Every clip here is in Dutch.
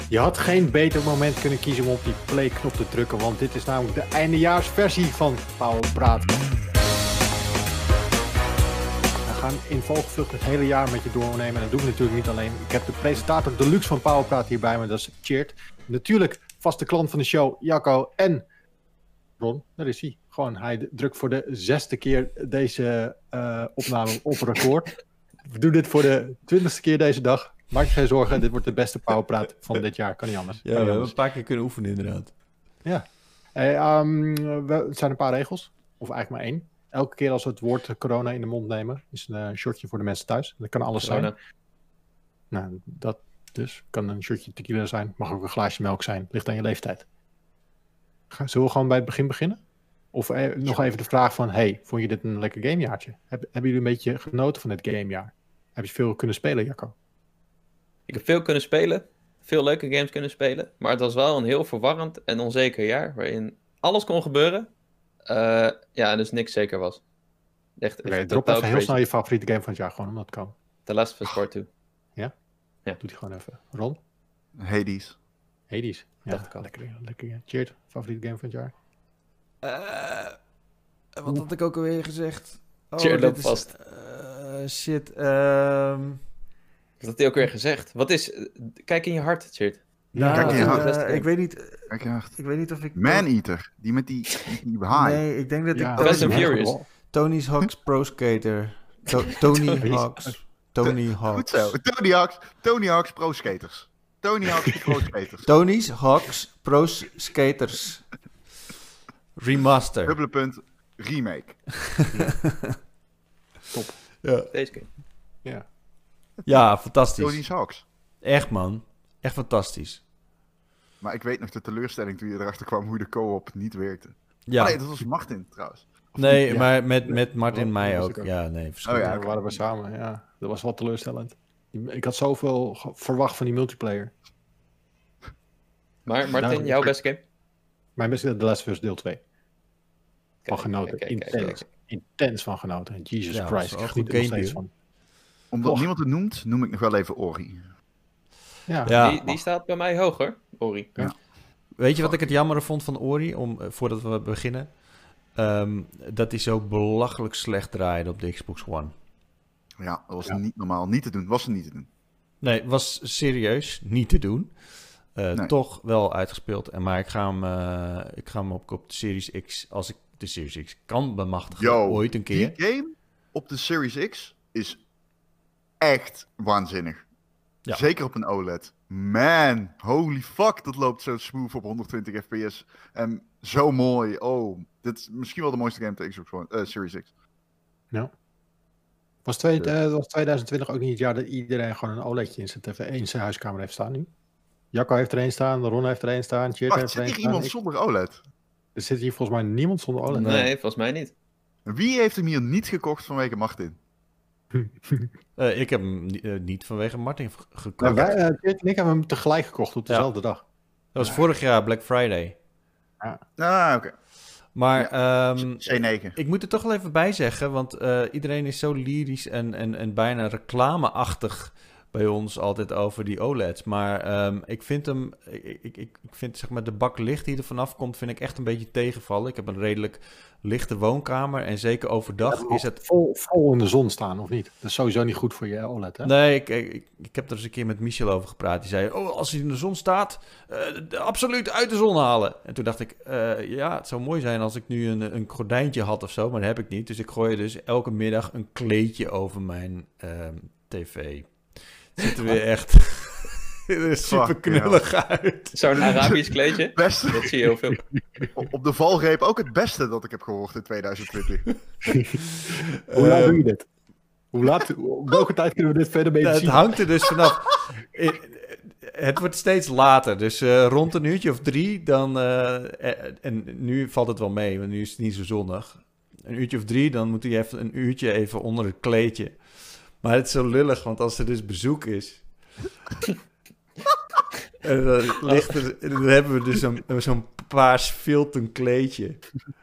Je had geen beter moment kunnen kiezen om op die play-knop te drukken, want dit is namelijk de eindejaarsversie van Powerpraat. We gaan in vogelvlucht het hele jaar met je doornemen en dat doe ik natuurlijk niet alleen. Ik heb de presentator deluxe van Powerpraat hier bij me, dat is Tjeerd. Natuurlijk vaste klant van de show, Jacco en Ron, daar is hij. Gewoon, hij drukt voor de 6e keer deze opname op record. We doen dit voor de 20e keer deze dag. Maak je geen zorgen, dit wordt de beste Powerpraat van dit jaar. Kan niet anders. Ja, we hebben een paar keer kunnen oefenen inderdaad. Ja. Het zijn een paar regels. Of eigenlijk maar 1. Elke keer als we het woord corona in de mond nemen, is een shotje voor de mensen thuis. Dat kan alles zijn. Nou, dat dus. Kan een shotje tequila zijn. Mag ook een glaasje melk zijn. Ligt aan je leeftijd. Zullen we gewoon bij het begin beginnen? Of nog even de vraag van, hey, vond je dit een lekker gamejaartje? Hebben jullie een beetje genoten van dit gamejaar? Heb je veel kunnen spelen, Jacco? Ik heb veel kunnen spelen. Veel leuke games kunnen spelen. Maar het was wel een heel verwarrend en onzeker jaar. Waarin alles kon gebeuren. En dus niks zeker was. Echt drop even heel snel je favoriete game van het jaar. Gewoon omdat het kan. The Last of Us Part 2. Ja? Doe die gewoon even. Ron? Hades. Ja, dacht ik al. Lekker. Tjeerd, favoriete game van het jaar? Wat had ik ook alweer gezegd? Tjeerd loopt vast. Shit. Wat had hij ook weer gezegd? Wat is... Kijk in je hart, Tjeerd. Kijk in je hart. Ik weet niet... Kijk in je hart. Ik weet niet of ik... Man-Eater. Die met die haai. Nee, ik denk dat ik... Fast and Furious. Tony Hawk's Pro Skater. Tony Hawk's. Goed zo. Tony Hawk's Pro Skaters. Tony Hawk's Pro Skaters. Remaster. Dubbele punt. Remake. Top. Ja. Deze keer. Ja. Ja, fantastisch. Tony Hawk's. Echt, man. Echt fantastisch. Maar ik weet nog de teleurstelling toen je erachter kwam hoe de co-op niet werkte. Ja. Oh nee, dat was Martin trouwens. Nee, ja. maar met Martin en mij ook. Ja, nee, verschillend. We waren we samen, ja. Dat was wel teleurstellend. Ik had zoveel verwacht van die multiplayer. Maar Martin, jouw beste game? Mijn beste The Last of Us deel 2. Van genoten. Intens van genoten. Jesus Christ. Ik geniet er nog steeds van. Omdat niemand het noemt, noem ik nog wel even Ori. Ja. Die staat bij mij hoger, Ori. Ja. Weet je wat ik het jammer vond van Ori, voordat we beginnen? Dat hij zo belachelijk slecht draaide op de Xbox One. Ja, dat was niet normaal. Niet te doen. Was er niet te doen. Nee, het was serieus niet te doen. Nee. Toch wel uitgespeeld. Maar ik ga hem op de Series X, als ik de Series X kan bemachtigen, ooit een keer. Die game op de Series X is echt waanzinnig. Ja. Zeker op een OLED. Man, holy fuck, dat loopt zo smooth op 120 fps. En zo mooi. Oh, dit is misschien wel de mooiste game op de Xbox One, Series X. Ja. Was 2020 ook niet het jaar dat iedereen gewoon een OLEDje in zijn tv in zijn huiskamer heeft staan nu? Jacco heeft er een staan, Ron heeft er een staan, Tjeerd heeft er een zit staan. hier iemand zonder OLED? Er zit hier volgens mij niemand zonder OLED. Nee, volgens mij niet. Wie heeft hem hier niet gekocht vanwege Martin? Ik heb hem niet vanwege Martin gekocht. Tjeerd en ik hebben hem tegelijk gekocht op dezelfde dag. Dat was vorig jaar Black Friday. Oké. Maar C9. ik moet er toch wel even bij zeggen, want iedereen is zo lyrisch en bijna reclameachtig bij ons altijd over die OLED's. Maar ik vind hem, ik vind zeg maar de bak licht die er vanaf komt, vind ik echt een beetje tegenvallen. Ik heb een redelijk lichte woonkamer en zeker overdag is het... Vol in de zon staan, of niet? Dat is sowieso niet goed voor je OLED, hè? Nee, ik heb er eens een keer met Michel over gepraat. Die zei, als hij in de zon staat, absoluut uit de zon halen. En toen dacht ik, het zou mooi zijn als ik nu een gordijntje had of zo, maar dat heb ik niet. Dus ik gooi dus elke middag een kleedje over mijn tv. Het ziet er weer echt super knullig uit. Zo'n Arabisch kleedje, Beste. dat zie je heel veel. Op de valreep ook het beste dat ik heb gehoord in 2020. Hoe laat doe je dit? Op welke tijd kunnen we dit verder mee zien? Het hangt er dus vanaf. Het wordt steeds later, dus rond een uurtje of 3, dan... en nu valt het wel mee, want nu is het niet zo zonnig. Een uurtje of 3, dan moet hij even een uurtje even onder het kleedje. Maar het is zo lullig, want als er dus bezoek is... en dan hebben we dus zo'n paars filten kleedje.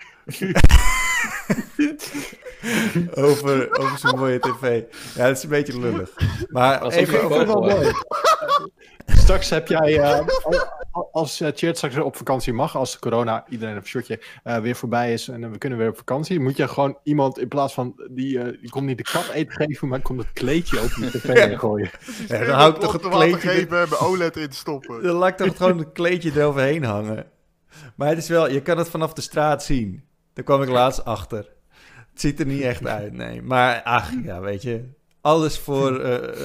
over zo'n mooie tv. Ja, dat is een beetje lullig. Maar Alsof even je over... vogel hebt. Straks heb jij, als Tjeerd straks op vakantie mag, als corona, iedereen een shotje, weer voorbij is en we kunnen weer op vakantie, moet je gewoon iemand in plaats van, die komt niet de kat eten geven, maar komt het kleedje op de tv heen gooien. Ja, dan hou ik toch het kleedje... geven, mijn OLED in stoppen. Dan laat ik toch gewoon het kleedje eroverheen hangen. Maar het is wel, je kan het vanaf de straat zien. Daar kwam ik laatst achter. Het ziet er niet echt uit, nee. Maar ach, ja, weet je, alles voor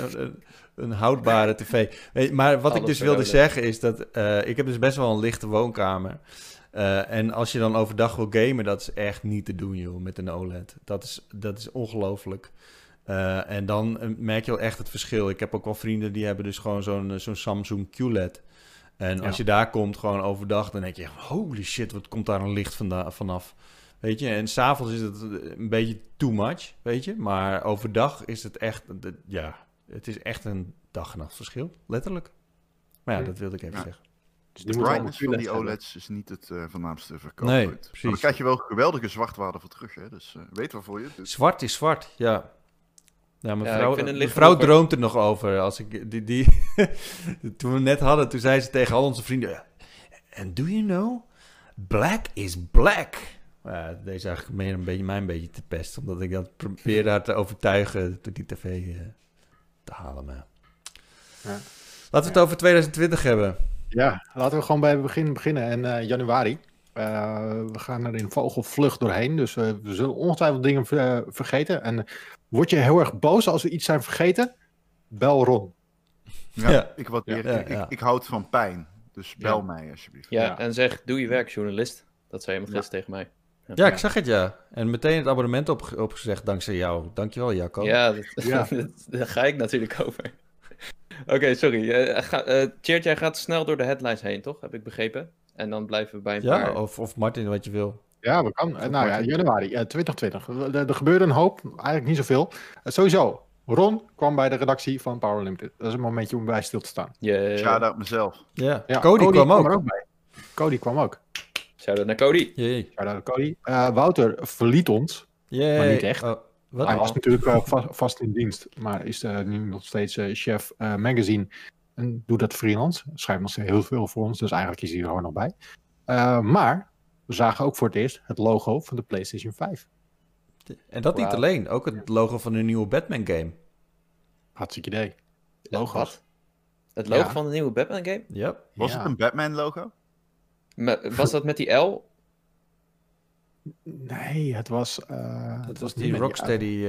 een houdbare tv. Maar wat ik dus wilde zeggen is dat ik heb dus best wel een lichte woonkamer. En als je dan overdag wil gamen, dat is echt niet te doen, joh, met een OLED. Dat is ongelooflijk. En dan merk je wel echt het verschil. Ik heb ook wel vrienden die hebben dus gewoon zo'n Samsung QLED. En als je daar komt, gewoon overdag, dan denk je, holy shit, wat komt daar een licht vanaf? Weet je, en s'avonds is het een beetje too much, weet je. Maar overdag is het echt, het is echt een dag- en nachtverschil, letterlijk. Maar ja, dat wilde ik even zeggen. Dus de brightness van die OLED's is niet het voornaamste verkoop. Nee, Maar precies. dan krijg je wel geweldige zwartwaarde voor terug, hè. Dus weet waarvoor je het doet. Zwart is zwart, ja. Ja, mijn vrouw vrouw droomt er nog over. Als ik toen we het net hadden, toen zei ze tegen al onze vrienden... And do you know, black is black. Deze is eigenlijk meer mij een beetje te pesten. Omdat ik dat probeerde haar te overtuigen door die tv te halen. Maar... Ja. Laten we het over 2020 hebben. Ja, laten we gewoon bij het begin beginnen. En januari. We gaan er in vogelvlucht doorheen. Dus we zullen ongetwijfeld dingen vergeten. En word je heel erg boos als we iets zijn vergeten? Bel Ron. Ja. Ik waardeer. Ik houd van pijn. Dus bel mij alsjeblieft. Ja, en zeg, doe je werk, journalist. Dat zei je gisteren tegen mij. Ja, ik zag het, ja. En meteen het abonnement opgezegd dankzij jou. Dankjewel, Jacco. Ja, daar ga ik natuurlijk over. Oké, sorry. Tjeerd, jij gaat snel door de headlines heen, toch? Heb ik begrepen. En dan blijven we bij een paar... Of Martin, wat je wil. Ja, we kan. Januari 2020. Er gebeurde een hoop. Eigenlijk niet zoveel. Sowieso. Ron kwam bij de redactie van Power Limited. Dat is een momentje om bij stil te staan. Shout-out mezelf. Ja. Cody kwam ook bij. Cody kwam ook. Shout-out naar Cody. Shout-out Cody. Wouter verliet ons. Maar niet echt. Hij was natuurlijk vast in dienst. Maar is nu nog steeds chef magazine. En doet dat freelance. Schrijft nog steeds heel veel voor ons. Dus eigenlijk is hij er gewoon nog bij. Maar we zagen ook voor het eerst het logo van de PlayStation 5. En dat niet alleen. Ook het logo van de nieuwe Batman game. Hartstikke idee. Logo. Wat? Het logo van de nieuwe Batman game? Yep. Was het een Batman logo? Was dat met die L? Nee, het was... het was die Rocksteady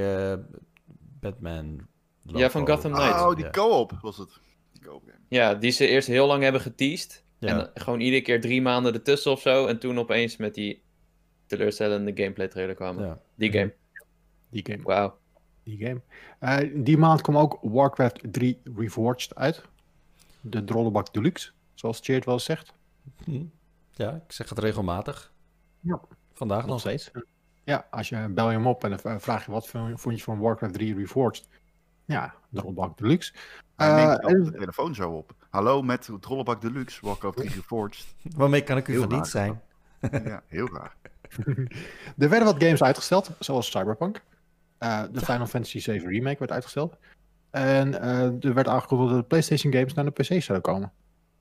Batman logo. Ja, van Gotham Knights. Oh, die co-op was het. Die co-op game. Ja, die ze eerst heel lang hebben geteased. Ja. En gewoon iedere keer 3 maanden ertussen of zo. En toen opeens met die teleurstellende gameplay trailer kwamen. Ja. Die game. Wauw. Die game. Die maand kwam ook Warcraft 3 Reforged uit. De Drollebak Deluxe, zoals Tjeerd wel zegt. Ja, ik zeg het regelmatig. Ja. Vandaag nog steeds. Ja, als je bel je hem op en dan vraag je wat vond je van Warcraft 3 Reforged. Ja, Drollebak Deluxe. Hij neemt de telefoon zo op. Hallo met Drollebak Deluxe, Warcraft 3 Reforged. Waarmee kan ik u van dienst zijn? Ja, heel raar. Er werden wat games uitgesteld, zoals Cyberpunk. De Final Fantasy 7 Remake werd uitgesteld. En er werd aangekondigd dat de PlayStation games naar de PC zouden komen.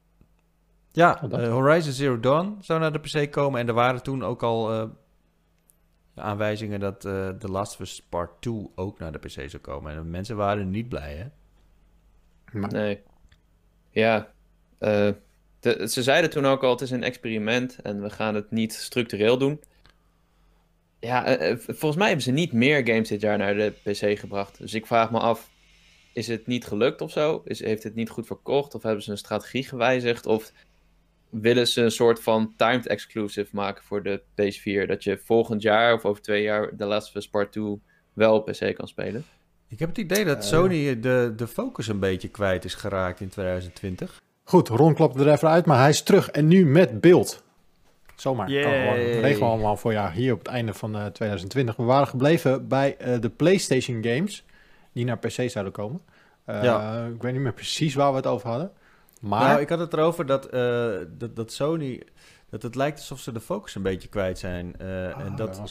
Ja, Horizon Zero Dawn zou naar de PC komen. En er waren toen ook al aanwijzingen dat The Last of Us Part 2 ook naar de PC zou komen. En mensen waren niet blij, hè? Nee. Ja. Ze zeiden toen ook al, het is een experiment en we gaan het niet structureel doen. Ja, volgens mij hebben ze niet meer games dit jaar naar de PC gebracht. Dus ik vraag me af, is het niet gelukt of zo? Heeft het niet goed verkocht? Of hebben ze een strategie gewijzigd? Of willen ze een soort van timed exclusive maken voor de PS4? Dat je volgend jaar of over 2 jaar The Last of Us Part 2 wel op PC kan spelen? Ik heb het idee dat Sony de focus een beetje kwijt is geraakt in 2020. Goed, Ron klapte er even uit, maar hij is terug. En nu met beeld. Zomaar. Regelen we allemaal voor jou hier op het einde van 2020. We waren gebleven bij de PlayStation games die naar PC zouden komen. Ik weet niet meer precies waar we het over hadden. Maar... Nou, ik had het erover dat Sony... Dat het lijkt alsof ze de focus een beetje kwijt zijn. En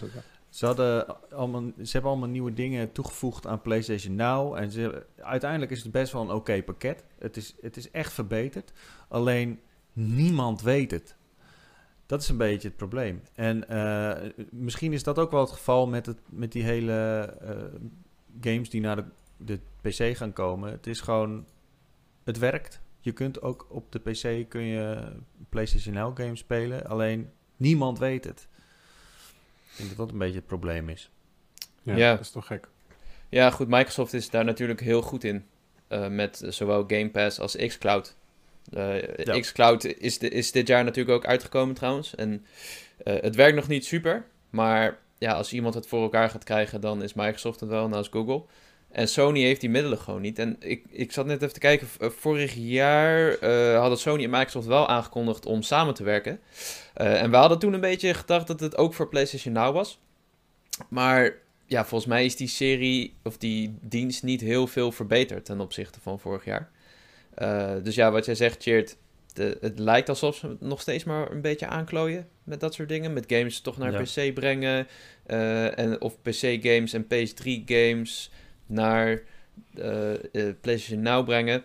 Ze hebben allemaal nieuwe dingen toegevoegd aan PlayStation Now. En uiteindelijk is het best wel een oké pakket. Het is echt verbeterd. Alleen niemand weet het. Dat is een beetje het probleem. En misschien is dat ook wel het geval met die hele games die naar de PC gaan komen. Het is gewoon... Het werkt. Je kunt ook op de PC kun je PlayStation Now games spelen. Alleen niemand weet het. Ik denk dat dat een beetje het probleem is. Ja. Dat is toch gek. Ja, goed, Microsoft is daar natuurlijk heel goed in. Met zowel Game Pass als xCloud. xCloud is dit jaar natuurlijk ook uitgekomen trouwens. En het werkt nog niet super. Maar ja, als iemand het voor elkaar gaat krijgen, dan is Microsoft het wel, naast Google. En Sony heeft die middelen gewoon niet. En ik zat net even te kijken. Vorig jaar hadden Sony en Microsoft wel aangekondigd om samen te werken. En we hadden toen een beetje gedacht dat het ook voor PlayStation Now was. Maar ja, volgens mij is die serie of die dienst niet heel veel verbeterd ten opzichte van vorig jaar. Dus ja, wat jij zegt, Tjeerd, het lijkt alsof ze het nog steeds maar een beetje aanklooien met dat soort dingen. Met games toch naar PC brengen. Of PC-games en PS3-games naar PlayStation Now brengen.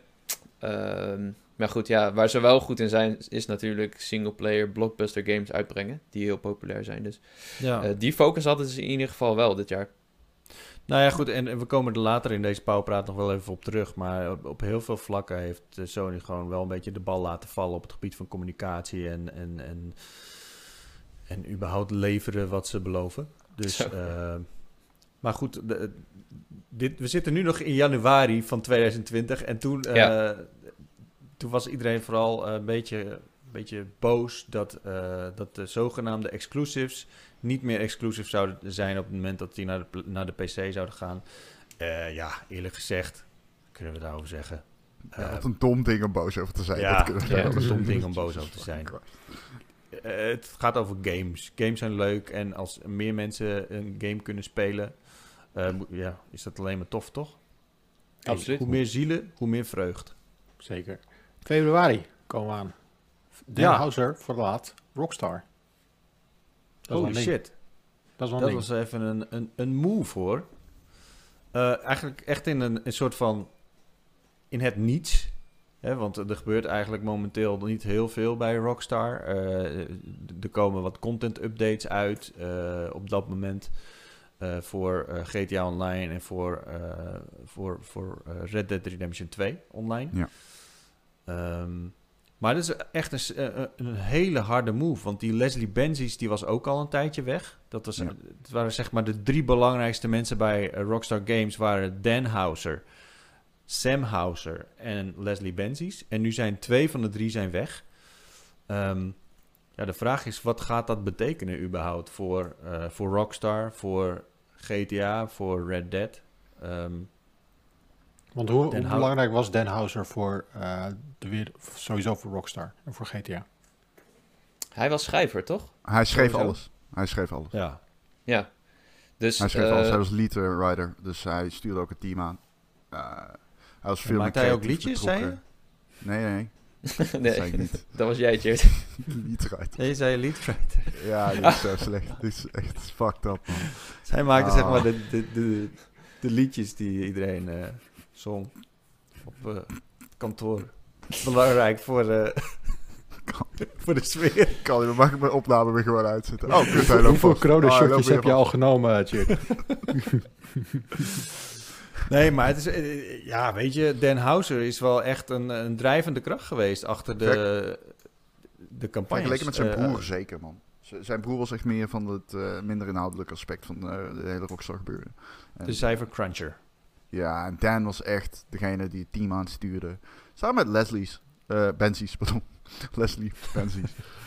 Maar goed, ja, waar ze wel goed in zijn, is natuurlijk single-player blockbuster games uitbrengen. Die heel populair zijn. Dus die focus hadden ze in ieder geval wel dit jaar. Nou ja, goed, en we komen er later in deze Pauwpraat nog wel even op terug. Maar op heel veel vlakken heeft Sony gewoon wel een beetje de bal laten vallen op het gebied van communicatie en überhaupt leveren wat ze beloven. Dus, maar goed, we zitten nu nog in januari van 2020 en toen was iedereen vooral een beetje boos dat de zogenaamde exclusives niet meer exclusief zouden zijn op het moment dat die naar de PC zouden gaan. Ja, eerlijk gezegd, kunnen we daarover zeggen. Wat een dom ding om boos over te zijn. Ja, een dom ding om boos over te zijn. Het gaat over games. Games zijn leuk en als meer mensen een game kunnen spelen, is dat alleen maar tof, toch? Absoluut. Hoe meer zielen, hoe meer vreugd. Zeker. Februari komen we aan. Dan Houser verlaat Rockstar. Holy shit. Dat was even een move, hoor. Eigenlijk echt in een soort van... in het niets. Hè, want er gebeurt eigenlijk momenteel niet heel veel bij Rockstar. Er komen wat content updates uit op dat moment. Voor GTA Online en voor Red Dead Redemption 2 online. Ja. Maar dat is echt een hele harde move. Want die Leslie Benzies die was ook al een tijdje weg. Het waren zeg maar de 3 belangrijkste mensen bij Rockstar Games. Waren Dan Houser, Sam Houser en Leslie Benzies. En nu zijn 2 van de 3 zijn weg. De vraag is, wat gaat dat betekenen überhaupt voor Rockstar, voor GTA, voor Red Dead? Want hoe belangrijk was Dan Houser voor sowieso voor Rockstar en voor GTA? Hij was schrijver, toch? Hij schreef alles. Ja. Dus, hij schreef alles. Hij was lead writer, dus hij stuurde ook het team aan. Hij was veel maakte hij ook liedjes, zei je? Nee. Nee, dat zei ik niet. Dat was jij, Tjeerd. Leadwriter. Je zei leadwriter. Ja, dit is zo slecht. Dit is echt fucked up, man. Zij maakte zeg maar de liedjes die iedereen zong op kantoor. Belangrijk voor de sfeer. Mag ik mijn opname weer gewoon uitzetten? Hoeveel corona-shotjes heb je al genomen, Tjeerd? Nee, maar het is... weet je, Dan Houser is wel echt een drijvende kracht geweest achter de campagne. Vergeleken met zijn broer zeker, man. Zijn broer was echt meer van het minder inhoudelijke aspect van de hele Rockstar gebeuren. De cijfercruncher. Ja, en Dan was echt degene die het team aanstuurde. Samen met Benzies, Leslie Benzies.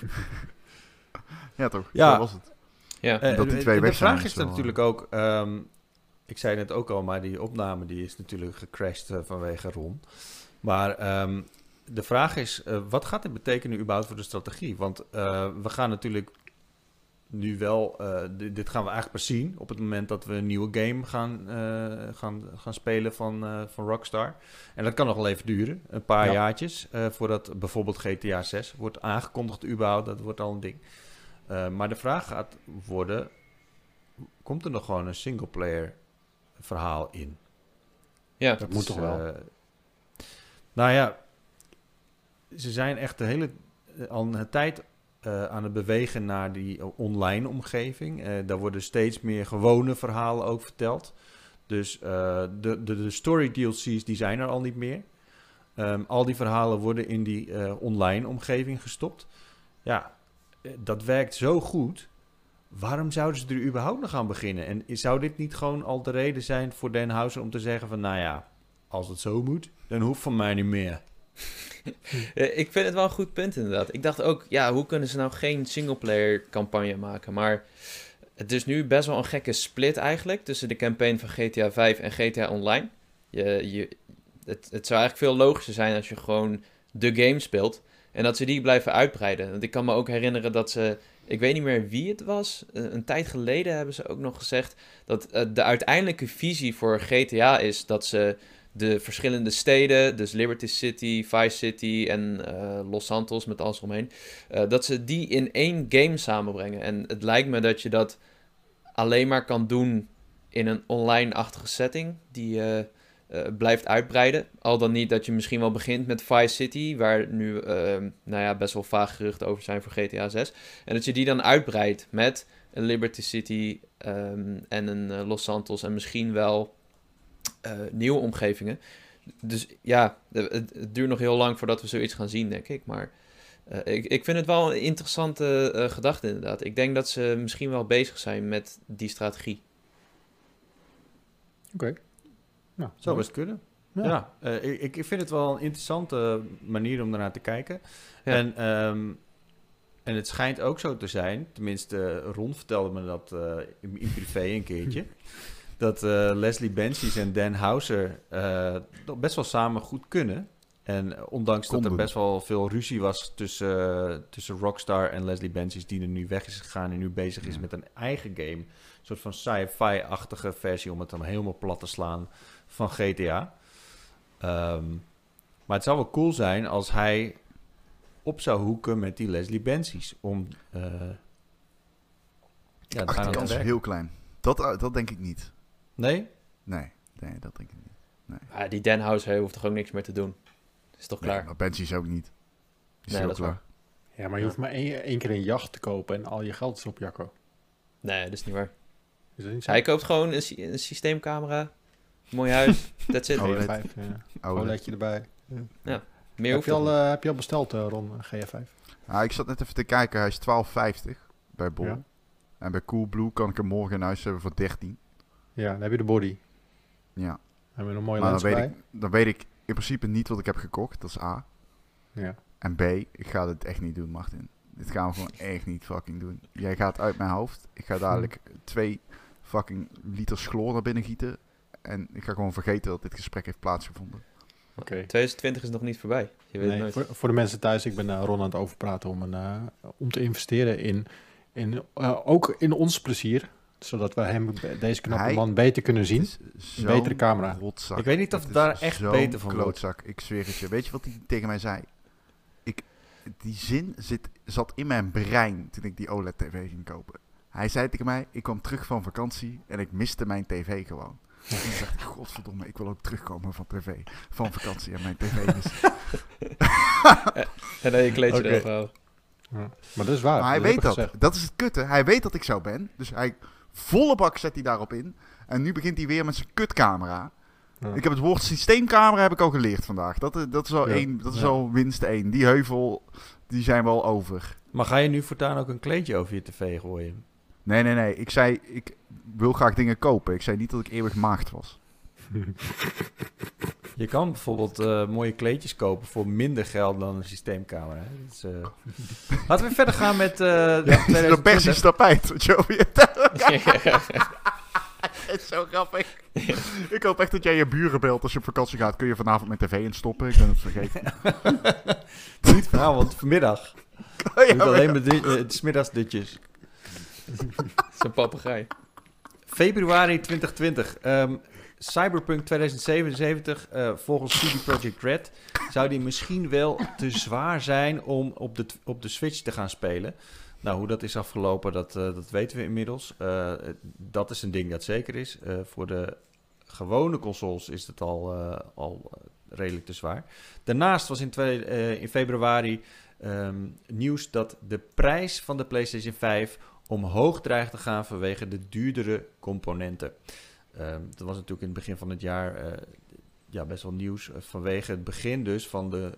Ja, toch? Ja. Zo was het. Ja. Dat die twee weg de vraag zijn, is zo. natuurlijk ook... ik zei het ook al, maar die opname die is natuurlijk gecrashed vanwege Ron. Maar de vraag is, wat gaat dit betekenen überhaupt voor de strategie? Want we gaan natuurlijk nu wel... dit gaan we eigenlijk pas zien op het moment dat we een nieuwe game gaan spelen van Rockstar. En dat kan nog wel even duren, een paar jaartjes, voordat bijvoorbeeld GTA 6 wordt aangekondigd überhaupt. Dat wordt al een ding. Maar de vraag gaat worden... komt er nog gewoon een singleplayer verhaal in. Ja, Dat moet toch wel. Nou ja, ze zijn echt al een tijd aan het bewegen naar die online omgeving. Daar worden steeds meer gewone verhalen ook verteld. Dus de story DLC's die zijn er al niet meer. Al die verhalen worden in die online omgeving gestopt. Ja, dat werkt zo goed. Waarom zouden ze er überhaupt nog aan beginnen? En zou dit niet gewoon al de reden zijn voor Den Houser om te zeggen van... nou ja, als het zo moet, dan hoeft van mij niet meer. Ik vind het wel een goed punt inderdaad. Ik dacht ook, ja, hoe kunnen ze nou geen singleplayer campagne maken? Maar het is nu best wel een gekke split eigenlijk tussen de campaign van GTA 5 en GTA Online. Het zou eigenlijk veel logischer zijn als je gewoon de game speelt en dat ze die blijven uitbreiden. Want ik kan me ook herinneren dat ze, ik weet niet meer wie het was, een tijd geleden hebben ze ook nog gezegd dat de uiteindelijke visie voor GTA is dat ze de verschillende steden, dus Liberty City, Vice City en Los Santos met alles eromheen, dat ze die in één game samenbrengen. En het lijkt me dat je dat alleen maar kan doen in een online-achtige setting die blijft uitbreiden. Al dan niet dat je misschien wel begint met Vice City, waar nu best wel vaag geruchten over zijn voor GTA 6. En dat je die dan uitbreidt met een Liberty City en een Los Santos en misschien wel nieuwe omgevingen. Dus ja, het duurt nog heel lang voordat we zoiets gaan zien, denk ik. Maar ik vind het wel een interessante gedachte inderdaad. Ik denk dat ze misschien wel bezig zijn met die strategie. Oké. Nou, Zou best kunnen. Ja, ik vind het wel een interessante manier om ernaar te kijken. Ja. En het schijnt ook zo te zijn, tenminste Ron vertelde me dat in privé een keertje, dat Leslie Benzies en Dan Houser best wel samen goed kunnen. En ondanks dat er best wel veel ruzie was tussen Rockstar en Leslie Benzies, die er nu weg is gegaan en nu bezig is met een eigen game. Een soort van sci-fi-achtige versie om het dan helemaal plat te slaan van GTA. Maar het zou wel cool zijn als hij op zou hoeken met die Leslie Benzies. De kans is heel klein. Dat denk ik niet. Nee? Nee, dat denk ik niet. Nee. Ja, die Dan Houser hoeft toch ook niks meer te doen? Is toch klaar? Maar Benzies ook niet. Is nee, heel dat klaar. is waar. Ja, maar je hoeft maar één keer een jacht te kopen en al je geld is op, Jacco. Nee, dat is niet waar. Is dat niet zo? Hij koopt gewoon een systeemcamera, mooi huis, that's it. GF5, OLEDje erbij. Ja, meer hoeft het niet. Heb je al besteld, Ron, GF5? Ik zat net even te kijken, hij is $12,50 bij Bol. Ja. En bij Coolblue kan ik hem morgen in huis hebben voor 13. Ja, dan heb je de body. Ja. Hebben we een mooie lens bij? Dan weet ik in principe niet wat ik heb gekocht, dat is A. Ja. En B, ik ga dit echt niet doen, Martin. Dit gaan we gewoon echt niet fucking doen. Jij gaat uit mijn hoofd. Ik ga dadelijk 2 fucking liters chloor naar binnen gieten. En ik ga gewoon vergeten dat dit gesprek heeft plaatsgevonden. Oké. 2020 is nog niet voorbij. Je weet het nooit. Voor de mensen thuis, ik ben Ron aan het overpraten om te investeren ook in ons plezier. Zodat we deze knappe man beter kunnen zien. Een betere camera. Rotzak. Ik weet niet of het daar echt beter van klootzak. Ik zweer het je. Weet je wat hij tegen mij zei? Die zin zat in mijn brein toen ik die OLED-tv ging kopen. Hij zei tegen mij, ik kwam terug van vakantie en ik miste mijn tv gewoon. En toen dacht ik, godverdomme, ik wil ook terugkomen van vakantie en mijn tv mis. En dan je kleedje erop houden. Ja. Maar dat is waar. Maar hij weet dat. Dat is het kutte. Hij weet dat ik zo ben. Dus volle bak zet hij daarop in. En nu begint hij weer met zijn kutcamera. Ja. Ik heb het woord systeemcamera heb ik al geleerd vandaag. Dat is al al winst 1. Die heuvel, die zijn we al over. Maar ga je nu voortaan ook een kleedje over je tv gooien? Nee. Ik zei, ik wil graag dingen kopen. Ik zei niet dat ik eeuwig maagd was. Je kan bijvoorbeeld mooie kleedjes kopen voor minder geld dan een systeemcamera. Dus, laten we verder gaan met... een Persisch tapijt. Wat je over je... Het is zo grappig. Ik hoop echt dat jij je buren belt als je op vakantie gaat. Kun je vanavond mijn tv instoppen? Ik ben het vergeten. Niet vanavond, vanmiddag. Je moet alleen maar 's middags dutjes. Zo'n papegaai. Februari 2020. Cyberpunk 2077, volgens CD Projekt Red, zou die misschien wel te zwaar zijn om op de Switch te gaan spelen. Nou, hoe dat is afgelopen, dat weten we inmiddels. Dat is een ding dat zeker is. Voor de gewone consoles is het al redelijk te zwaar. Daarnaast was in februari nieuws dat de prijs van de PlayStation 5 omhoog dreigt te gaan vanwege de duurdere componenten. Dat was natuurlijk in het begin van het jaar best wel nieuws vanwege het begin dus van de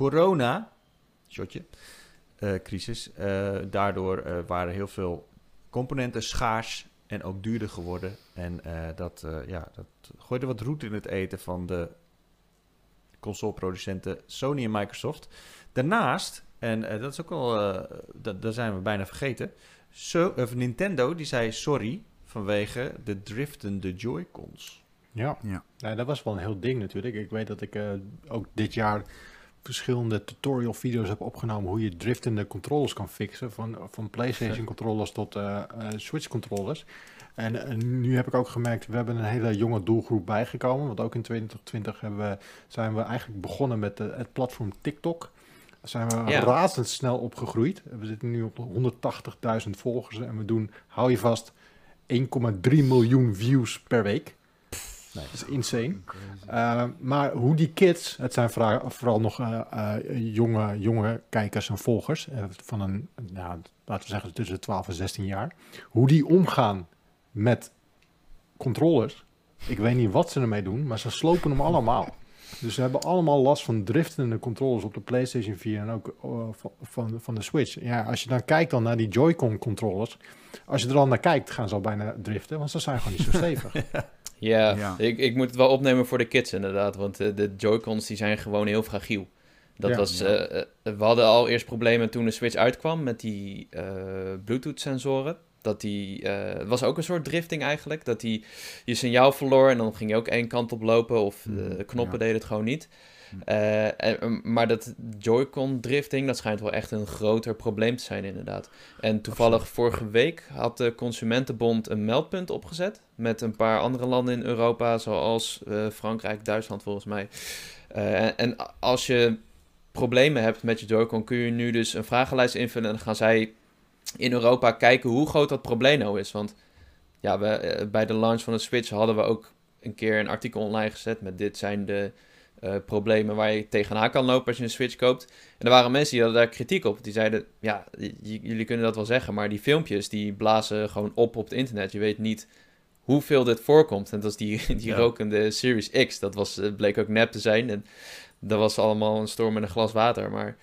crisis. Daardoor waren heel veel componenten schaars en ook duurder geworden. En dat gooide wat roet in het eten van de consoleproducenten Sony en Microsoft. Daarnaast, en dat is ook wel, daar zijn we bijna vergeten, Nintendo die zei sorry vanwege de driftende Joy-Cons. Ja, dat was wel een heel ding natuurlijk. Ik weet dat ik ook dit jaar verschillende tutorial video's heb opgenomen hoe je driftende controllers kan fixen. Van PlayStation controllers tot Switch controllers. En nu heb ik ook gemerkt, we hebben een hele jonge doelgroep bijgekomen. Want ook in 2020 zijn we eigenlijk begonnen met het platform TikTok. Daar zijn we razendsnel opgegroeid. We zitten nu op 180.000 volgers en we doen, hou je vast, 1,3 miljoen views per week. Nee, dat is insane. Maar hoe die kids, het zijn vooral nog jonge kijkers en volgers van laten we zeggen tussen de 12 en 16 jaar, hoe die omgaan met controllers. Ik weet niet wat ze ermee doen, maar ze slopen hem allemaal. Dus ze hebben allemaal last van driftende controllers op de PlayStation 4 en ook van de Switch. Ja, als je dan kijkt dan naar die Joy-Con controllers, als je er al naar kijkt, gaan ze al bijna driften, want ze zijn gewoon niet zo stevig. Ja. Ik moet het wel opnemen voor de kids inderdaad, want de Joy-Cons die zijn gewoon heel fragiel. We hadden al eerst problemen toen de Switch uitkwam met die Bluetooth-sensoren. Het was ook een soort drifting eigenlijk, dat die je signaal verloor en dan ging je ook één kant op lopen of de knoppen deden het gewoon niet. Maar dat Joy-Con drifting, dat schijnt wel echt een groter probleem te zijn inderdaad. En toevallig vorige week had de Consumentenbond een meldpunt opgezet met een paar andere landen in Europa, zoals Frankrijk, Duitsland volgens mij. En als je problemen hebt met je Joy-Con, kun je nu dus een vragenlijst invullen en dan gaan zij in Europa kijken hoe groot dat probleem nou is. Want ja, bij de launch van de Switch hadden we ook een keer een artikel online gezet met dit zijn de problemen waar je tegenaan kan lopen als je een Switch koopt. En er waren mensen die hadden daar kritiek op. Die zeiden, ja, jullie kunnen dat wel zeggen, maar die filmpjes die blazen gewoon op het internet. Je weet niet hoeveel dit voorkomt. En dat is die rokende Series X. Dat bleek ook nep te zijn. En dat was allemaal een storm met een glas water. Maar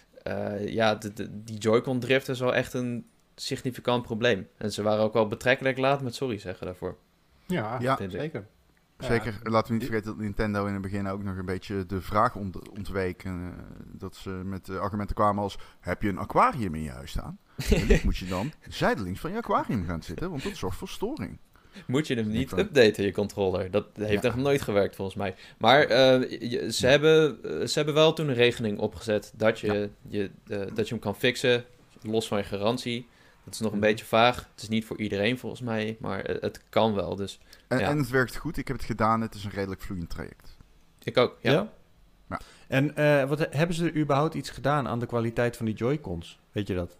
die Joy-Con drift is wel echt een significant probleem. En ze waren ook wel betrekkelijk laat met sorry zeggen daarvoor. Ja, zeker. Zeker, laten we niet vergeten dat Nintendo in het begin ook nog een beetje de vraag ontweek. Dat ze met argumenten kwamen als, heb je een aquarium in je huis staan? Wellicht moet je dan zijdelings van je aquarium gaan zitten, want dat zorgt voor storing. Moet je hem niet updaten, je controller? Dat heeft nog nooit gewerkt, volgens mij. Maar ze hebben wel toen een regeling opgezet dat je hem kan fixen, los van je garantie. Dat is nog een beetje vaag. Het is niet voor iedereen, volgens mij, maar het kan wel. Dus, en het werkt goed. Ik heb het gedaan. Het is een redelijk vloeiend traject. Ik ook, ja. En hebben ze überhaupt iets gedaan aan de kwaliteit van die Joy-Cons? Weet je dat?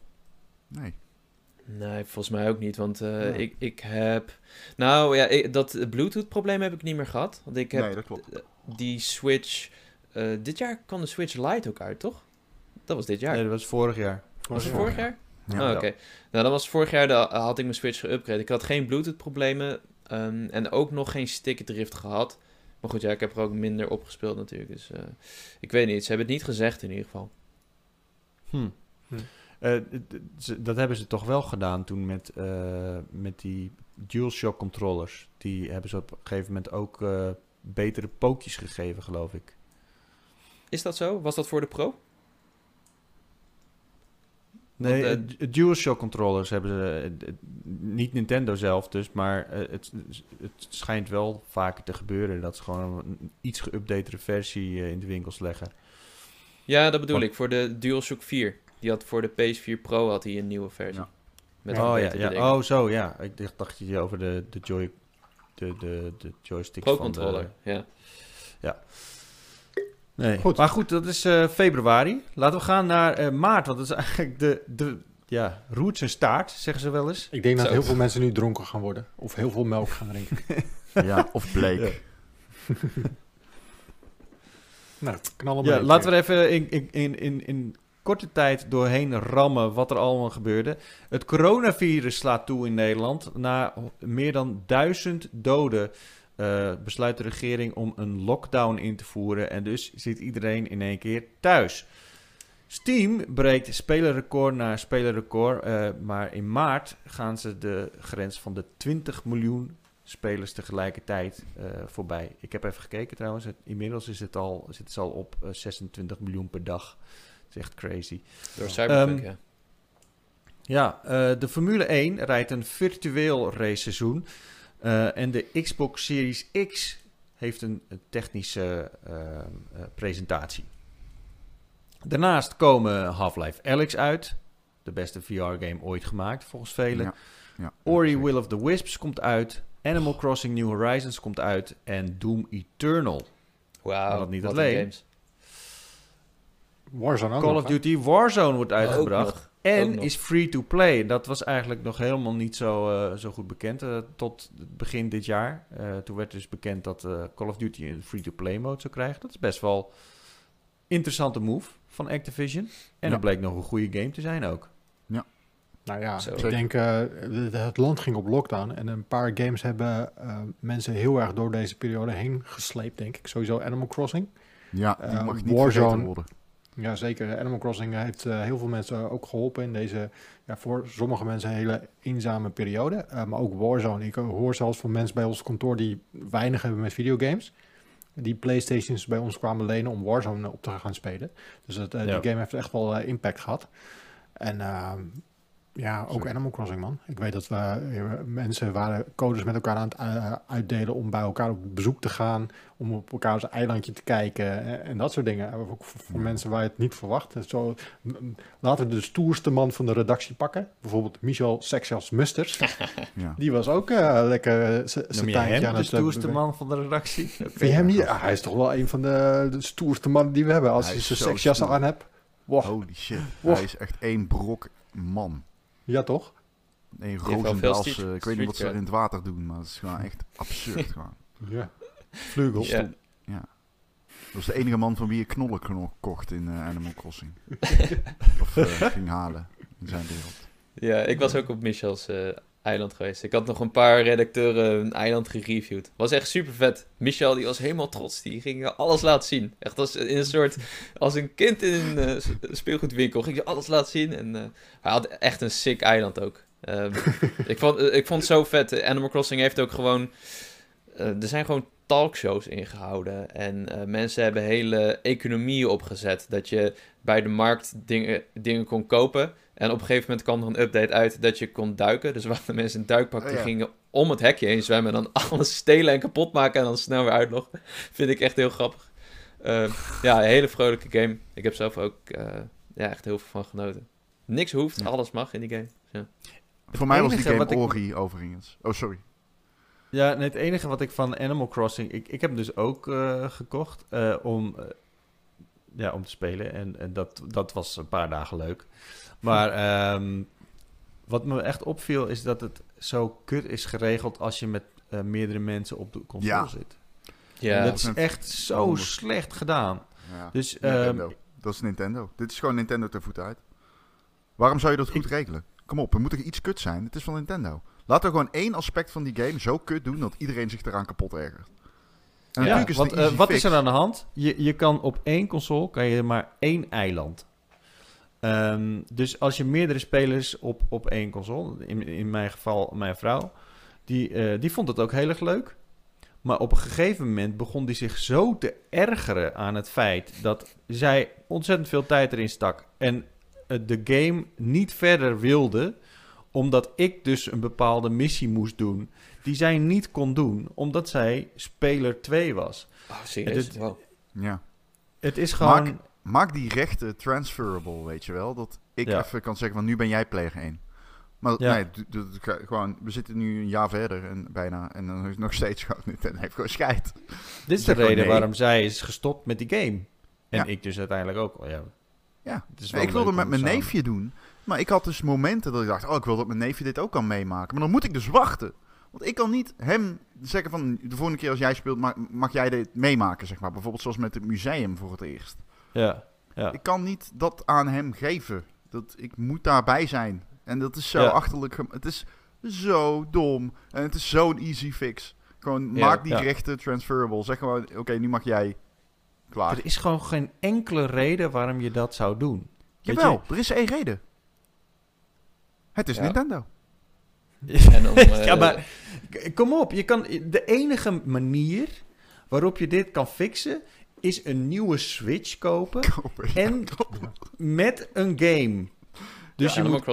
Nee, volgens mij ook niet, want ik heb... Nou ja, dat Bluetooth-probleem heb ik niet meer gehad. Want ik heb dat klopt. Die Switch... dit jaar kwam de Switch Lite ook uit, toch? Dat was dit jaar. Nee, dat was vorig jaar. Was het vorig jaar? Ja. Oké. Nou, dat was vorig jaar, had ik mijn Switch geüpgrade. Ik had geen Bluetooth-problemen en ook nog geen stickerdrift gehad. Maar goed, ik heb er ook minder opgespeeld natuurlijk. Dus ik weet niet, ze hebben het niet gezegd in ieder geval. Dat hebben ze toch wel gedaan toen met die DualShock controllers. Die hebben ze op een gegeven moment ook betere pookjes gegeven, geloof ik. Is dat zo? Was dat voor de Pro? Nee, DualShock controllers hebben ze... niet Nintendo zelf dus, maar het schijnt wel vaker te gebeuren dat ze gewoon een iets geüpdatede versie in de winkels leggen. Ja, dat bedoel ik. Voor de DualShock 4. Die had voor de PS4 Pro had hij een nieuwe versie. Ja. Met Oh, zo, ja. Ik dacht je over de joysticks Pro controller, ja. Nee. Goed. Maar goed, dat is februari. Laten we gaan naar maart, want dat is eigenlijk de roert zijn staart, zeggen ze wel eens. Ik denk dat Zo. heel veel mensen nu dronken gaan worden. Of heel veel melk gaan drinken. Ja, of bleek. Ja. Nou, knallen maar Ja, in. laten we er even in korte tijd doorheen rammen wat er allemaal gebeurde. Het coronavirus slaat toe in Nederland. Na meer dan 1000 doden besluit de regering om een lockdown in te voeren. En dus zit iedereen in één keer thuis. Steam breekt spelerrecord na spelerrecord. Maar in maart gaan ze de grens van de 20 miljoen spelers tegelijkertijd voorbij. Ik heb even gekeken trouwens. Inmiddels zit het al op 26 miljoen per dag. Dat is echt crazy. Door Cyberpunk, ja. Ja, de Formule 1 rijdt een virtueel raceseizoen. En de Xbox Series X heeft een technische presentatie. Daarnaast komen Half-Life Alyx uit. De beste VR-game ooit gemaakt, volgens velen. Ja, Ori Will of the Wisps komt uit. Animal Crossing New Horizons komt uit. En Doom Eternal. Maar Wauw, dat niet wat een alleen. games. Warzone ook Call nog, of hè? Duty Warzone wordt Ook uitgebracht. nog. En Ook nog. is free-to-play. Dat was eigenlijk nog helemaal niet zo goed bekend tot begin dit jaar. Toen werd dus bekend dat Call of Duty een free-to-play mode zou krijgen. Dat is best wel interessante move van Activision. En Ja. dat bleek nog een goede game te zijn ook. Nou ja, Zo. ik denk het land ging op lockdown en een paar games hebben mensen heel erg door deze periode heen gesleept, denk ik. Sowieso Animal Crossing. Ja, die mag niet Warzone. vergeten worden. Ja, zeker. Animal Crossing heeft heel veel mensen ook geholpen in deze, voor sommige mensen een hele eenzame periode. Maar ook Warzone. Ik hoor zelfs van mensen bij ons kantoor die weinig hebben met videogames. Die PlayStations bij ons kwamen lenen om Warzone op te gaan spelen. Dus die game heeft echt wel impact gehad. En ook Zeker. Animal Crossing, man. Ik weet dat mensen waren codes met elkaar aan het uitdelen om bij elkaar op bezoek te gaan, om op elkaars eilandje te kijken en dat soort dingen. Ook voor mensen waar je het niet verwacht. Zo, laten we de stoerste man van de redactie pakken. Bijvoorbeeld Michel Sexels Musters. Ja. Die was ook lekker zijn Noem je tuintje hem aan de het... stoerste man van de redactie? Vind je hem niet? Hij is toch wel een van de stoerste mannen die we hebben. Als Hij hij is zijn zo seksjas stoer. aan hebt. Wow. Holy shit. Wow. Hij is echt één brok man. Ja, toch? Een heeft wel veel Roosendaalse... street- Ik weet niet wat ze er in street het water doen, maar het is gewoon echt absurd gewoon. Ja. Vleugels. Ja. Dat was de enige man van wie ik knollen kocht in Animal Crossing. Of ging halen in zijn wereld. Ja, ik was ook op Michel's eiland geweest. Ik had nog een paar redacteuren hun eiland gereviewd. Was echt super vet. Michel die was helemaal trots. Die ging alles laten zien. Echt als in een soort... Als een kind in een speelgoedwinkel ging je alles laten zien. En hij had echt een sick eiland ook. Ik vond het zo vet. Animal Crossing heeft ook gewoon... er zijn gewoon talkshows ingehouden. En mensen hebben hele economieën opgezet. Dat je bij de markt dingen kon kopen. En op een gegeven moment kwam er een update uit dat je kon duiken. Dus er waren mensen in duikpak die gingen om het hekje heen zwemmen. En dan alles stelen en kapot maken en dan snel weer uitloggen. Vind ik echt heel grappig. Een hele vrolijke game. Ik heb zelf ook echt heel veel van genoten. Niks hoeft, alles mag in die game. Ja. Voor mij was die enige game wat ik- Ori overigens. Oh, sorry. Ja, nee, het enige wat ik van Animal Crossing... Ik heb hem dus ook gekocht om te spelen. En dat was een paar dagen leuk. Maar wat me echt opviel is dat het zo kut is geregeld als je met meerdere mensen op de console Ja. zit. Ja, Dat is echt zo Anders. slecht gedaan. Ja. Dus Nintendo. Dat is Nintendo. Dit is gewoon Nintendo ter voet uit. Waarom zou je dat goed regelen? Kom op, er moet toch iets kut zijn? Het is van Nintendo. Laten we gewoon één aspect van die game zo kut doen dat iedereen zich eraan kapot ergert. En natuurlijk is het want een easy wat fix. is er aan de hand? Je kan op één console kan je maar één eiland. Dus als je meerdere spelers op één console, in mijn geval mijn vrouw, die vond het ook heel erg leuk. Maar op een gegeven moment begon die zich zo te ergeren aan het feit dat zij ontzettend veel tijd erin stak. En de game niet verder wilde, omdat ik dus een bepaalde missie moest doen die zij niet kon doen, omdat zij speler 2 was. Oh, serieus? Het- Wow. Ja. Het is gewoon... Maak die rechten transferable, weet je wel. Dat ik Ja. even kan zeggen van nu ben jij player 1. Maar Ja. nee, gewoon, we zitten nu een jaar verder en bijna. En dan is nog steeds gewoon Nintendo heeft gewoon scheid. Dit is de Zeg gewoon reden nee. waarom zij is gestopt met die game. En Ja. ik dus uiteindelijk ook. Ja. Ja. Het is Nee, wel ik wilde leuk met om mijn samen- neefje doen. Maar ik had dus momenten dat ik dacht, ik wil dat mijn neefje dit ook kan meemaken. Maar dan moet ik dus wachten. Want ik kan niet hem zeggen van, de volgende keer als jij speelt, mag jij dit meemaken, zeg maar. Bijvoorbeeld zoals met het museum voor het eerst. Ja. Ik kan niet dat aan hem geven. Ik moet daarbij zijn. En dat is zo achterlijk. Het is zo dom. En het is zo'n easy fix. Gewoon maak die rechten transferable. Zeg gewoon, oké, nu mag jij. Klaar. Er is gewoon geen enkele reden waarom je dat zou doen. Jawel, er is 1 reden. Het is Nintendo. Ja, maar kom op. De enige manier waarop je dit kan fixen is een nieuwe Switch kopen en met een game. Dus je moet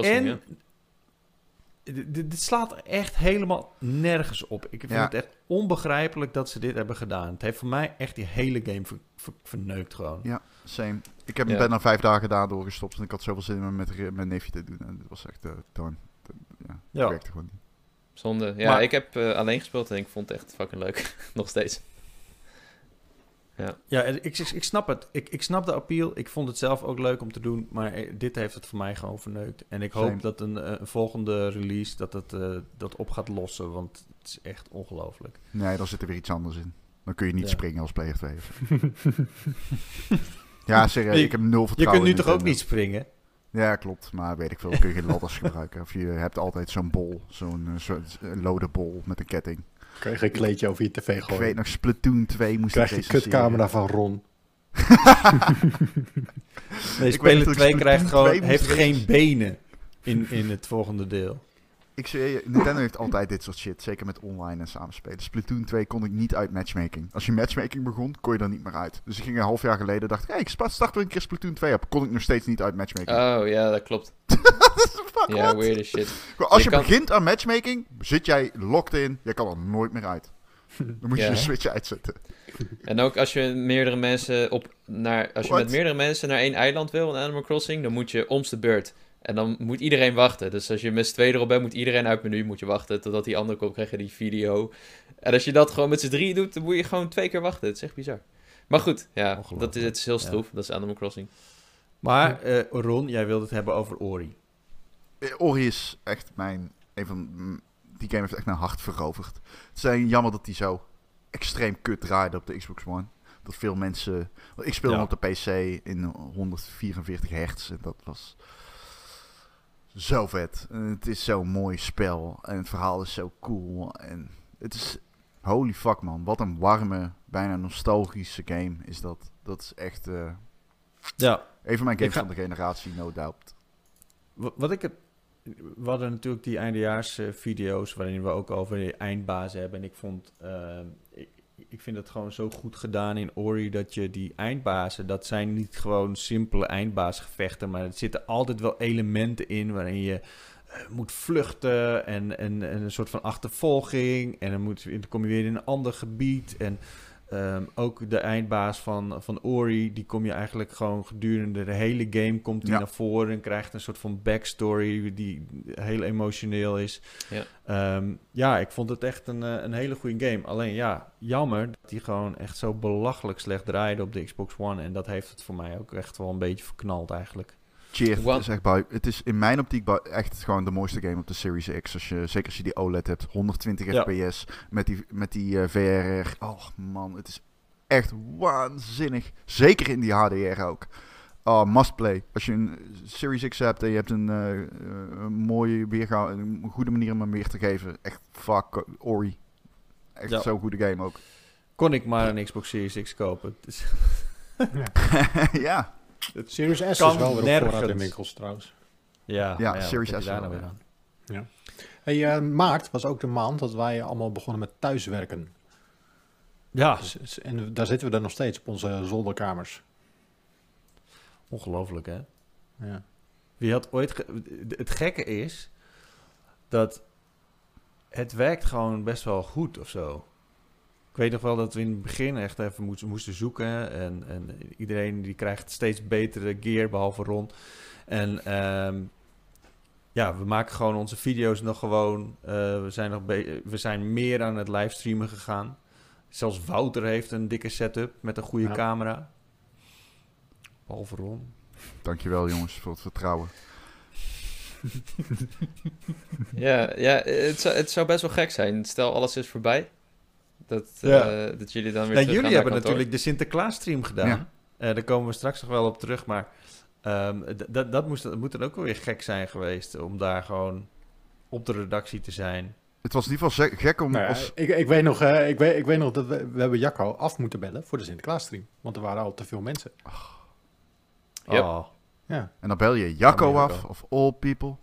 dit slaat echt helemaal nergens op. Ik vind het echt onbegrijpelijk dat ze dit hebben gedaan. Het heeft voor mij echt die hele game verneukt gewoon. Ja, same. Ik heb ben er 5 dagen daardoor gestopt en ik had zoveel zin om met mijn neefje te doen. En dit was echt darn. Het werkte gewoon niet. Zonde. Ja, maar ik heb alleen gespeeld en ik vond het echt fucking leuk. Nog steeds. Ja, ik snap het. Ik snap de appeal. Ik vond het zelf ook leuk om te doen. Maar dit heeft het voor mij gewoon verneukt. En ik hoop dat een volgende release dat op gaat lossen. Want het is echt ongelooflijk. Nee, dan zit er weer iets anders in. Dan kun je niet springen als Player 2. Ja, serieus. Ik heb 0 vertrouwen. Je kunt nu in toch ook niet springen? Ja, klopt. Maar weet ik veel. Kun je geen ladders gebruiken. Of je hebt altijd zo'n bol. Zo'n lode bol met een ketting. Kan je geen kleedje over je tv gooien? Ik weet nog, Splatoon 2 moest krijg je kutcamera van Ron. Nee, Speler 2 heeft geen benen in het volgende deel. Ik zweer je, Nintendo heeft altijd dit soort shit. Zeker met online en samenspelen. Splatoon 2 kon ik niet uit matchmaking. Als je matchmaking begon, kon je er niet meer uit. Dus ik ging een half jaar geleden, dacht ik, ik start weer een keer Splatoon 2 op. Kon ik nog steeds niet uit matchmaking. Oh, ja, dat klopt. Ja, weird as shit. Als je begint aan matchmaking, zit jij locked in. Je kan er nooit meer uit. Dan moet je je switch uitzetten. En ook als je meerdere mensen met meerdere mensen naar 1 eiland wil in Animal Crossing, dan moet je om de beurt. En dan moet iedereen wachten. Dus als je met z'n tweeën erop bent, moet iedereen uit het menu moet je wachten totdat die andere komt, krijg je die video. En als je dat gewoon met z'n 3 doet, dan moet je gewoon 2 keer wachten. Het is echt bizar. Maar goed, het is heel stroef. Dat is Animal Crossing. Maar Ron, jij wilde het hebben over Ori. Ori is echt die game heeft echt mijn hart veroverd. Het is jammer dat die zo extreem kut draaide op de Xbox One. Dat veel mensen... Ik speelde hem op de PC in 144 hertz en dat was zo vet. En het is zo'n mooi spel en het verhaal is zo cool. En het is... Holy fuck man, wat een warme, bijna nostalgische game is dat. Dat is echt... een van mijn games van de generatie, no doubt. We hadden natuurlijk die eindejaarsvideo's waarin we ook over de eindbazen hebben. En ik vond... Ik vind het gewoon zo goed gedaan in Ori dat je die eindbazen, dat zijn niet gewoon simpele eindbaasgevechten, maar er zitten altijd wel elementen in waarin je moet vluchten en een soort van achtervolging en dan kom je weer in een ander gebied en ook de eindbaas van Ori, die kom je eigenlijk gewoon gedurende de hele game komt die naar voren en krijgt een soort van backstory die heel emotioneel is. Ik vond het echt een hele goede game. Alleen jammer dat die gewoon echt zo belachelijk slecht draaide op de Xbox One en dat heeft het voor mij ook echt wel een beetje verknald eigenlijk. Het is in mijn optiek echt gewoon de mooiste game op de Series X. Zeker als je die OLED hebt. 120 fps met die VRR. Oh man, het is echt waanzinnig. Zeker in die HDR ook. Must play. Als je een Series X hebt en je hebt een mooie een goede manier om hem weer te geven. Echt fuck Ori. Echt zo'n goede game ook. Kon ik maar een Xbox Series X kopen. Ja. Het Series S is wel weer op voorraad in winkels trouwens. Ja, Series S daar nou weer aan. Ja. Hey, maart was ook de maand dat wij allemaal begonnen met thuiswerken. Ja. En daar zitten we dan nog steeds op onze zolderkamers. Ongelooflijk, hè? Ja. Wie had ooit... Het gekke is dat het werkt gewoon best wel goed of zo. Ik weet nog wel dat we in het begin echt even moesten zoeken. En iedereen die krijgt steeds betere gear, behalve Ron. En we maken gewoon onze video's nog gewoon. We zijn meer aan het livestreamen gegaan. Zelfs Wouter heeft een dikke setup met een goede camera. Behalve Ron. Dankjewel jongens voor het vertrouwen. Ja, het zou best wel gek zijn. Stel, alles is voorbij. Dat jullie dan weer terug jullie gaan hebben naar natuurlijk de Sinterklaas-stream gedaan. Ja. Daar komen we straks nog wel op terug. Maar dat moet dan ook wel weer gek zijn geweest. Om daar gewoon op de redactie te zijn. Het was in ieder geval gek om... Nou ja, ik weet nog dat we hebben Jacco af moeten bellen voor de Sinterklaas-stream. Want er waren al te veel mensen. Yep. Oh. Ja. En dan bel je Jacco Ja, af, of all people.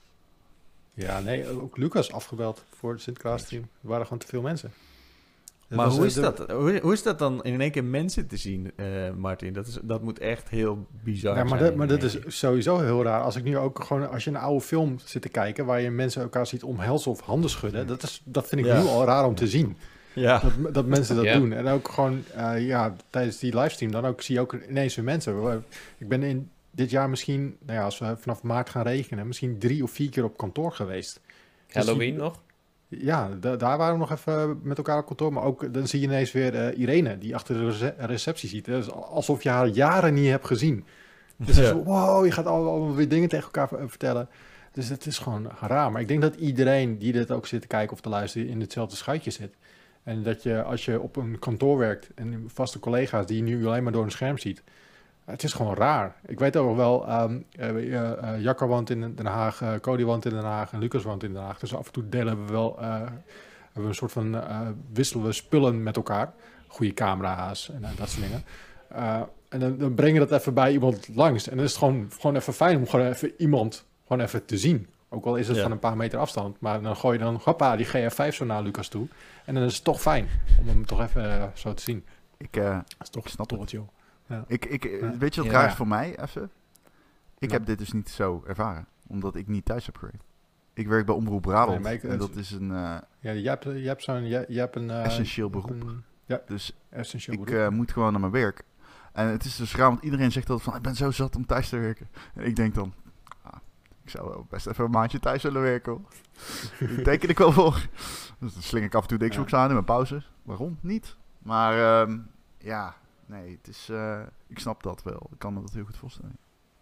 Ja, nee, ook Lucas afgebeld voor de Sinterklaas-stream. Er waren gewoon te veel mensen. Maar hoe is dat? Hoe is dat dan in één keer mensen te zien, Martin? Dat moet echt heel bizar zijn. Maar dat is sowieso heel raar. Als ik nu ook gewoon, als je een oude film zit te kijken, waar je mensen elkaar ziet omhelzen of handen schudden, dat vind ik nu al raar om te zien. Ja. Dat mensen dat Ja. doen. En ook gewoon, tijdens die livestream, dan ook zie je ook ineens weer mensen. Ik ben in dit jaar misschien, als we vanaf maart gaan rekenen, misschien 3 of 4 keer op kantoor geweest. Dus Halloween nog? Ja, daar waren we nog even met elkaar op kantoor. Maar ook, dan zie je ineens weer Irene, die achter de receptie zit. Dus alsof je haar jaren niet hebt gezien. Dus Ja. zo, wow, je gaat allemaal weer dingen tegen elkaar vertellen. Dus het is gewoon raar. Maar ik denk dat iedereen die dit ook zit te kijken of te luisteren in hetzelfde schuitje zit. En dat je, als je op een kantoor werkt en vaste collega's die je nu alleen maar door een scherm ziet. Het is gewoon raar. Ik weet ook wel, Jacco woont in Den Haag, Cody woont in Den Haag en Lucas woont in Den Haag. Dus af en toe delen we wel hebben we een soort van wisselen we spullen met elkaar. Goede camera's en dat soort dingen. En dan breng je dat even bij iemand langs. En dan is het gewoon even fijn om gewoon even iemand gewoon even te zien. Ook al is het van een paar meter afstand. Maar dan gooi je dan, hoppa, die GF5 zo naar Lucas toe. En dan is het toch fijn om hem toch even zo te zien. Dat is toch snap toch het. wat, joh. Ja. Weet je wat raar is voor mij, even? Ik heb dit dus niet zo ervaren. Omdat ik niet thuis heb gewerkt. Ik werk bij Omroep Brabant. Nee, en dat is een Ja, je hebt een essentieel beroep. Dus essentieel ik beroep. moet gewoon naar mijn werk. En het is dus raar, want iedereen zegt altijd van... Ik ben zo zat om thuis te werken. En ik denk dan... ik zou wel best even een maandje thuis willen werken, hoor. Daar teken ik wel voor. Dus dan sling ik af en toe de Xbox aan in mijn pauze. Waarom niet? Maar nee, het is... ik snap dat wel. Ik kan me dat heel goed voorstellen.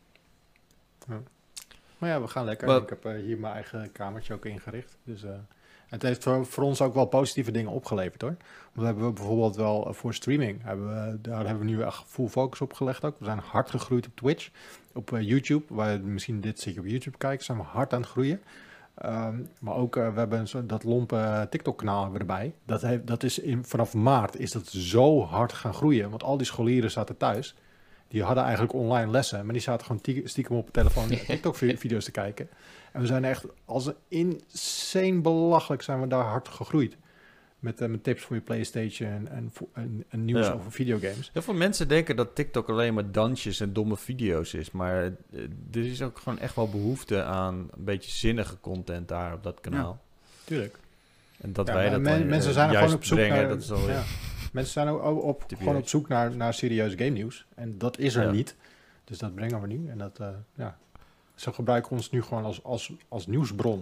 Maar ja, we gaan lekker. Maar- Ik heb hier mijn eigen kamertje ook ingericht. Dus het heeft voor ons ook wel positieve dingen opgeleverd, hoor. Want we hebben bijvoorbeeld wel voor streaming, daar hebben we nu echt full focus op gelegd ook. We zijn hard gegroeid op Twitch, op YouTube, waar je misschien dit zit op YouTube kijkt, zijn we hard aan het groeien. Maar ook, we hebben dat lompe TikTok-kanaal hebben we erbij. Dat is vanaf maart is dat zo hard gaan groeien. Want al die scholieren zaten thuis. Die hadden eigenlijk online lessen. Maar die zaten gewoon stiekem op de telefoon TikTok-video's te kijken. En we zijn echt als een insane belachelijk zijn we daar hard gegroeid. Met tips voor je PlayStation en nieuws over videogames. Heel veel mensen denken dat TikTok alleen maar dansjes en domme video's is. Maar er is ook gewoon echt wel behoefte aan een beetje zinnige content daar op dat kanaal. Ja, tuurlijk. En dat Ja, wij dat mensen zijn er juist gewoon op zoek brengen, naar... dat is al ja. Mensen zijn ook gewoon op zoek naar serieus game nieuws. En dat is er niet. Dus dat brengen we nu. En dat, ze gebruiken ons nu gewoon als nieuwsbron.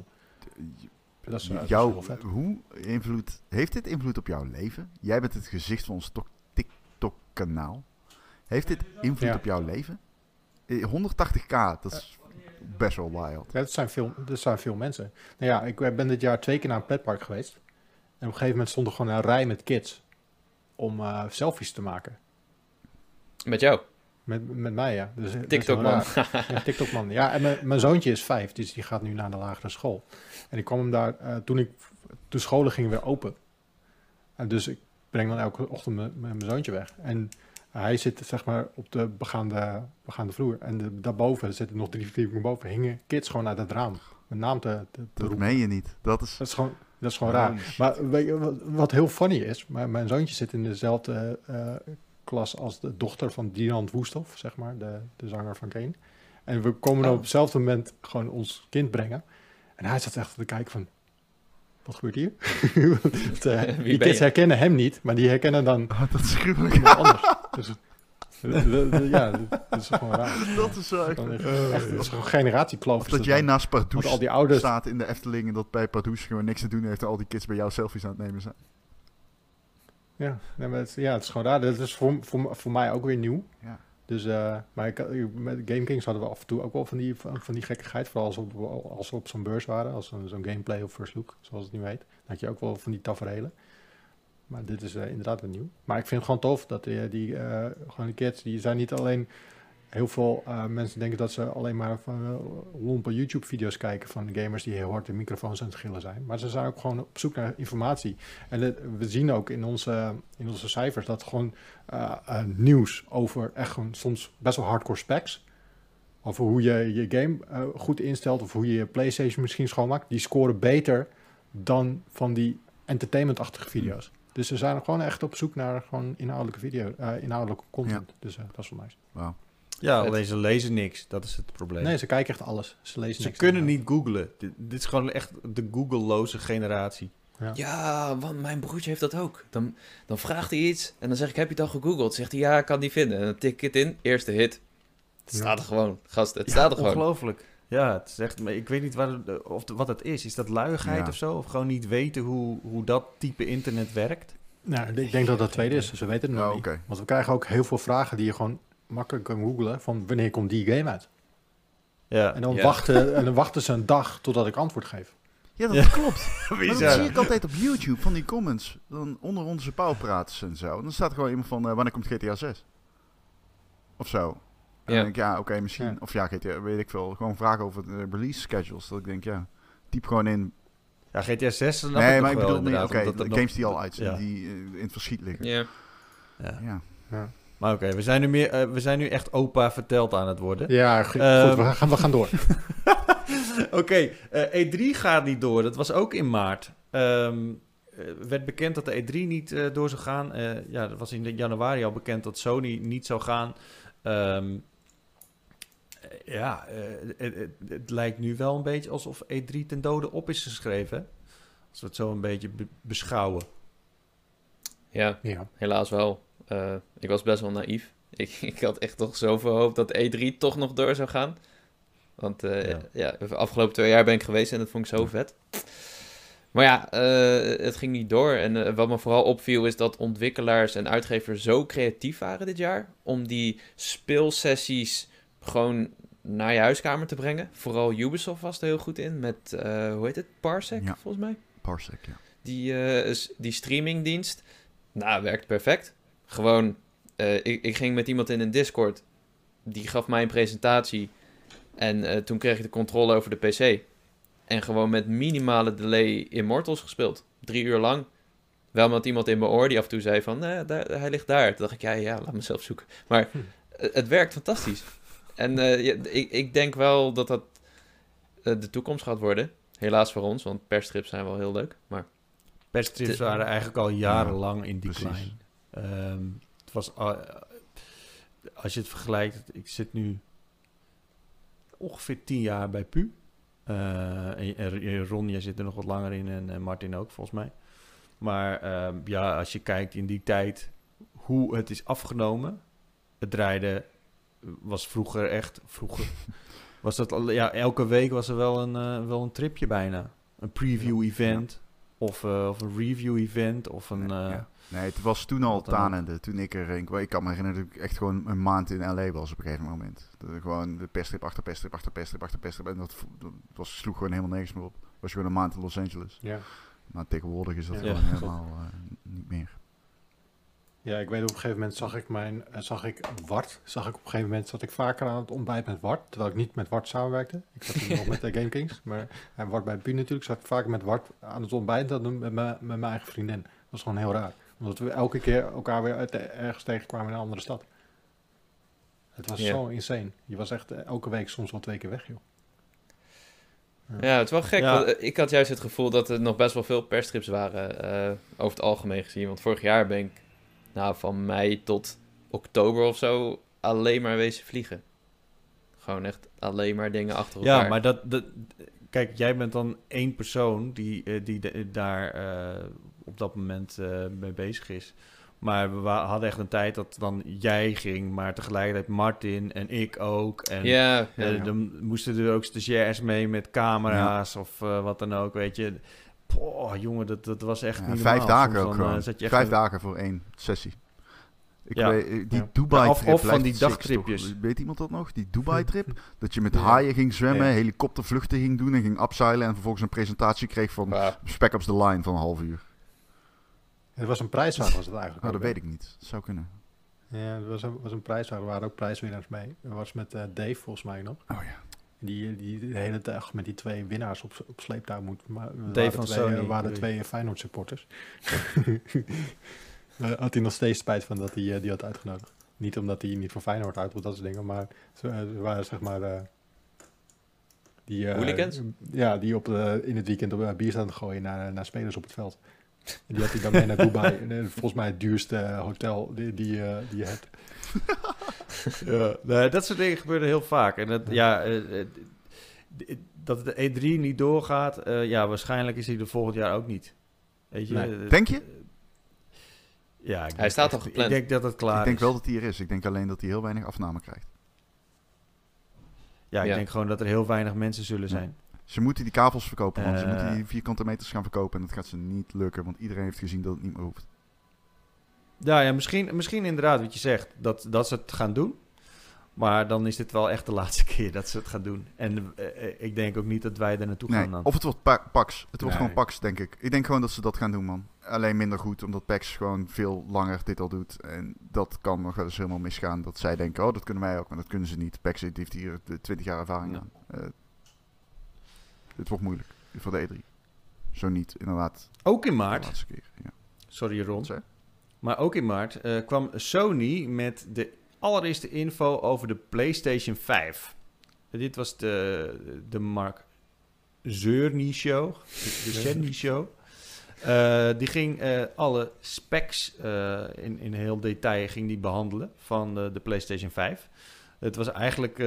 Dat is heel vet. Heeft dit invloed op jouw leven? Jij bent het gezicht van ons TikTok-kanaal. Heeft dit invloed op jouw leven? 180k, dat is best wel wild. Ja, dat zijn veel mensen. Nou ja, ik ben dit jaar 2 keer naar een petpark geweest. En op een gegeven moment stond er gewoon een rij met kids om selfies te maken. Met jou? Met mij, ja. Dus, TikTok-man. Ja, TikTok-man. Ja, en mijn zoontje is 5, dus die gaat nu naar de lagere school. En ik kwam hem daar, toen de scholen gingen weer open. En dus ik breng dan elke ochtend mijn zoontje weg. En hij zit zeg maar op de begaande vloer. En daarboven zitten nog 3 verdiepingen boven. Hingen kids gewoon uit het raam. Mijn naam te Dat roepen. meen je niet. Dat is gewoon raar. Maar weet je, wat heel funny is, mijn zoontje zit in dezelfde klas als de dochter van Dinant Woesthoff, zeg maar, de zanger van Kane. En we komen dan op hetzelfde moment gewoon ons kind brengen. En hij zat echt te kijken van, wat gebeurt hier? Die kids herkennen hem niet, maar die herkennen dan dat is gruwelijk. iemand anders. Dus, dat is gewoon raar. Dat is zo echt... Dat is gewoon generatiekloof. Of dat jij naast Pardoes al die ouders staat in de Efteling en dat bij Pardoes gewoon niks te doen heeft en al die kids bij jou selfies aan het nemen zijn. Ja, nee, maar het is gewoon raar. Dat is voor mij ook weer nieuw. Ja. Dus, maar met GameKings hadden we af en toe ook wel van die gekkigheid. Vooral als we op zo'n beurs waren. Als zo'n gameplay of first look, zoals het nu heet. Dan had je ook wel van die taferelen. Maar dit is inderdaad weer nieuw. Maar ik vind het gewoon tof dat gewoon die kids, die zijn niet alleen... Heel veel mensen denken dat ze alleen maar van lompe YouTube-video's kijken van gamers die heel hard de microfoons aan het gillen zijn. Maar ze zijn ook gewoon op zoek naar informatie. En we zien ook in onze cijfers dat gewoon nieuws over echt gewoon soms best wel hardcore specs. Over hoe je je game goed instelt of hoe je je PlayStation misschien schoonmaakt. Die scoren beter dan van die entertainment-achtige video's. Dus ze zijn gewoon echt op zoek naar gewoon inhoudelijke content. Ja. Dus dat is wel nice. Wow. Ja, alleen ze lezen niks. Dat is het probleem. Nee, ze kijken echt alles. Ze lezen niks. Ze kunnen niet googlen. Dit is gewoon echt de Google-loze generatie. Ja, want mijn broertje heeft dat ook. Dan vraagt hij iets en dan zeg ik, heb je het al gegoogeld? Dan zegt hij, ja, ik kan het niet vinden. En dan tik ik het in, eerste hit. Het staat er gewoon, gast. Het staat er gewoon. Ongelooflijk. Ja, het is echt... Ik weet niet wat het is. Is dat luiigheid of zo? Of gewoon niet weten hoe dat type internet werkt? Nou, ik denk dat dat tweede is. Ze weten het nog niet. Okay. Want we krijgen ook heel veel vragen die je gewoon makkelijk kan googlen van wanneer komt die game uit. Ja. En dan wachten ze een dag totdat ik antwoord geef. Ja, dat klopt. Maar dat zie ik altijd op YouTube van die comments. Dan onder onze pauwpraters en zo. Dan staat er gewoon iemand van wanneer komt GTA 6? Of zo. En dan denk ik, oké, misschien. Ja. Of GTA, weet ik veel. Gewoon vragen over de release schedules. Dat ik denk, typ gewoon in. Ja, GTA 6 dan nee, maar ik bedoel niet, de games die al uit zijn, die in het verschiet liggen. Ja. Maar oké, we zijn nu echt opa verteld aan het worden. Ja, goed, we gaan door. Oké, E3 gaat niet door. Dat was ook in maart. Werd bekend dat de E3 niet door zou gaan. Dat was in januari al bekend dat Sony niet zou gaan. Het lijkt nu wel een beetje alsof E3 ten dode op is geschreven. Als we het zo een beetje beschouwen. Ja, helaas wel. Ik was best wel naïef. Ik had echt toch zoveel hoop dat E3 toch nog door zou gaan. Want de afgelopen 2 jaar ben ik geweest en dat vond ik zo vet. Maar ja, het ging niet door. En wat me vooral opviel is dat ontwikkelaars en uitgevers zo creatief waren dit jaar. Om die speelsessies gewoon naar je huiskamer te brengen. Vooral Ubisoft was er heel goed in met, hoe heet het? Parsec, volgens mij? Parsec, ja. Die streamingdienst. Nou, werkt perfect. Gewoon, ik ging met iemand in een Discord. Die gaf mij een presentatie. En toen kreeg ik de controle over de PC. En gewoon met minimale delay Immortals gespeeld. 3 uur lang. Wel met iemand in mijn oor die af en toe zei van... hij ligt daar. Toen dacht ik, ja, laat me zelf zoeken. Maar het werkt fantastisch. En ik denk wel dat dat de toekomst gaat worden. Helaas voor ons, want persstrips zijn wel heel leuk. Maar persstrips waren eigenlijk al jarenlang in decline. Het was... als je het vergelijkt... Ik zit nu ongeveer 10 jaar bij PU. En Ron, jij zit er nog wat langer in en Martin ook, volgens mij. Maar als je kijkt in die tijd hoe het is afgenomen. Het draaide was vroeger was dat elke week was er wel een tripje bijna. Een preview-event of een review-event of een... Nee, het was toen al tanende. Toen ik kan me herinneren dat ik echt gewoon een maand in LA was op een gegeven moment. Gewoon de persstrip achter persstrip achter persstrip achter persstrip. En dat sloeg gewoon helemaal nergens meer op. Was je gewoon een maand in Los Angeles. Ja. Maar tegenwoordig is dat gewoon helemaal niet meer. Ja, ik weet op een gegeven moment zag ik Wart. Op een gegeven moment zat ik vaker aan het ontbijt met Wart. Terwijl ik niet met Wart samenwerkte. Ik zat toen nog met de GameKings. Maar Wart bij Pu natuurlijk. Zat ik vaker met Wart aan het ontbijt dan met mijn eigen vriendin. Dat was gewoon heel raar. Omdat we elke keer elkaar weer ergens tegenkwamen in een andere stad. Het was zo insane. Je was echt elke week soms wel 2 keer weg, joh. Ja, het is wel gek. Ja. Ik had juist het gevoel dat er nog best wel veel persstrips waren. Over het algemeen gezien. Want vorig jaar ben ik van mei tot oktober of zo alleen maar wezen vliegen. Gewoon echt alleen maar dingen achter elkaar. Ja, maar kijk, jij bent dan 1 persoon die daar op dat moment mee bezig is. Maar we hadden echt een tijd dat dan jij ging, maar tegelijkertijd Martin en ik ook. En dan moesten er ook stagiairs mee met camera's of wat dan ook, weet je. Jongen, dat was echt niet normaal. 5 dagen ook gewoon. 5 dagen voor 1 sessie. Die Dubai-trip of van die blijft dagtripjes. toch? Weet iemand dat nog? Die Dubai-trip? Dat je met haaien ging zwemmen, helikoptervluchten ging doen en ging upseilen en vervolgens een presentatie kreeg van Spec Ops The Line van een half uur. Het was een prijsvraag, was het eigenlijk. Dat weet ik niet. Dat zou kunnen. Ja, het was een prijsvraag. Er waren ook prijswinnaars mee. Dat was met Dave volgens mij nog. Oh ja. Die de hele dag met die 2 winnaars op sleeptouw moet. Maar Dave van Sony. waren 2 Feyenoord supporters. Had hij nog steeds spijt van dat hij die had uitgenodigd. Niet omdat hij niet voor Feyenoord uit, dat soort dingen, maar ze waren zeg maar die hooligans? Die in het weekend op bier staan te gooien naar spelers op het veld. En die had hij dan mee naar Dubai. Volgens mij het duurste hotel die je hebt. Dat soort dingen gebeuren heel vaak. En dat de E3 niet doorgaat, waarschijnlijk is hij er volgend jaar ook niet. Weet je? Nee. Denk je? Ja, hij staat al gepland. Ik denk dat het klaar is. Ik denk wel dat hij er is. Ik denk alleen dat hij heel weinig afname krijgt. Ja, ik denk gewoon dat er heel weinig mensen zullen zijn. Ze moeten die kavels verkopen, man. Ze moeten die vierkante meters gaan verkopen. En dat gaat ze niet lukken, want iedereen heeft gezien dat het niet meer hoeft. Ja, misschien inderdaad wat je zegt, dat ze het gaan doen. Maar dan is dit wel echt de laatste keer dat ze het gaan doen. En ik denk ook niet dat wij er naartoe gaan dan. Of het wordt PAX. Het wordt gewoon PAX, denk ik. Ik denk gewoon dat ze dat gaan doen, man. Alleen minder goed, omdat PAX gewoon veel langer dit al doet. En dat kan nog wel eens helemaal misgaan. Dat zij denken, dat kunnen wij ook, maar dat kunnen ze niet. PAX heeft hier 20 jaar ervaring aan. Dit wordt moeilijk voor de E3. Zo niet, inderdaad. Ook in maart. De laatste keer, ja. Sorry, Ron. Maar ook in maart kwam Sony met de allereerste info over de PlayStation 5. Dit was de Mark Cerny Show. De Cerny Show. Die ging alle specs in heel detail ging die behandelen van de PlayStation 5. Het was eigenlijk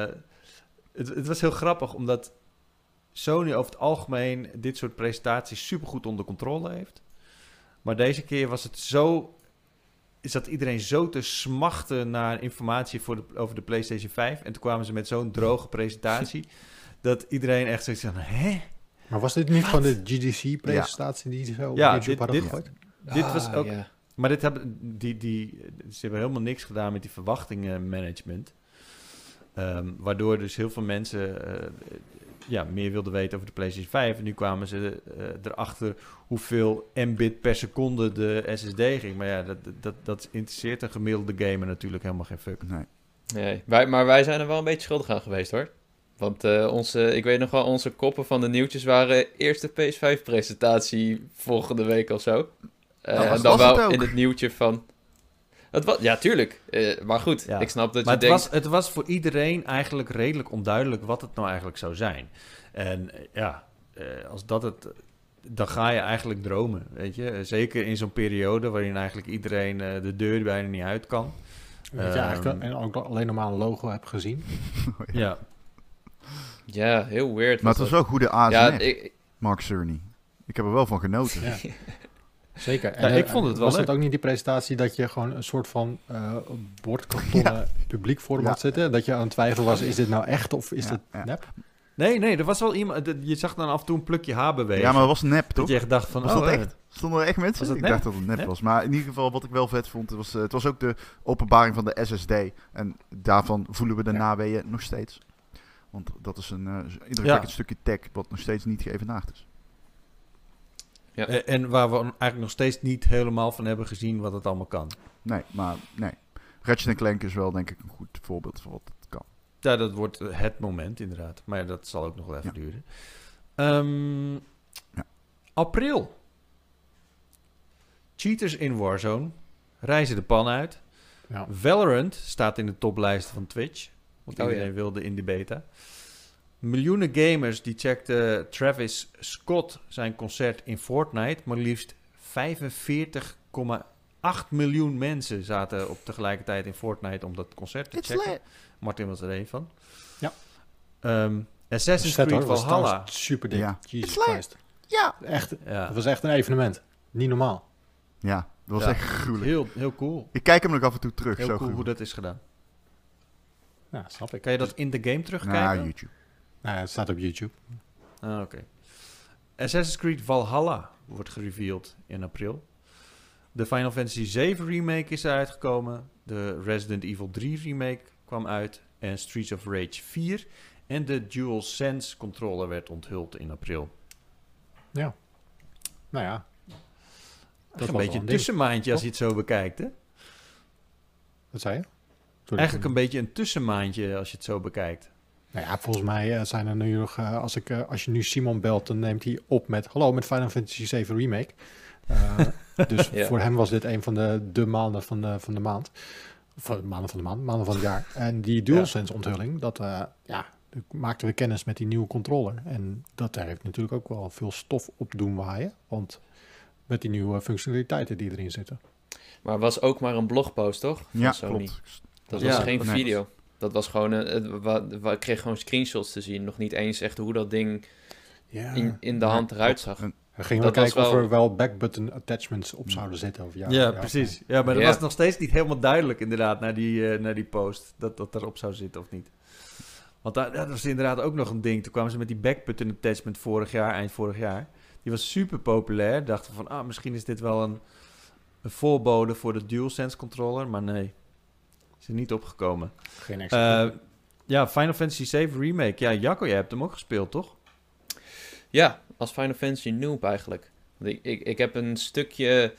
het was heel grappig, omdat Sony over het algemeen dit soort presentaties supergoed onder controle heeft. Maar deze keer was het zo... zat iedereen zo te smachten naar informatie over de PlayStation 5. En toen kwamen ze met zo'n droge presentatie... dat iedereen echt zoiets van... Hè? Maar was dit niet van de GDC-presentatie die ze zo op YouTube hadden gegooid? Dit was ook... Ja. Maar dit hebben, ze hebben helemaal niks gedaan met die verwachtingenmanagement. Waardoor dus heel veel mensen... meer wilden weten over de PlayStation 5. En nu kwamen ze erachter hoeveel mbit per seconde de SSD ging. Maar ja, dat interesseert een gemiddelde gamer natuurlijk helemaal geen fuck. Nee, maar wij zijn er wel een beetje schuldig aan geweest, hoor. Want ik weet nog wel, onze koppen van de nieuwtjes waren eerste PS5-presentatie volgende week of zo. En dan wel in het nieuwtje van... ja, tuurlijk. Maar goed, ik snap dat je denkt... Het was voor iedereen eigenlijk redelijk onduidelijk wat het nou eigenlijk zou zijn. En als dat het... Dan ga je eigenlijk dromen, weet je. Zeker in zo'n periode waarin eigenlijk iedereen de deur bijna niet uit kan. Dat je eigenlijk ook alleen nog maar een logo hebt gezien. Ja. Ja, heel weird. Maar het was wel goede ASMR, Mark Cerny. Ik heb er wel van genoten. Ja. Zeker. En ik vond het wel was leuk. het ook niet die presentatie dat je gewoon een soort van bordkartonnen publiek voor hem had zitten? Dat je aan het twijfelen was, is dit nou echt of is dit nep? Nee, er was wel iemand... Je zag dan af en toe een plukje haar bewegen. Ja, maar het was nep, toch? Dat je echt dacht van... Was dat echt? Stonden er echt mensen? Ik dacht dat het nep was. Maar in ieder geval, wat ik wel vet vond... Het was ook de openbaring van de SSD. En daarvan voelen we de naweeën nog steeds. Want dat is een indrukwekkend stukje tech... wat nog steeds niet geëvenaard is. Ja. En waar we eigenlijk nog steeds niet helemaal van hebben gezien wat het allemaal kan. Nee. Ratchet & Clank is wel denk ik een goed voorbeeld van wat het kan. Ja, dat wordt het moment inderdaad. Maar dat zal ook nog wel even duren. April. Cheaters in Warzone reizen de pan uit. Ja. Valorant staat in de toplijsten van Twitch. Want iedereen wilde in de beta. Miljoenen gamers die checkten Travis Scott zijn concert in Fortnite. Maar liefst 45,8 miljoen mensen zaten op tegelijkertijd in Fortnite om dat concert te checken. Martin was er een van. Ja. Assassin's Creed Valhalla. Super dik. Ja. Jesus Christ. Ja. Echt. Ja. Dat was echt een evenement. Niet normaal. Ja, dat was echt gruwelijk. Heel cool. Ik kijk hem nog af en toe terug. Heel zo cool gruwelijk. hoe dat is gedaan. Ja, snap ik. Kan je dat in de game terugkijken? Ja, YouTube. Nou, het staat op YouTube. Oké. Assassin's Creed Valhalla wordt gereveeld in april. De Final Fantasy 7 remake is eruit gekomen. De Resident Evil 3 remake kwam uit. En Streets of Rage 4. En de DualSense controller werd onthuld in april. Ja. Nou ja. Dat is een beetje een tussenmaandje als je het zo bekijkt, hè? Wat zei je? Sorry, Eigenlijk een beetje een tussenmaandje als je het zo bekijkt. Nou ja, volgens mij zijn er nu nog... als je nu Simon belt, dan neemt hij op met... Hallo, met Final Fantasy 7 Remake. Dus voor hem was dit een van de maanden van de maand. Maanden van het jaar. En die DualSense onthulling, dat maakten we kennis met die nieuwe controller. En dat daar heeft natuurlijk ook wel veel stof op doen waaien. Want met die nieuwe functionaliteiten die erin zitten. Maar het was ook maar een blogpost, toch? Van Ja, Sony. klopt. Dat was geen video. Dat was gewoon... ik kreeg gewoon screenshots te zien. Nog niet eens echt hoe dat ding in de hand eruit zag. We gingen wel kijken of er wel backbutton attachments op zouden zitten. Of precies. Ja, maar dat was nog steeds niet helemaal duidelijk inderdaad naar die post. Dat erop zou zitten of niet. Want dat was inderdaad ook nog een ding. Toen kwamen ze met die backbutton attachment eind vorig jaar. Die was super populair. Dachten van, misschien is dit wel een voorbode voor de DualSense controller. Maar nee, is er niet opgekomen. Geen extra. Final Fantasy 7 Remake. Ja, Jacco, jij hebt hem ook gespeeld, toch? Ja, als Final Fantasy noob eigenlijk. Want ik heb een stukje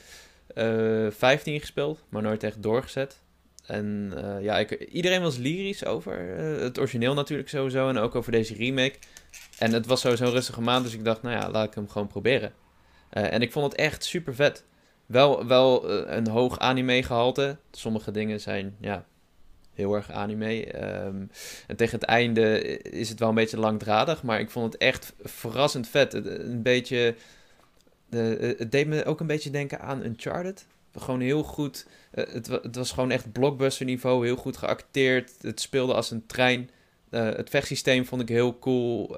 15 gespeeld, maar nooit echt doorgezet. En iedereen was lyrisch over het origineel natuurlijk sowieso en ook over deze remake. En het was sowieso een rustige maand, dus ik dacht, laat ik hem gewoon proberen. En ik vond het echt super vet. Wel een hoog anime gehalte. Sommige dingen zijn, heel erg anime. En tegen het einde is het wel een beetje langdradig, maar ik vond het echt verrassend vet. Een beetje... het deed me ook een beetje denken aan Uncharted. Gewoon heel goed... het was gewoon echt blockbuster niveau, heel goed geacteerd. Het speelde als een trein. Het vechtsysteem vond ik heel cool.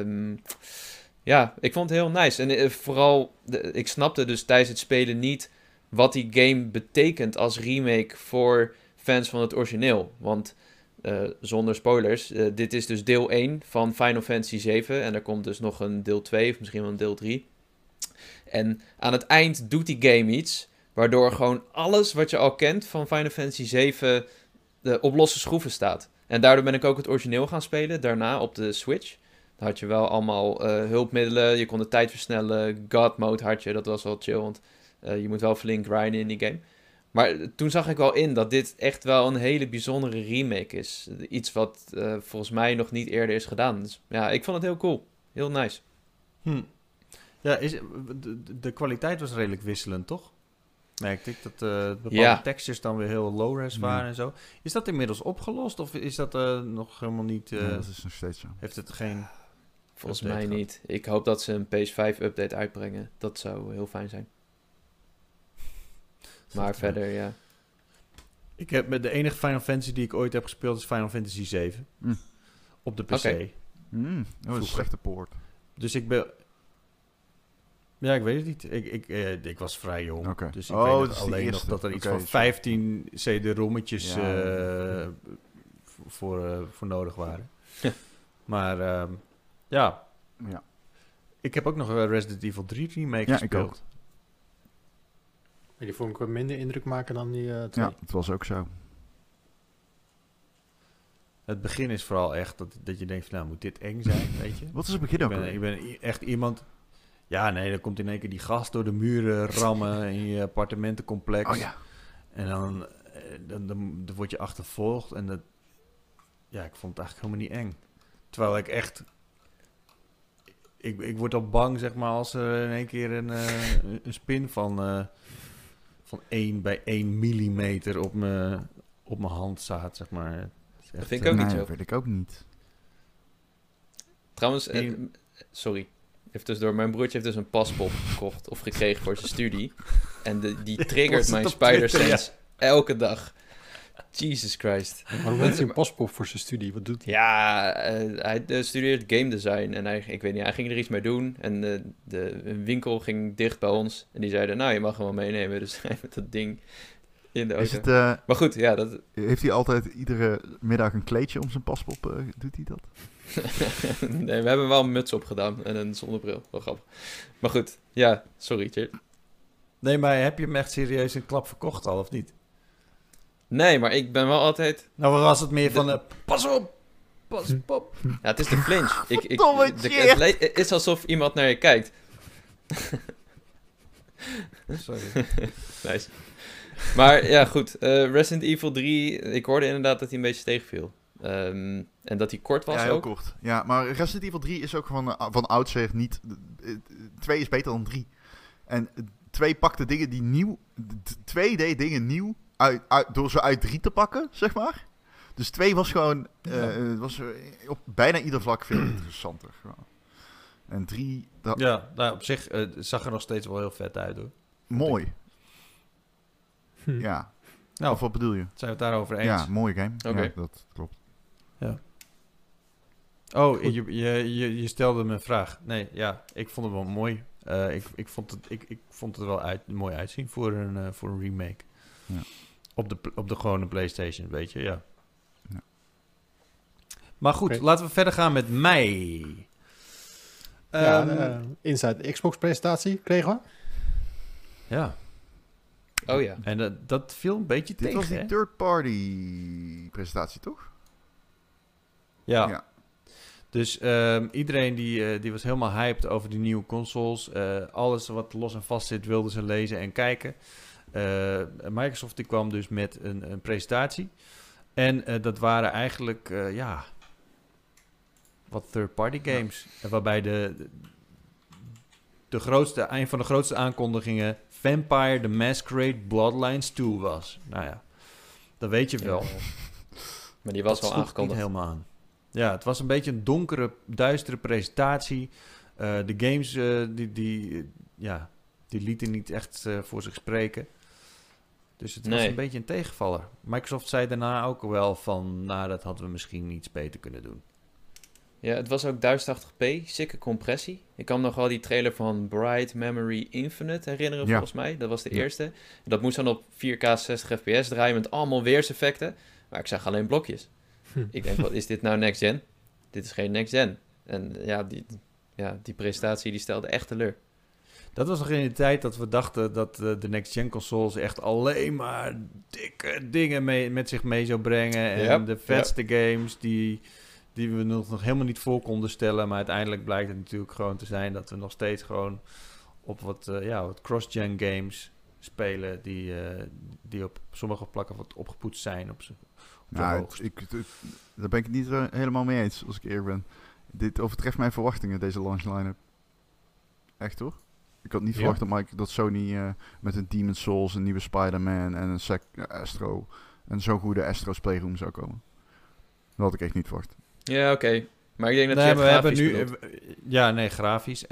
Ik vond het heel nice. En vooral, ik snapte dus tijdens het spelen niet wat die game betekent als remake voor fans van het origineel. Want zonder spoilers, dit is dus deel 1 van Final Fantasy 7. En er komt dus nog een deel 2 of misschien wel een deel 3. En aan het eind doet die game iets waardoor gewoon alles wat je al kent van Final Fantasy 7 op losse schroeven staat. En daardoor ben ik ook het origineel gaan spelen, daarna op de Switch. Dan had je wel allemaal hulpmiddelen, je kon de tijd versnellen, God Mode had je, dat was wel chill, want je moet wel flink grinden in die game. Maar toen zag ik wel in dat dit echt wel een hele bijzondere remake is. Iets wat volgens mij nog niet eerder is gedaan. Dus ja, ik vond het heel cool. Heel nice. Ja, de kwaliteit was redelijk wisselend, toch? Merkte ik dat bepaalde textures dan weer heel low-res waren en zo. Is dat inmiddels opgelost of is dat nog helemaal niet... dat is nog steeds zo. Heeft het geen... Volgens mij niet. Ik hoop dat ze een PS5-update uitbrengen. Dat zou heel fijn zijn. Maar verder, ja. Ik heb de enige Final Fantasy die ik ooit heb gespeeld is Final Fantasy 7. Op de PC. Okay. Dat is een slechte poort. Dus ik ben... Ja, ik weet het niet. Ik was vrij jong. Okay. Dus ik weet alleen nog dat er iets van 15 CD-rommetjes voor nodig waren. Maar ja. Ik heb ook nog Resident Evil 3 remake gespeeld. Die vond ik wat minder indruk maken dan die 2. Ja, het was ook zo. Het begin is vooral echt dat je denkt van, moet dit eng zijn, weet je? Wat is het begin ook? Ik ben echt iemand... Ja, nee, dan komt in één keer die gast door de muren rammen in je appartementencomplex. Oh ja. En dan word je achtervolgd en dat... Ja, ik vond het eigenlijk helemaal niet eng. Terwijl ik echt... Ik word al bang, zeg maar, als er in één keer een spin van 1 bij 1 millimeter op mijn hand staat, zeg maar. Dat vind ik ook niet zo. Dat weet ik ook niet. Trouwens, sorry. Even tussendoor. Mijn broertje heeft dus een paspop gekocht of gekregen voor zijn studie. En die triggert mijn Spider-Sense elke dag. Jesus Christ. Waarom heeft hij een paspop voor zijn studie? Wat doet hij? Ja, hij studeert game design en hij ging er iets mee doen. En de winkel ging dicht bij ons. En die zeiden, je mag hem wel meenemen. Dus hij met dat ding in de auto. Maar goed, ja. Heeft hij altijd iedere middag een kleedje om zijn paspop? Doet hij dat? Nee, we hebben wel een muts opgedaan en een zonnebril. Wel grappig. Maar goed, ja, sorry, Tjeerd. Nee, maar heb je hem echt serieus een klap verkocht al, of niet? Nee, maar ik ben wel altijd... Nou, was het meer van, pas op, pas op. Ja, het is de flinch. Het is alsof iemand naar je kijkt. Sorry. Nice. Maar ja, goed. Resident Evil 3, ik hoorde inderdaad dat hij een beetje tegenviel. En dat hij kort was ja, heel ook. kort. Ja, maar Resident Evil 3 is ook van oudsher niet... 2 is beter dan 3. En 2 pakte dingen die nieuw... 2 deed dingen nieuw door ze uit 3 te pakken, zeg maar. Dus 2 was gewoon... was op bijna ieder vlak veel interessanter. Gewoon. En 3... Ja, nou, op zich zag er nog steeds wel heel vet uit, hoor. Mooi. Ja. Nou, of wat bedoel je? zijn we het daarover eens? Ja, mooie game. Oké. Ja, dat klopt. Ja. Oh, je stelde me een vraag. Nee, ja, ik vond het wel mooi. Ik vond het wel mooi uitzien voor een remake. Ja. Op de gewone PlayStation, weet je, ja. Ja. Maar goed, laten we verder gaan met mei. Inside Xbox presentatie kregen we. Ja. Oh ja. En dat viel een beetje Dit tegen, was die hè? third-party presentatie, toch? Ja. Ja. Dus iedereen die was helemaal hyped over die nieuwe consoles. Alles wat los en vast zit, wilden ze lezen en kijken. Microsoft die kwam dus met een presentatie. En dat waren eigenlijk, wat third-party games. Waarbij een van de grootste aankondigingen Vampire the Masquerade Bloodlines 2 was. Nou ja, dat weet je wel. Maar die was dat wel aangekondigd. Niet helemaal aan. Ja, het was een beetje een donkere, duistere presentatie. De games, die lieten niet echt voor zich spreken. Dus het was een beetje een tegenvaller. Microsoft zei daarna ook wel van, nou, dat hadden we misschien iets beter kunnen doen. Ja, het was ook 1080p, sikke compressie. Ik kan me nog wel die trailer van Bright Memory Infinite herinneren, volgens mij. Dat was de eerste. Dat moest dan op 4K 60 fps draaien met allemaal weerseffecten. Maar ik zag alleen blokjes. Ik denk, wat is dit nou next gen? Dit is geen next gen. En die presentatie die stelde echt teleur. Dat was nog in de tijd dat we dachten dat de next-gen consoles echt alleen maar dikke dingen met zich mee zou brengen. En de vetste games die we nog helemaal niet voor konden stellen. Maar uiteindelijk blijkt het natuurlijk gewoon te zijn dat we nog steeds gewoon op wat cross-gen games spelen die op sommige plakken wat opgepoetst zijn. Daar ben ik het niet helemaal mee eens, als ik eerlijk ben. Dit overtreft mijn verwachtingen, deze launch line-up. Echt hoor. Ik had niet verwacht dat Sony met een Demon's Souls, een nieuwe Spider-Man en een Astro, en zo'n goede Astro's Playroom zou komen. Dat had ik echt niet verwacht. Ja, oké. Maar ik denk dat je grafisch bedoelt. Grafisch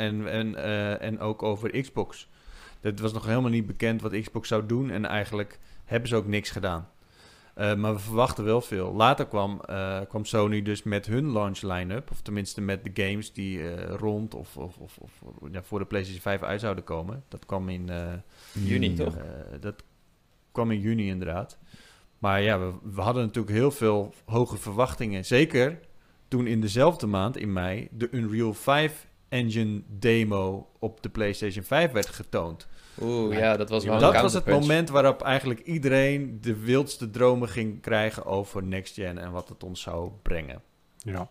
en ook over Xbox. Het was nog helemaal niet bekend wat Xbox zou doen en eigenlijk hebben ze ook niks gedaan. Maar we verwachten wel veel. Later kwam Sony dus met hun launch line-up. Of tenminste met de games die rond of voor de PlayStation 5 uit zouden komen. Dat kwam in juni, toch? Dat kwam in juni inderdaad. Maar ja, we hadden natuurlijk heel veel hoge verwachtingen. Zeker toen in dezelfde maand, in mei, de Unreal 5 engine demo op de PlayStation 5 werd getoond. Dat was wel dat was het moment waarop eigenlijk iedereen de wildste dromen ging krijgen over Next Gen en wat het ons zou brengen. Ja.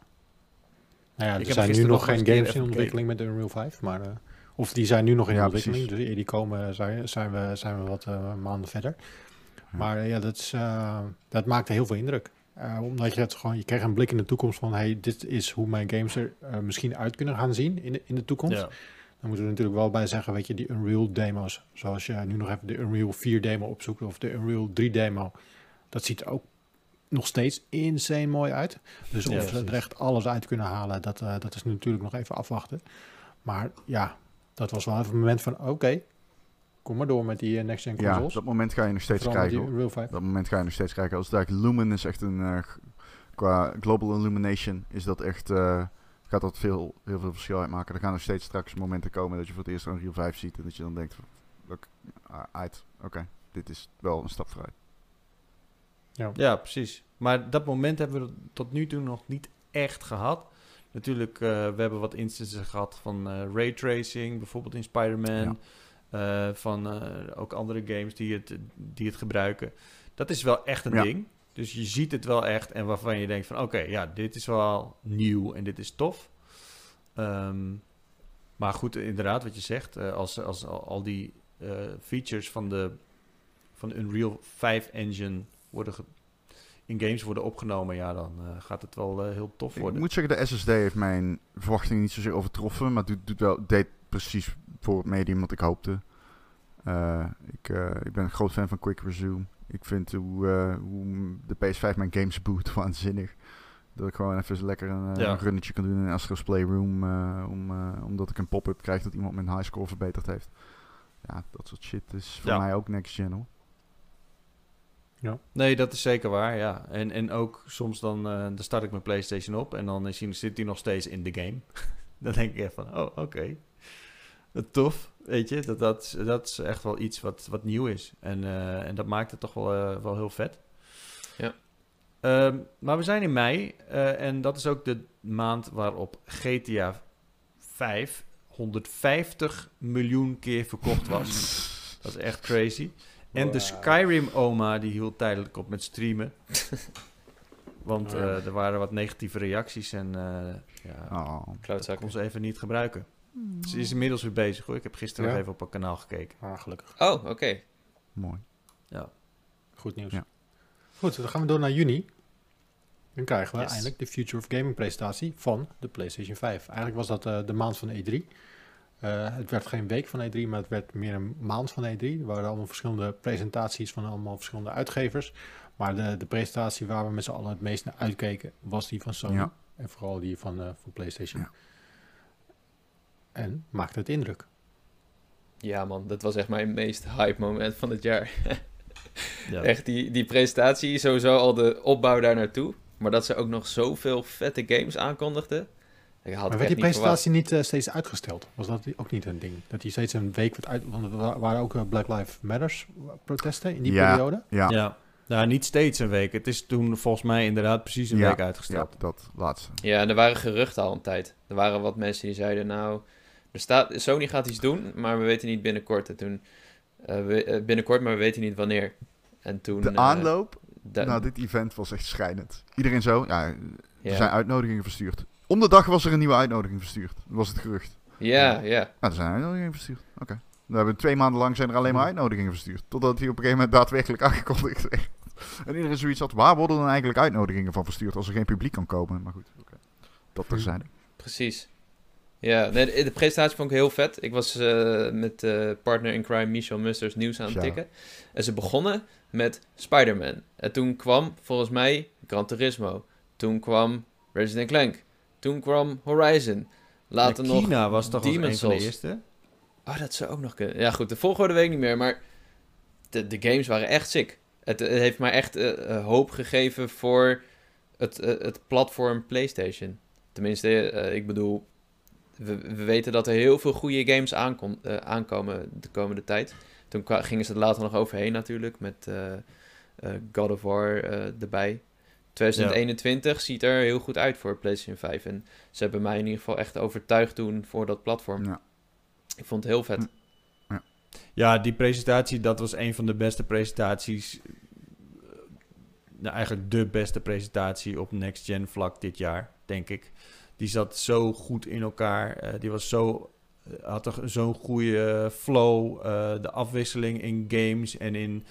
Nou ja, er zijn nu nog geen games in ontwikkeling met de Unreal 5, maar of die zijn nu nog in ontwikkeling, precies. Dus eer die komen zijn we wat maanden verder. Maar ja, dat maakte heel veel indruk. Omdat je kreeg een blik in de toekomst van, hey, dit is hoe mijn games er misschien uit kunnen gaan zien in de toekomst. Ja. Dan moeten we natuurlijk wel bij zeggen, weet je, die Unreal demo's, zoals je nu nog even de Unreal 4 demo opzoekt of de Unreal 3 demo, dat ziet er ook nog steeds insane mooi uit. Dus of ze er echt alles uit kunnen halen, dat is natuurlijk nog even afwachten. Maar ja, dat was wel even een moment van, oké, kom maar door met die next-gen consoles. Ja, dat moment ga je nog steeds krijgen. Dat moment ga je nog steeds krijgen. Als het Lumen is echt qua global illumination is dat echt, gaat dat heel veel verschil uitmaken. Er gaan nog steeds straks momenten komen dat je voor het eerst een Unreal 5 ziet en dat je dan denkt, oké, dit is wel een stap vooruit. Ja, precies. Maar dat moment hebben we tot nu toe nog niet echt gehad. Natuurlijk, we hebben wat instances gehad van raytracing, bijvoorbeeld in Spider-Man. van ook andere games die het gebruiken. Dat is wel echt een ding. Dus je ziet het wel echt en waarvan je denkt van oké, dit is wel nieuw en dit is tof. Maar goed, inderdaad wat je zegt, als al die features van de Unreal 5 engine in games worden opgenomen, dan gaat het wel heel tof worden. Ik moet zeggen, de SSD heeft mijn verwachtingen niet zozeer overtroffen, maar deed precies voor het medium wat ik hoopte. Ik ben een groot fan van Quick Resume. Ik vind hoe de PS5 mijn games boot waanzinnig. Dat ik gewoon even lekker een runnetje kan doen in Astro's Playroom. Omdat ik een pop-up krijg dat iemand mijn highscore verbeterd heeft. Ja, dat soort shit is voor mij ook next gen, hoor. Ja. Nee, dat is zeker waar, ja. En ook soms dan start ik mijn PlayStation op en dan zit hij nog steeds in de game. Dan denk ik echt van, oké. Tof, weet je. Dat is echt wel iets wat nieuw is. En dat maakt het toch wel heel vet. Ja. Maar we zijn in mei en dat is ook de maand waarop GTA 5 150 miljoen keer verkocht was. Dat is echt crazy. En de Skyrim-oma die hield tijdelijk op met streamen. Want er waren wat negatieve reacties en dat kon ze even niet gebruiken. Ze is inmiddels weer bezig, hoor. Ik heb gisteren nog even op haar kanaal gekeken. Gelukkig. Oh, oké. Mooi. Ja. Goed nieuws. Ja. Goed, dan gaan we door naar juni. Dan krijgen we eindelijk de Future of Gaming presentatie van de PlayStation 5. Eigenlijk was dat de maand van E3. Het werd geen week van E3, maar het werd meer een maand van E3. Er waren allemaal verschillende presentaties van allemaal verschillende uitgevers. Maar de presentatie waar we met z'n allen het meest naar uitkeken was die van Sony. Ja. En vooral die van PlayStation. Ja. En maakte het indruk. Ja man, dat was echt mijn meest hype moment van het jaar. Ja. Echt die presentatie, sowieso al de opbouw daar naartoe. Maar dat ze ook nog zoveel vette games aankondigden. Maar werd die presentatie niet steeds uitgesteld? Was dat ook niet een ding? Dat die steeds een week werd uit... Want er waren ook Black Lives Matters protesten in die periode? Ja. Nou, niet steeds een week. Het is toen volgens mij inderdaad precies een week uitgesteld. Ja, dat laatste. Ja, en er waren geruchten al een tijd. Er waren wat mensen die zeiden, nou... Sony gaat iets doen, maar we weten niet binnenkort. En toen... binnenkort, maar we weten niet wanneer. En toen... De aanloop naar dit event was echt schrijnend. Iedereen zo... er zijn uitnodigingen verstuurd. Om de dag was er een nieuwe uitnodiging verstuurd. Dat was het gerucht. Ja. Nou, er zijn uitnodigingen verstuurd. Oké. We hebben 2 maanden lang zijn er alleen maar uitnodigingen verstuurd. Totdat hij op een gegeven moment daadwerkelijk aangekondigd werd. En iedereen zoiets had, waar worden dan eigenlijk uitnodigingen van verstuurd als er geen publiek kan komen? Maar goed, dat terzijde. Precies. Ja, nee, de presentatie vond ik heel vet. Ik was met partner in crime Michel Musters nieuws aan het tikken. En ze begonnen met Spider-Man. En toen kwam volgens mij Gran Turismo. Toen kwam Resident Clank. Toen kwam Horizon. Later nog Kina was toch een van de eerste? Dat zou ook nog kunnen. Ja goed, de volgorde weet ik niet meer. Maar de games waren echt sick. Het heeft mij echt hoop gegeven voor het platform PlayStation. Tenminste, ik bedoel... We weten dat er heel veel goede games aankomen de komende tijd. Toen gingen ze er later nog overheen natuurlijk. Met God of War erbij. 2021 ziet er heel goed uit voor PlayStation 5. En ze hebben mij in ieder geval echt overtuigd toen voor dat platform. Ja. Ik vond het heel vet. Ja, die presentatie, dat was een van de beste presentaties. Nou, eigenlijk de beste presentatie op next-gen vlak dit jaar, denk ik. Die zat zo goed in elkaar. Die was had zo'n goede flow. De afwisseling in games en in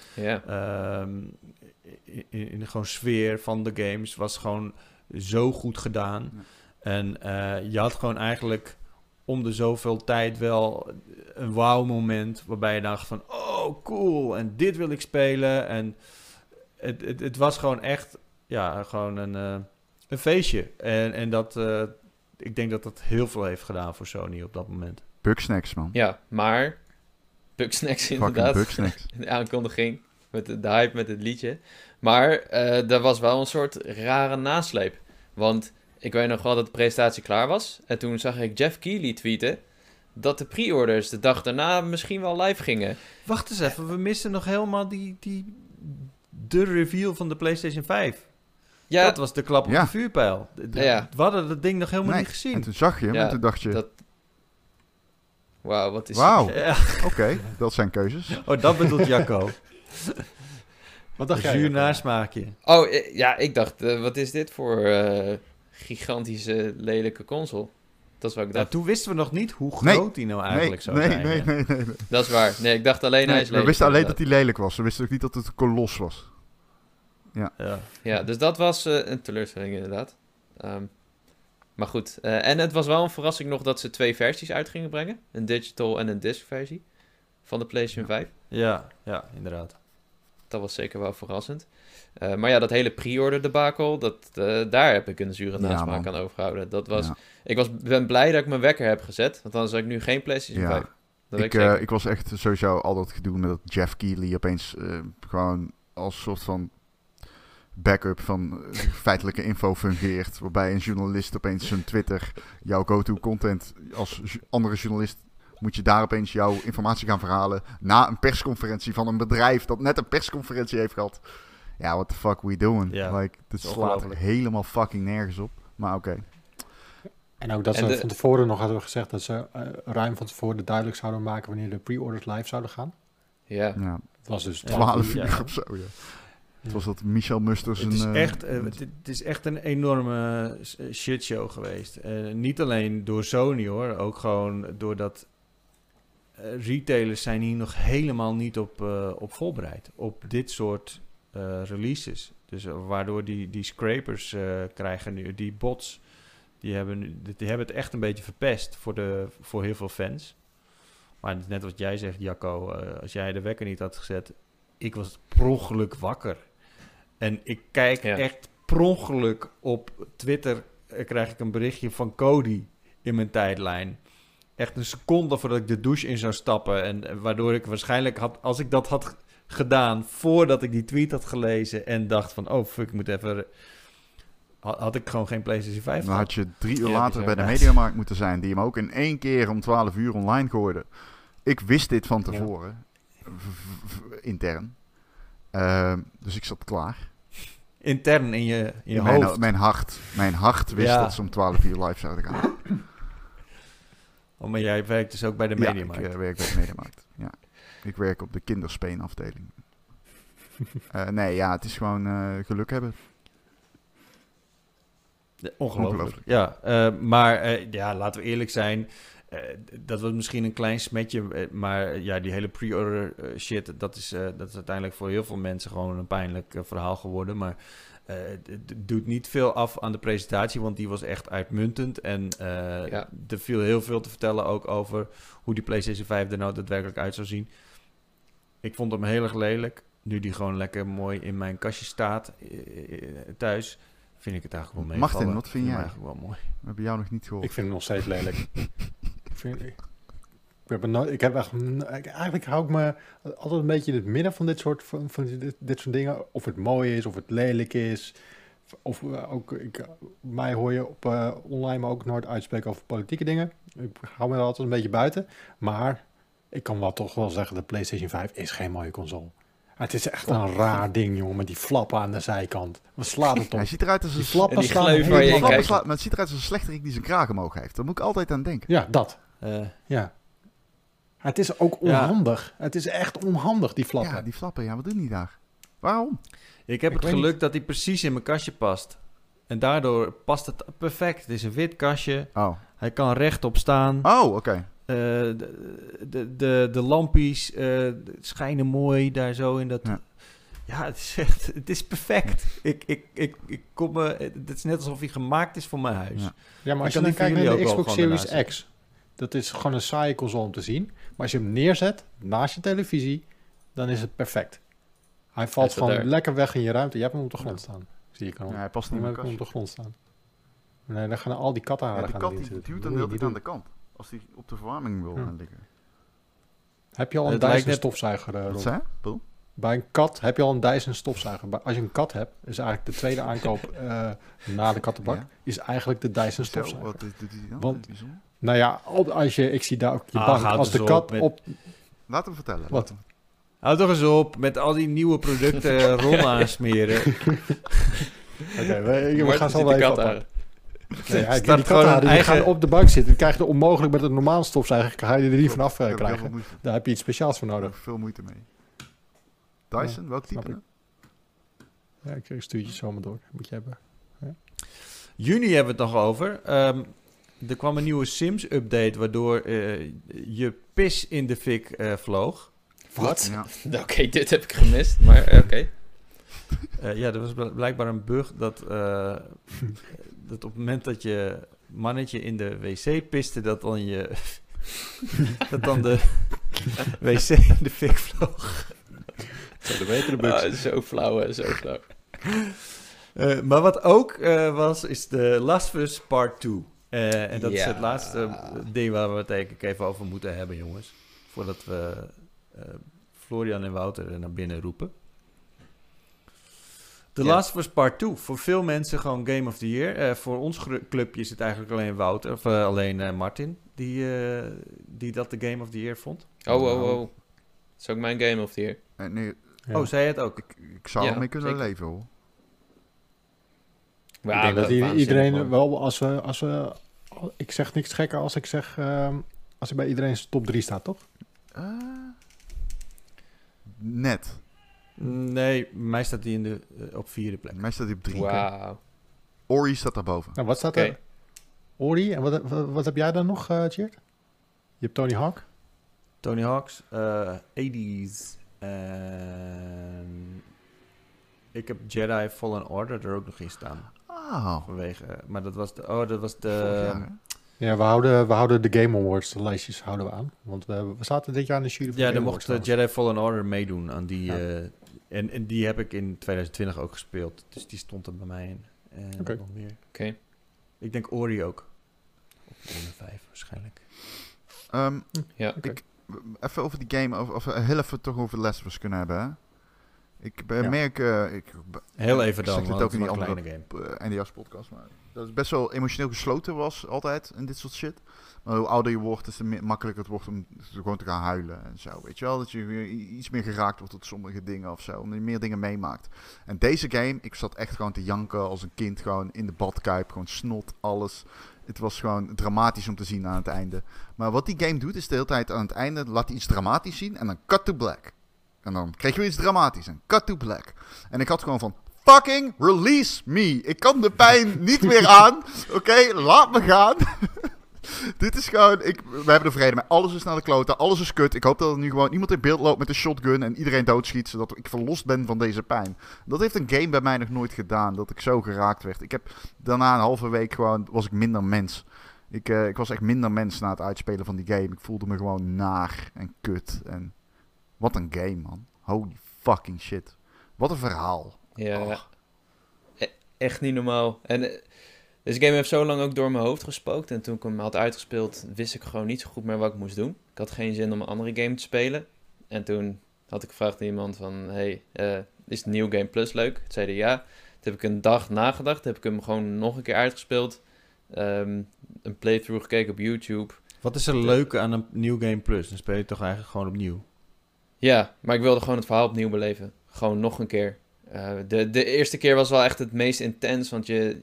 gewoon sfeer van de games was gewoon zo goed gedaan. Ja. En je had gewoon eigenlijk om de zoveel tijd wel een wow moment waarbij je dacht van oh cool en dit wil ik spelen. En het was gewoon echt gewoon een feestje. En dat ik denk dat dat heel veel heeft gedaan voor Sony op dat moment. Bugsnax, man. Ja, maar Bugsnax inderdaad. Bugsnax. De aankondiging met de hype met het liedje. Maar er was wel een soort rare nasleep. Want ik weet nog wel dat de presentatie klaar was. En toen zag ik Jeff Keighley tweeten dat de pre-orders de dag daarna misschien wel live gingen. Wacht eens even, we missen nog helemaal de reveal van de PlayStation 5. Ja, dat was de klap op de vuurpijl. We hadden dat ding nog helemaal niet gezien. En toen zag je hem en toen dacht je... Wauw, wat is... Wauw, Ja. oké, dat zijn keuzes. Oh, dat bedoelt Jacco. Wat dacht Een jij? zuur nasmaakje. Oh, ja, ik dacht, wat is dit voor gigantische, lelijke console? Dat is wat ik Nou, dacht. toen wisten we nog niet hoe Nee. groot die nou eigenlijk zou nee, zijn. nee, hè? nee. Dat is waar. Nee, ik dacht alleen hij is We lelijk. wisten alleen dat inderdaad. hij lelijk was. We wisten ook niet dat het een kolos was. Ja. Ja, dus dat was een teleurstelling inderdaad. Maar goed. En het was wel een verrassing nog dat ze 2 versies uit gingen brengen. Een digital en een disc versie van de PlayStation 5. Ja, inderdaad. Dat was zeker wel verrassend. Maar ja, dat hele pre-order debacle, daar heb ik een zure Ja, nasmaak man. aan overgehouden. Dat was, Ja. ben blij dat ik mijn wekker heb gezet, want anders heb ik nu geen PlayStation Ja. 5. Dat weet ik zeker. Ik was echt sowieso al dat gedoe met dat Jeff Keighley opeens gewoon als soort van backup van feitelijke info fungeert. Waarbij een journalist opeens zijn Twitter, jouw go-to content als andere journalist, moet je daar opeens jouw informatie gaan verhalen na een persconferentie van een bedrijf dat net een persconferentie heeft gehad. Ja, what the fuck we doing? Ja, Like, dit slaat ongelooflijk. helemaal fucking nergens op. Maar oké. En ook dat En ze de- van tevoren nog hadden gezegd dat ze ruim van tevoren duidelijk zouden maken wanneer de pre-orders live zouden gaan. Ja. Ja, Het was dus 12 ja. uur of zo, ja. Het was dat Michel Musters Het is, een... echt, het is echt een enorme shitshow geweest. Niet alleen door Sony hoor, ook gewoon doordat retailers zijn hier nog helemaal niet op voorbereid. Op dit soort releases. Dus waardoor die scrapers krijgen nu, die bots, die hebben het echt een beetje verpest voor heel veel fans. Maar net wat jij zegt, Jacco, als jij de wekker niet had gezet, ik was per ongeluk wakker. En ik kijk echt per ongeluk op Twitter, krijg ik een berichtje van Cody in mijn tijdlijn. Echt een seconde voordat ik de douche in zou stappen. En waardoor ik waarschijnlijk als ik dat had gedaan voordat ik die tweet had gelezen en dacht van, oh fuck, ik moet even... Had ik gewoon geen PlayStation 5 Dan had je 3 uur Ja, later bij de bizar. Mediamarkt moeten zijn, die hem ook in 1 keer om 12 uur online gooide. Ik wist dit van tevoren, intern. Dus ik zat klaar. Intern in je hoofd. Mijn hart wist Ja. dat ze om 12 uur live zouden gaan. Oh, maar jij werkt dus ook bij de Mediamarkt. Ja, ik werk bij de Mediamarkt. Ja. Ik werk op de kinderspeenafdeling. Nee, ja, het is gewoon geluk hebben. Ongelooflijk. Ja, maar laten we eerlijk zijn. Dat was misschien een klein smetje. Maar ja, die hele pre-order shit, dat is uiteindelijk voor heel veel mensen gewoon een pijnlijk verhaal geworden. Maar het doet niet veel af aan de presentatie, want die was echt uitmuntend. En er viel heel veel te vertellen ook over hoe die PlayStation 5 er nou daadwerkelijk uit zou zien. Ik vond hem heel erg lelijk. Nu die gewoon lekker mooi in mijn kastje staat thuis, vind ik het eigenlijk wel meevallen. Martin, wat vind jij? Eigenlijk wel mooi. We hebben jou nog niet gehoord. Ik vind hem nog steeds lelijk. Eigenlijk hou ik me altijd een beetje in het midden van dit soort dingen. Of het mooi is, of het lelijk is. Of mij hoor je op online maar ook nooit uitspreken over politieke dingen. Ik hou me er altijd een beetje buiten. Maar ik kan wel toch wel zeggen, de PlayStation 5 is geen mooie console. Het is echt een raar ding, jongen, met die flappen aan de zijkant. Wat slaat het op? Hij ziet eruit als Die een flappen en die slaan gleuf waar je in helemaal- kijkt. maar het ziet eruit als een slechterik die zijn kraag omhoog heeft. Daar moet ik altijd aan denken. Ja, dat. Ja. Het is ook onhandig. Het is echt onhandig, die flappen. Ja, die flappen, ja, wat doen die daar? Waarom? Ik heb Ik het weet geluk dat hij precies in mijn kastje past. En daardoor past het perfect. Het is een wit kastje. Oh, Hij kan rechtop staan. oké. De lampies schijnen mooi daar zo in dat... Ja. Ja, het is perfect. Ik kom me... Het is net alsof hij gemaakt is voor mijn huis. Ja. Ja, maar Ik als je kan dan die kijkt voor naar de jullie ook Xbox wel gewoon Series X, dat is gewoon een saaie console om te zien. Maar als je hem neerzet naast je televisie, dan is het perfect. Hij valt staat gewoon daar. lekker weg in je ruimte. Je hebt hem op de grond staan. Zie ik al. Ja, hij past Je niet in hebt mijn hem op kastje. de grond staan. Nee, dan gaan al die kattenharen Ja, die gaan kat erin die zitten. duwt Dat dan de moet je hele niet tijd aan doen. de kant. Als hij op de verwarming wil gaan liggen. Heb je al een Het lijkt Dyson net- stofzuiger, Wat Rob? zei je? Pardon? Bij een kat heb je al een Dyson stofzuiger. Als je een kat hebt, is eigenlijk de tweede aankoop na de kattenbak, Ja. is eigenlijk de Dyson Zo, stofzuiger. wat doet hij dan? Want- Bijzonder. Nou ja, ik zie daar ook je Ah, bank. gaat Als dus de kat op met- op... Laat hem vertellen. Wat? Hou toch eens op met al die nieuwe producten rond aansmeren. Oké, we Martin gaan zo ziet wel de even kat apart. Nee, Staat die gewoon een die eigen- gaan op de bank zitten. Dan krijg je er onmogelijk met een normaal stofzuiger. Ga je er niet vanaf Daar heb ik heel krijgen. veel moeite- Daar heb je iets speciaals voor daar heb nodig. ik veel moeite mee. Dyson, welk snap type? ik. Ja, ik stuur je zomaar door. Moet je hebben. Juni hebben we het nog over. Er kwam een nieuwe Sims-update waardoor je pis in de fik vloog. Wat? Ja. Oké, dit heb ik gemist, maar oké. Ja, er was blijkbaar een bug dat op het moment dat je mannetje in de wc piste, dat dan dat dan de wc in de fik vloog. Zo, de betere bugs. Ah, zo flauw, hè, zo flauw. Maar wat ook was, is de Last of Us Part 2. En dat is Ja. het laatste ding waar we het eigenlijk even over moeten hebben, jongens. Voordat we Florian en Wouter er naar binnen roepen. The Ja. Last of Us Part 2. Voor veel mensen gewoon Game of the Year. Voor ons clubje is het eigenlijk alleen Wouter, of alleen Martin, die dat de Game of the Year vond. Oh. Het is ook mijn game of the year. Nee, Ja. Oh, zei je het ook? ik zou Ja, ermee kunnen zeker. leven, hoor. Ja, Ik denk dat waanzinnig, iedereen man. wel, als we... Ik zeg niks gekker als ik zeg... als hij bij iedereen zijn top 3 staat, toch? Net. Nee, mij staat die op 4e plek. Mij staat hij op 3. Wauw. Ori staat daarboven. Nou, wat staat Oké. er? Ori, en wat heb jij dan nog, Tjeerd? Je hebt Tony Hawk. Tony Hawk's, 80s. En ik heb Jedi Fallen Order er ook nog in staan. Oh, Vanwege, maar dat was vorig de... jaar, hè? Ja, we houden de Game Awards, de lijstjes houden we aan. Want we zaten dit jaar in de jury van Ja, de daar Game mocht Awards. Jedi Fallen Order meedoen aan die... Ja. En die heb ik in 2020 ook gespeeld. Dus die stond er bij mij in. En Oké. wat nog meer. Oké. Ik denk Ori ook. Op 5 waarschijnlijk. Ja. Oké. Even over die game, of heel even toch over Last of Us kunnen hebben, hè? Ik Ja. merk... Heel even ik dan, zeg dit want ook het in is die maar een andere kleine game. NDS-podcast, maar dat het best wel emotioneel gesloten was altijd in dit soort shit. Maar hoe ouder je wordt, is het makkelijker het wordt om gewoon te gaan huilen en zo. Weet je wel, dat je weer iets meer geraakt wordt tot sommige dingen of zo. Omdat je meer dingen meemaakt. En deze game, ik zat echt gewoon te janken als een kind, gewoon in de badkuip, gewoon snot, alles. Het was gewoon dramatisch om te zien aan het einde. Maar wat die game doet, is de hele tijd aan het einde, laat hij iets dramatisch zien en dan cut to black. En dan kreeg je weer iets dramatisch en cut to black. En ik had gewoon van, fucking release me. Ik kan de pijn niet meer aan. Oké, laat me gaan. Dit is gewoon, we hebben er vrede mee. Alles is naar de kloten, alles is kut. Ik hoop dat er nu gewoon iemand in beeld loopt met een shotgun en iedereen doodschiet, zodat ik verlost ben van deze pijn. Dat heeft een game bij mij nog nooit gedaan, dat ik zo geraakt werd. Ik heb daarna een halve week gewoon, was ik minder mens. Ik was echt minder mens na het uitspelen van die game. Ik voelde me gewoon naar en kut. En wat een game, man. Holy fucking shit. Wat een verhaal. Ja, Oh. echt niet normaal. En deze game heeft zo lang ook door mijn hoofd gespookt. En toen ik hem had uitgespeeld, wist ik gewoon niet zo goed meer wat ik moest doen. Ik had geen zin om een andere game te spelen. En toen had ik gevraagd aan iemand van, hey, is de New Game Plus leuk? Toen zei hij ja. Toen heb ik een dag nagedacht. Toen heb ik hem gewoon nog een keer uitgespeeld. Een playthrough gekeken op YouTube. Wat is er leuke aan een New Game Plus? Dan speel je toch eigenlijk gewoon opnieuw. Ja, maar ik wilde gewoon het verhaal opnieuw beleven. Gewoon nog een keer. De eerste keer was wel echt het meest intens, want je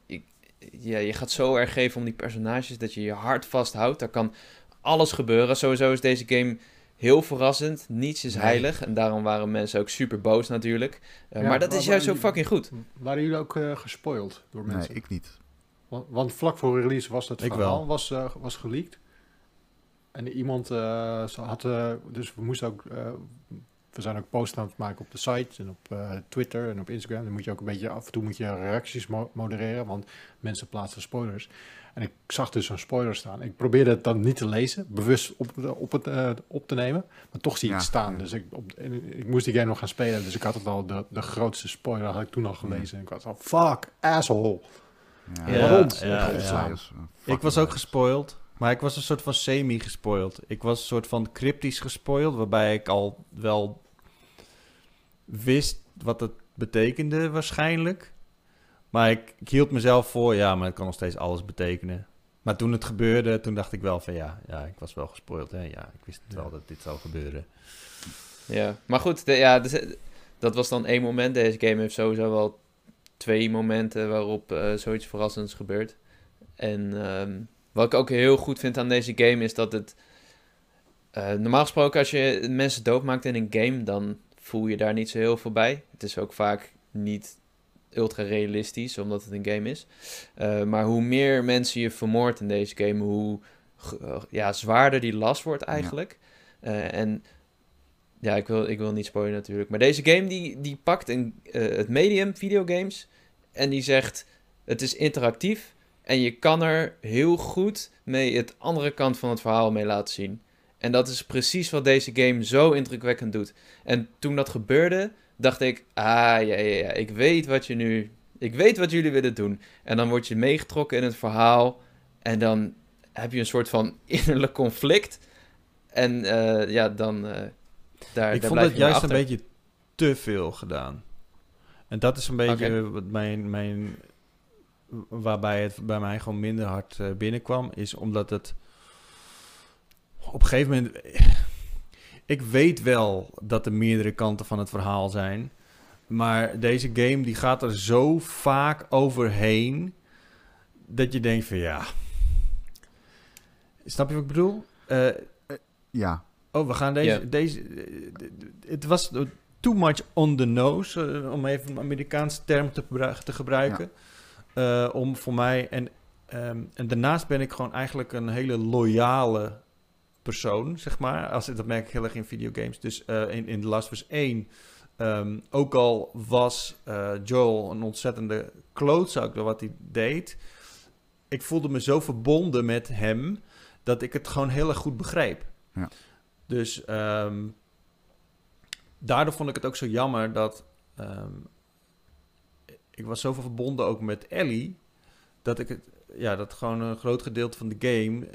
gaat zo erg geven om die personages dat je je hart vasthoudt. Daar kan alles gebeuren. Sowieso is deze game heel verrassend. Niets is heilig. En daarom waren mensen ook super boos natuurlijk. Maar dat is juist zo fucking goed. Waren jullie ook gespoild door mensen? Nee, ik niet. Want vlak voor release was het Ik verhaal was geleakt. En iemand dus we moesten ook... we zijn ook posts aan het maken op de site en op Twitter en op Instagram. Dan moet je ook een beetje af en toe moet je reacties modereren, want mensen plaatsen spoilers. En ik zag dus zo'n spoiler staan. Ik probeerde het dan niet te lezen, bewust op te nemen, maar toch zie ik het staan. Dus ik moest die game nog gaan spelen, dus ik had het al, de grootste spoiler had ik toen al gelezen. En ik was al, fuck, asshole. Waarom? Ik was ook gespoild. Maar ik was een soort van semi-gespoild. Ik was een soort van cryptisch gespoild, waarbij ik al wel wist wat het betekende waarschijnlijk. Maar ik hield mezelf voor, ja, maar het kan nog steeds alles betekenen. Maar toen het gebeurde, toen dacht ik wel van ja, ik was wel gespoild. Hè? Ja, ik wist wel dat dit zou gebeuren. Ja, maar goed, dat was dan 1 moment. Deze game heeft sowieso wel 2 momenten waarop zoiets verrassends gebeurt. En wat ik ook heel goed vind aan deze game is dat het... normaal gesproken als je mensen doodmaakt in een game, dan voel je daar niet zo heel veel bij. Het is ook vaak niet ultra realistisch, omdat het een game is. Maar hoe meer mensen je vermoordt in deze game, hoe zwaarder die last wordt eigenlijk. En ja, ik wil niet spoilen natuurlijk. Maar deze game die pakt het medium videogames en die zegt, het is interactief en je kan er heel goed mee het andere kant van het verhaal mee laten zien. En dat is precies wat deze game zo indrukwekkend doet. En toen dat gebeurde, dacht ik, ik weet wat jullie willen doen. En dan word je meegetrokken in het verhaal en dan heb je een soort van innerlijk conflict. En daar ik vond blijf het je juist achter. een beetje te veel gedaan. En dat is een beetje wat mijn waarbij het bij mij gewoon minder hard binnenkwam, is omdat het op een gegeven moment... Ik weet wel dat er meerdere kanten van het verhaal zijn, maar deze game die gaat er zo vaak overheen dat je denkt van ja... Snap je wat ik bedoel? Ja. Oh, we gaan deze... Het was too much on the nose, om even een Amerikaanse term te gebruiken. Ja. Om voor mij... En daarnaast ben ik gewoon eigenlijk een hele loyale persoon, zeg maar. Dat merk ik heel erg in videogames. Dus in The Last of Us 1... ook al was Joel een ontzettende klootzak door wat hij deed... Ik voelde me zo verbonden met hem dat ik het gewoon heel erg goed begreep. Ja. Dus daardoor vond ik het ook zo jammer dat... ik was zoveel verbonden ook met Ellie... dat ik het... Ja, dat gewoon een groot gedeelte van de game...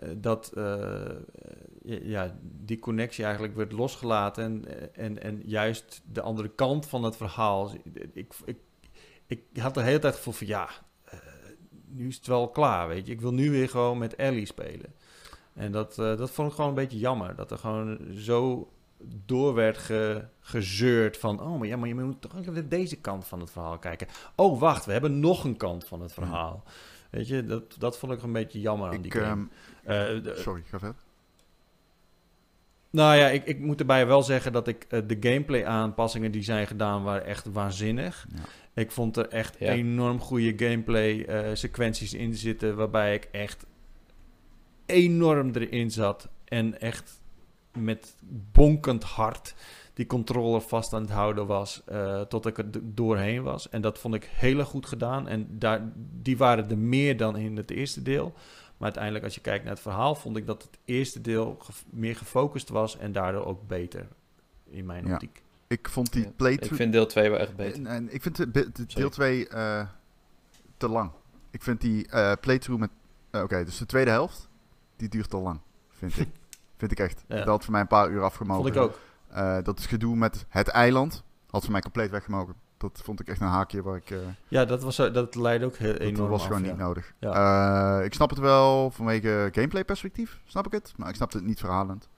die connectie eigenlijk werd losgelaten... en juist de andere kant van het verhaal... Ik had de hele tijd het gevoel van... nu is het wel klaar, weet je. Ik wil nu weer gewoon met Ellie spelen. En dat vond ik gewoon een beetje jammer. Dat er gewoon zo door werd gezeurd van... Oh, maar je moet toch even deze kant van het verhaal kijken. Oh, wacht, we hebben nog een kant van het verhaal. Weet je, dat vond ik een beetje jammer aan die game. Sorry, ga verder. Nou ja, ik moet erbij wel zeggen dat ik de gameplay aanpassingen die zijn gedaan waren echt waanzinnig. Ja. Ik vond er echt enorm goede gameplay sequenties in zitten, waarbij ik echt enorm erin zat en echt met bonkend hart die controller vast aan het houden was tot ik er doorheen was. En dat vond ik heel erg goed gedaan. En die waren er meer dan in het eerste deel. Maar uiteindelijk, als je kijkt naar het verhaal, vond ik dat het eerste deel meer gefocust was en daardoor ook beter in mijn optiek. Ik vond die playthrough... Ik vind deel 2 wel echt beter. En ik vind deel 2 te lang. Ik vind die playthrough met... dus de tweede helft, die duurt te lang, vind ik. Vind ik echt. Dat had voor mij een paar uur afgemogen. Vond ik ook. Dat gedoe met het eiland had voor mij compleet weggemogen. Dat vond ik echt een haakje waar ik... dat leidde ook heel enorm af. Dat was gewoon niet nodig. Ja. Ik snap het wel vanwege gameplay perspectief, snap ik het. Maar ik snapte het niet verhalend.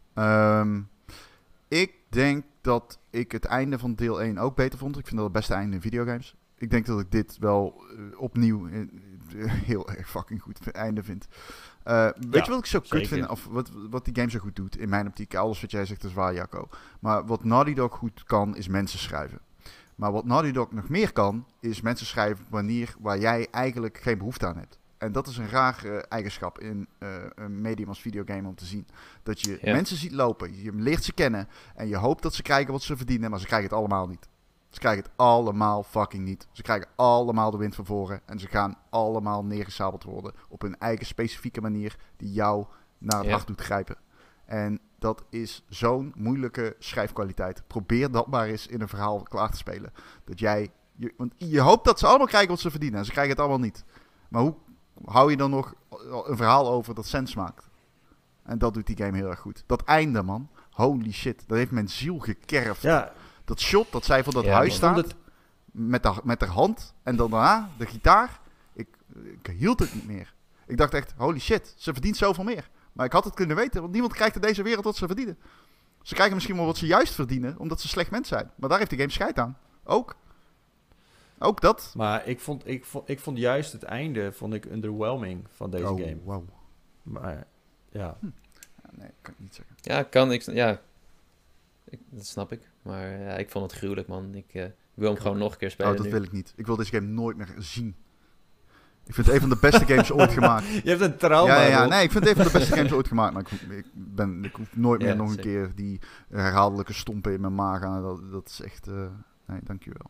Ik denk dat ik het einde van deel 1 ook beter vond. Ik vind dat het beste einde in videogames. Ik denk dat ik dit wel opnieuw heel erg fucking goed einde vind. Weet je wat ik zo kut vind? Of wat die game zo goed doet, in mijn optiek? Alles wat jij zegt is waar, Jacco. Maar wat Naughty Dog goed kan, is mensen schrijven. Maar wat Naughty Dog nog meer kan, is mensen schrijven op een manier waar jij eigenlijk geen behoefte aan hebt. En dat is een raar eigenschap in een medium als videogame om te zien. Dat je mensen ziet lopen, je leert ze kennen en je hoopt dat ze krijgen wat ze verdienen, maar ze krijgen het allemaal niet. Ze krijgen het allemaal fucking niet. Ze krijgen allemaal de wind van voren en ze gaan allemaal neergesabeld worden op hun eigen specifieke manier die jou naar het hart doet grijpen. En dat is zo'n moeilijke schrijfkwaliteit. Probeer dat maar eens in een verhaal klaar te spelen. Want je hoopt dat ze allemaal krijgen wat ze verdienen en ze krijgen het allemaal niet. Maar hoe hou je dan nog een verhaal over dat sens maakt? En dat doet die game heel erg goed. Dat einde, man. Holy shit. Dat heeft mijn ziel gekerfd. Ja. Dat shot dat zij voor dat huis staat. Met haar hand. En dan daarna de gitaar. Ik hield het niet meer. Ik dacht echt, holy shit. Ze verdient zoveel meer. Maar ik had het kunnen weten. Want niemand krijgt in deze wereld wat ze verdienen. Ze krijgen misschien wel wat ze juist verdienen. Omdat ze slecht mensen zijn. Maar daar heeft de game scheid aan. Ook. Ook dat? Maar ik vond juist het einde underwhelming van deze game. Wow. Maar ja. Nee, kan ik niet zeggen. Ja, dat snap ik. Maar ja, ik vond het gruwelijk, man. Ik wil hem gewoon nog een keer spelen. Dat wil ik niet. Ik wil deze game nooit meer zien. Ik vind het een van de beste games ooit gemaakt. Je hebt een trauma. Nee, ik vind het een van de beste games ooit gemaakt. Maar ik hoef nooit meer nog een zeker. keer die herhaaldelijke stompen in mijn maag aan. Dat is echt... nee, dankjewel.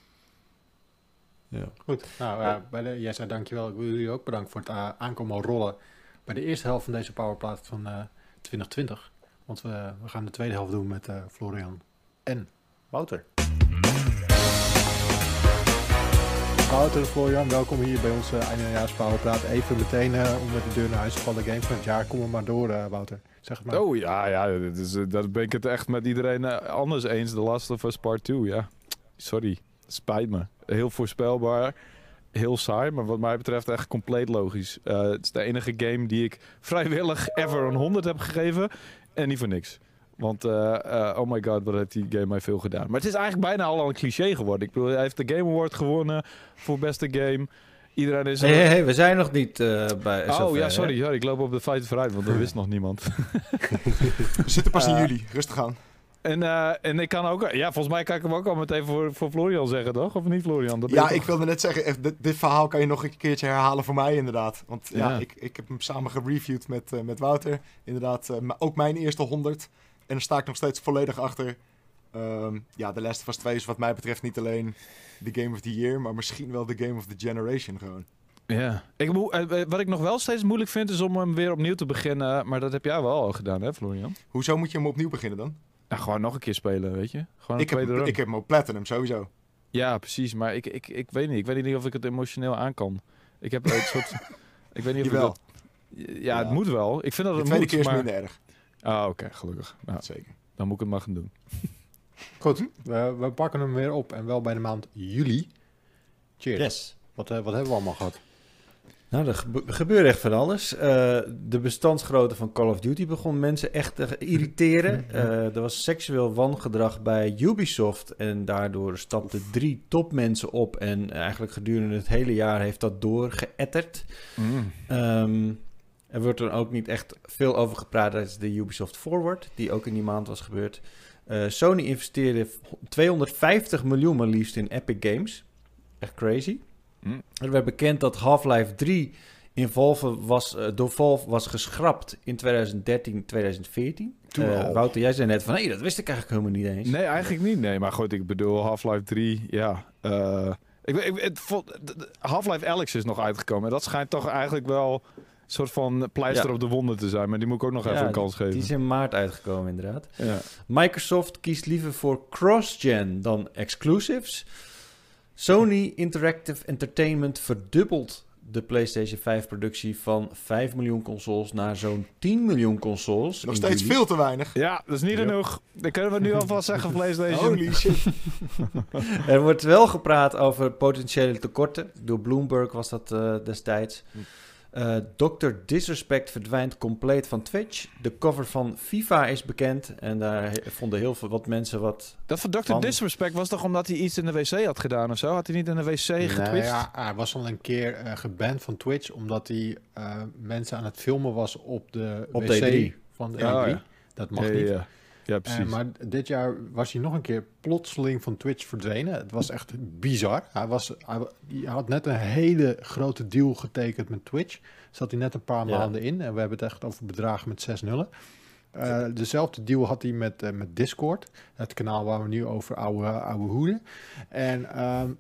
Ja. Goed, nou, jij zei dankjewel. Ik wil jullie ook bedanken voor het aankomen rollen bij de eerste helft van deze Powerplaat van 2020. Want we gaan de tweede helft doen met Florian en Wouter. Wouter en Florian, welkom hier bij onze eindejaars Powerplaat. Even meteen om met de deur naar huis van de game van het jaar. Kom er maar door, Wouter. Zeg het maar. Oh ja, dat ben ik het echt met iedereen anders eens. The Last of Us Part 2, ja. Sorry, spijt me. Heel voorspelbaar, heel saai, maar wat mij betreft echt compleet logisch. Het is de enige game die ik vrijwillig ever een 100 heb gegeven en niet voor niks. Want, oh my god, wat heeft die game mij veel gedaan. Maar het is eigenlijk bijna al een cliché geworden. Ik bedoel, hij heeft de Game Award gewonnen voor beste game. Iedereen is... Hey, we zijn nog niet bij... Oh zover, ja, sorry. Ik loop op de feiten vooruit, want dat wist nog niemand. We zitten pas in juli. Rustig aan. En ik kan ook... Ja, volgens mij kan ik hem ook al meteen voor Florian zeggen, toch? Of niet, Florian? Dat Ja, ik wilde net zeggen, dit verhaal kan je nog een keertje herhalen voor mij inderdaad. Want ja, ik heb hem samen gereviewd met Wouter. Inderdaad, ook mijn eerste 100. En daar sta ik nog steeds volledig achter. The Last of Us 2 is wat mij betreft niet alleen de Game of the Year, maar misschien wel de Game of the Generation gewoon. Ja. Wat ik nog wel steeds moeilijk vind, is om hem weer opnieuw te beginnen. Maar dat heb jij wel al gedaan, hè, Florian? Hoezo moet je hem opnieuw beginnen dan? Nou, gewoon nog een keer spelen, weet je? Gewoon Ik heb hem op Platinum, sowieso. Ja, precies. Maar ik weet niet. Ik weet niet of ik het emotioneel aan kan. Ik heb een soort... Ik weet niet of Jawel. Ja, het moet wel. Ik vind dat De het tweede moet, keer is maar... minder erg. Ah, oké, gelukkig. Nou, Zeker. dan moet ik het maar gaan doen. Goed, we pakken hem weer op en wel bij de maand juli. Cheers. Yes. Wat hebben we allemaal gehad? Nou, er gebeurde echt van alles. De bestandsgrootte van Call of Duty begon mensen echt te irriteren. Er was seksueel wangedrag bij Ubisoft en daardoor stapten 3 topmensen op. En eigenlijk gedurende het hele jaar heeft dat doorgeëtterd. Er wordt er ook niet echt veel over gepraat tijdens de Ubisoft Forward, die ook in die maand was gebeurd. Sony investeerde 250 miljoen maar liefst in Epic Games. Echt crazy. Er werd bekend dat Half-Life 3 door Valve was geschrapt in 2013, 2014. Wouter, jij zei net van, dat wist ik eigenlijk helemaal niet eens. Nee, eigenlijk niet. Nee, maar goed, ik bedoel, Half-Life 3, ja. Half-Life Alyx is nog uitgekomen. En dat schijnt toch eigenlijk wel een soort van pleister op de wonden te zijn. Maar die moet ik ook nog even een kans geven. Die is in maart uitgekomen, inderdaad. Ja. Microsoft kiest liever voor cross-gen dan exclusives. Sony Interactive Entertainment verdubbelt de PlayStation 5-productie van 5 miljoen consoles naar zo'n 10 miljoen consoles. Nog steeds veel te weinig. Ja, dat is niet genoeg. Dan kunnen we nu alvast zeggen, PlayStation. Holy shit. Er wordt wel gepraat over potentiële tekorten. Door Bloomberg was dat destijds. Dr. Disrespect verdwijnt compleet van Twitch. De cover van FIFA is bekend. En daar vonden heel veel wat mensen wat... Dat van Dr. Disrespect was toch omdat hij iets in de wc had gedaan of zo? Had hij niet in de wc getwitcht? Nee, ja, hij was al een keer geband van Twitch, omdat hij mensen aan het filmen was op de Op wc de E3. van de E3. ja. Dat mag niet. Ja, precies. Maar dit jaar was hij nog een keer plotseling van Twitch verdwenen. Het was echt bizar. Hij had net een hele grote deal getekend met Twitch. Zat hij net een paar maanden in. En we hebben het echt over bedragen met 6 nullen. Dezelfde deal had hij met Discord. Het kanaal waar we nu over ouwe hoeden. En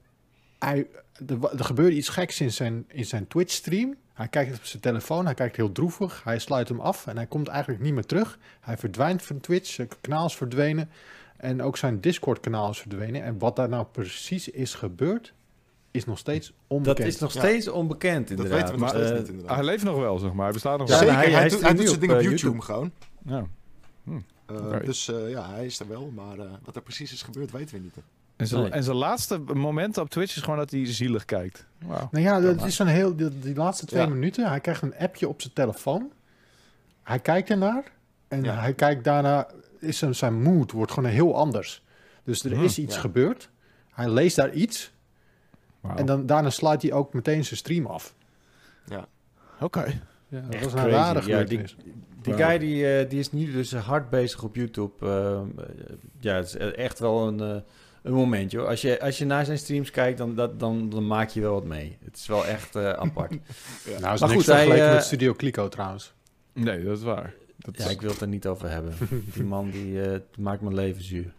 er gebeurde iets geks in zijn Twitch-stream. Hij kijkt op zijn telefoon, hij kijkt heel droevig. Hij sluit hem af en hij komt eigenlijk niet meer terug. Hij verdwijnt van Twitch, zijn kanaal is verdwenen. En ook zijn Discord-kanaal is verdwenen. En wat daar nou precies is gebeurd, is nog steeds onbekend. Dat is nog steeds onbekend, inderdaad. Dat weten we nog steeds niet, inderdaad. Hij leeft nog wel, zeg maar. Hij bestaat nog Ja, wel. Zeker, hij hij doet zijn ding op YouTube YouTube gewoon. Ja. Oké. Dus hij is er wel. Maar wat er precies is gebeurd, weten we niet. En zijn laatste moment op Twitch is gewoon dat hij zielig kijkt. Wow. Nou ja, dat is die laatste 2 minuten. Hij krijgt een appje op zijn telefoon. Hij kijkt ernaar. En hij kijkt daarna, zijn mood wordt gewoon heel anders. Dus er is iets gebeurd. Hij leest daar iets. Wow. En daarna sluit hij ook meteen zijn stream af. Ja. Oké. Ja, dat Echt was een crazy. rare Ja, gebeurtenis. Die guy die is nu dus hard bezig op YouTube. Ja, het is echt wel een momentje hoor. Als je naar zijn streams kijkt, dan maak je wel wat mee. Het is wel echt apart. Nou, is Maar niks goed, vergeleken hij, met Studio Kliko trouwens. Nee, dat is waar. Ja, ik wil het er niet over hebben. Die man die maakt mijn leven zuur.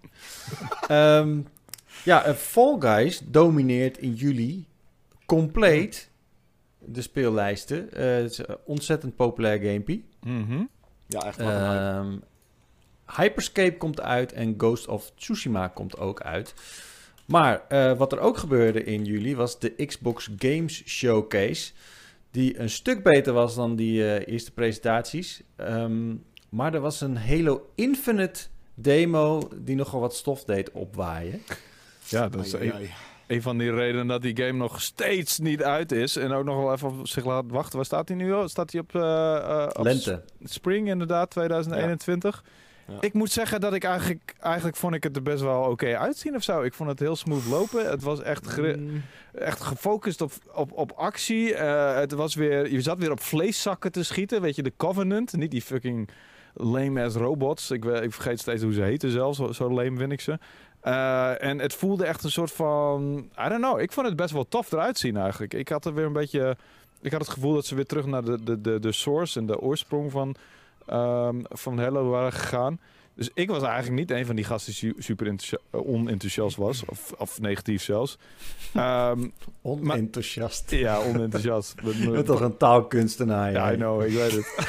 Fall Guys domineert in juli compleet de speellijsten. Het is een ontzettend populair gamepie. Mhm. Ja, echt wat een hype. Hyperscape komt uit en Ghost of Tsushima komt ook uit. Maar wat er ook gebeurde in juli was de Xbox Games Showcase, die een stuk beter was dan die eerste presentaties. Maar er was een Halo Infinite demo die nogal wat stof deed opwaaien. Ja, dat is Ai, ai, ai. een van die redenen dat die game nog steeds niet uit is. En ook nog wel even op zich laat wachten. Waar staat hij nu al? Staat hij op Lente. Spring inderdaad, 2021. Ja. Ik moet zeggen dat ik eigenlijk vond ik het er best wel oké uitzien of zo. Ik vond het heel smooth lopen. Het was echt, echt gefocust op actie. Het was weer, je zat weer op vleeszakken te schieten. Weet je, de Covenant. Niet die fucking lame-ass robots. Ik vergeet steeds hoe ze heten zelfs. Zo lame vind ik ze. En het voelde echt een soort van... I don't know. Ik vond het best wel tof eruit zien eigenlijk. Ik had er weer een beetje... Ik had het gevoel dat ze weer terug naar de source en de oorsprong van Halo waren gegaan. Dus ik was eigenlijk niet een van die gasten die super onenthousiast was. Of negatief zelfs. Onenthousiast. Ja, onenthousiast. Je bent toch een taalkunstenaar. Ja, jij. I know, ik weet het.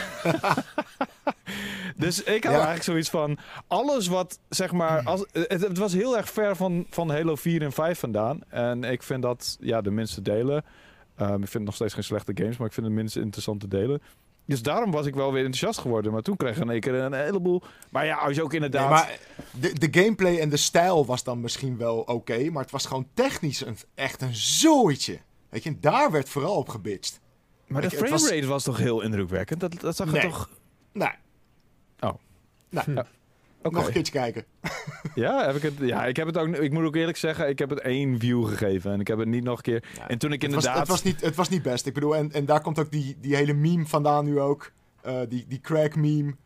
Dus ik had eigenlijk zoiets van... Alles wat, zeg maar... Het was heel erg ver van Halo 4 en 5 vandaan. En ik vind dat, de minste delen... ik vind het nog steeds geen slechte games... maar ik vind het minst interessante delen. Dus daarom was ik wel weer enthousiast geworden. Maar toen kreeg ik in één keer een heleboel... Maar ja, als je ook inderdaad... Nee, maar de gameplay en de stijl was dan misschien wel oké, maar het was gewoon technisch echt een zooitje. Weet je, en daar werd vooral op gebitcht. Maar de framerate was toch heel indrukwekkend? Dat zag er toch... Nee. Oh. Nou, Okay. nog een keertje kijken. Ja, heb ik het? Ja, ik heb het ook. Ik moet ook eerlijk zeggen, ik heb het 1 view gegeven en ik heb het niet nog een keer. Ja, en toen ik inderdaad. Het was niet best. Ik bedoel, en daar komt ook die hele meme vandaan nu ook. Die crack meme.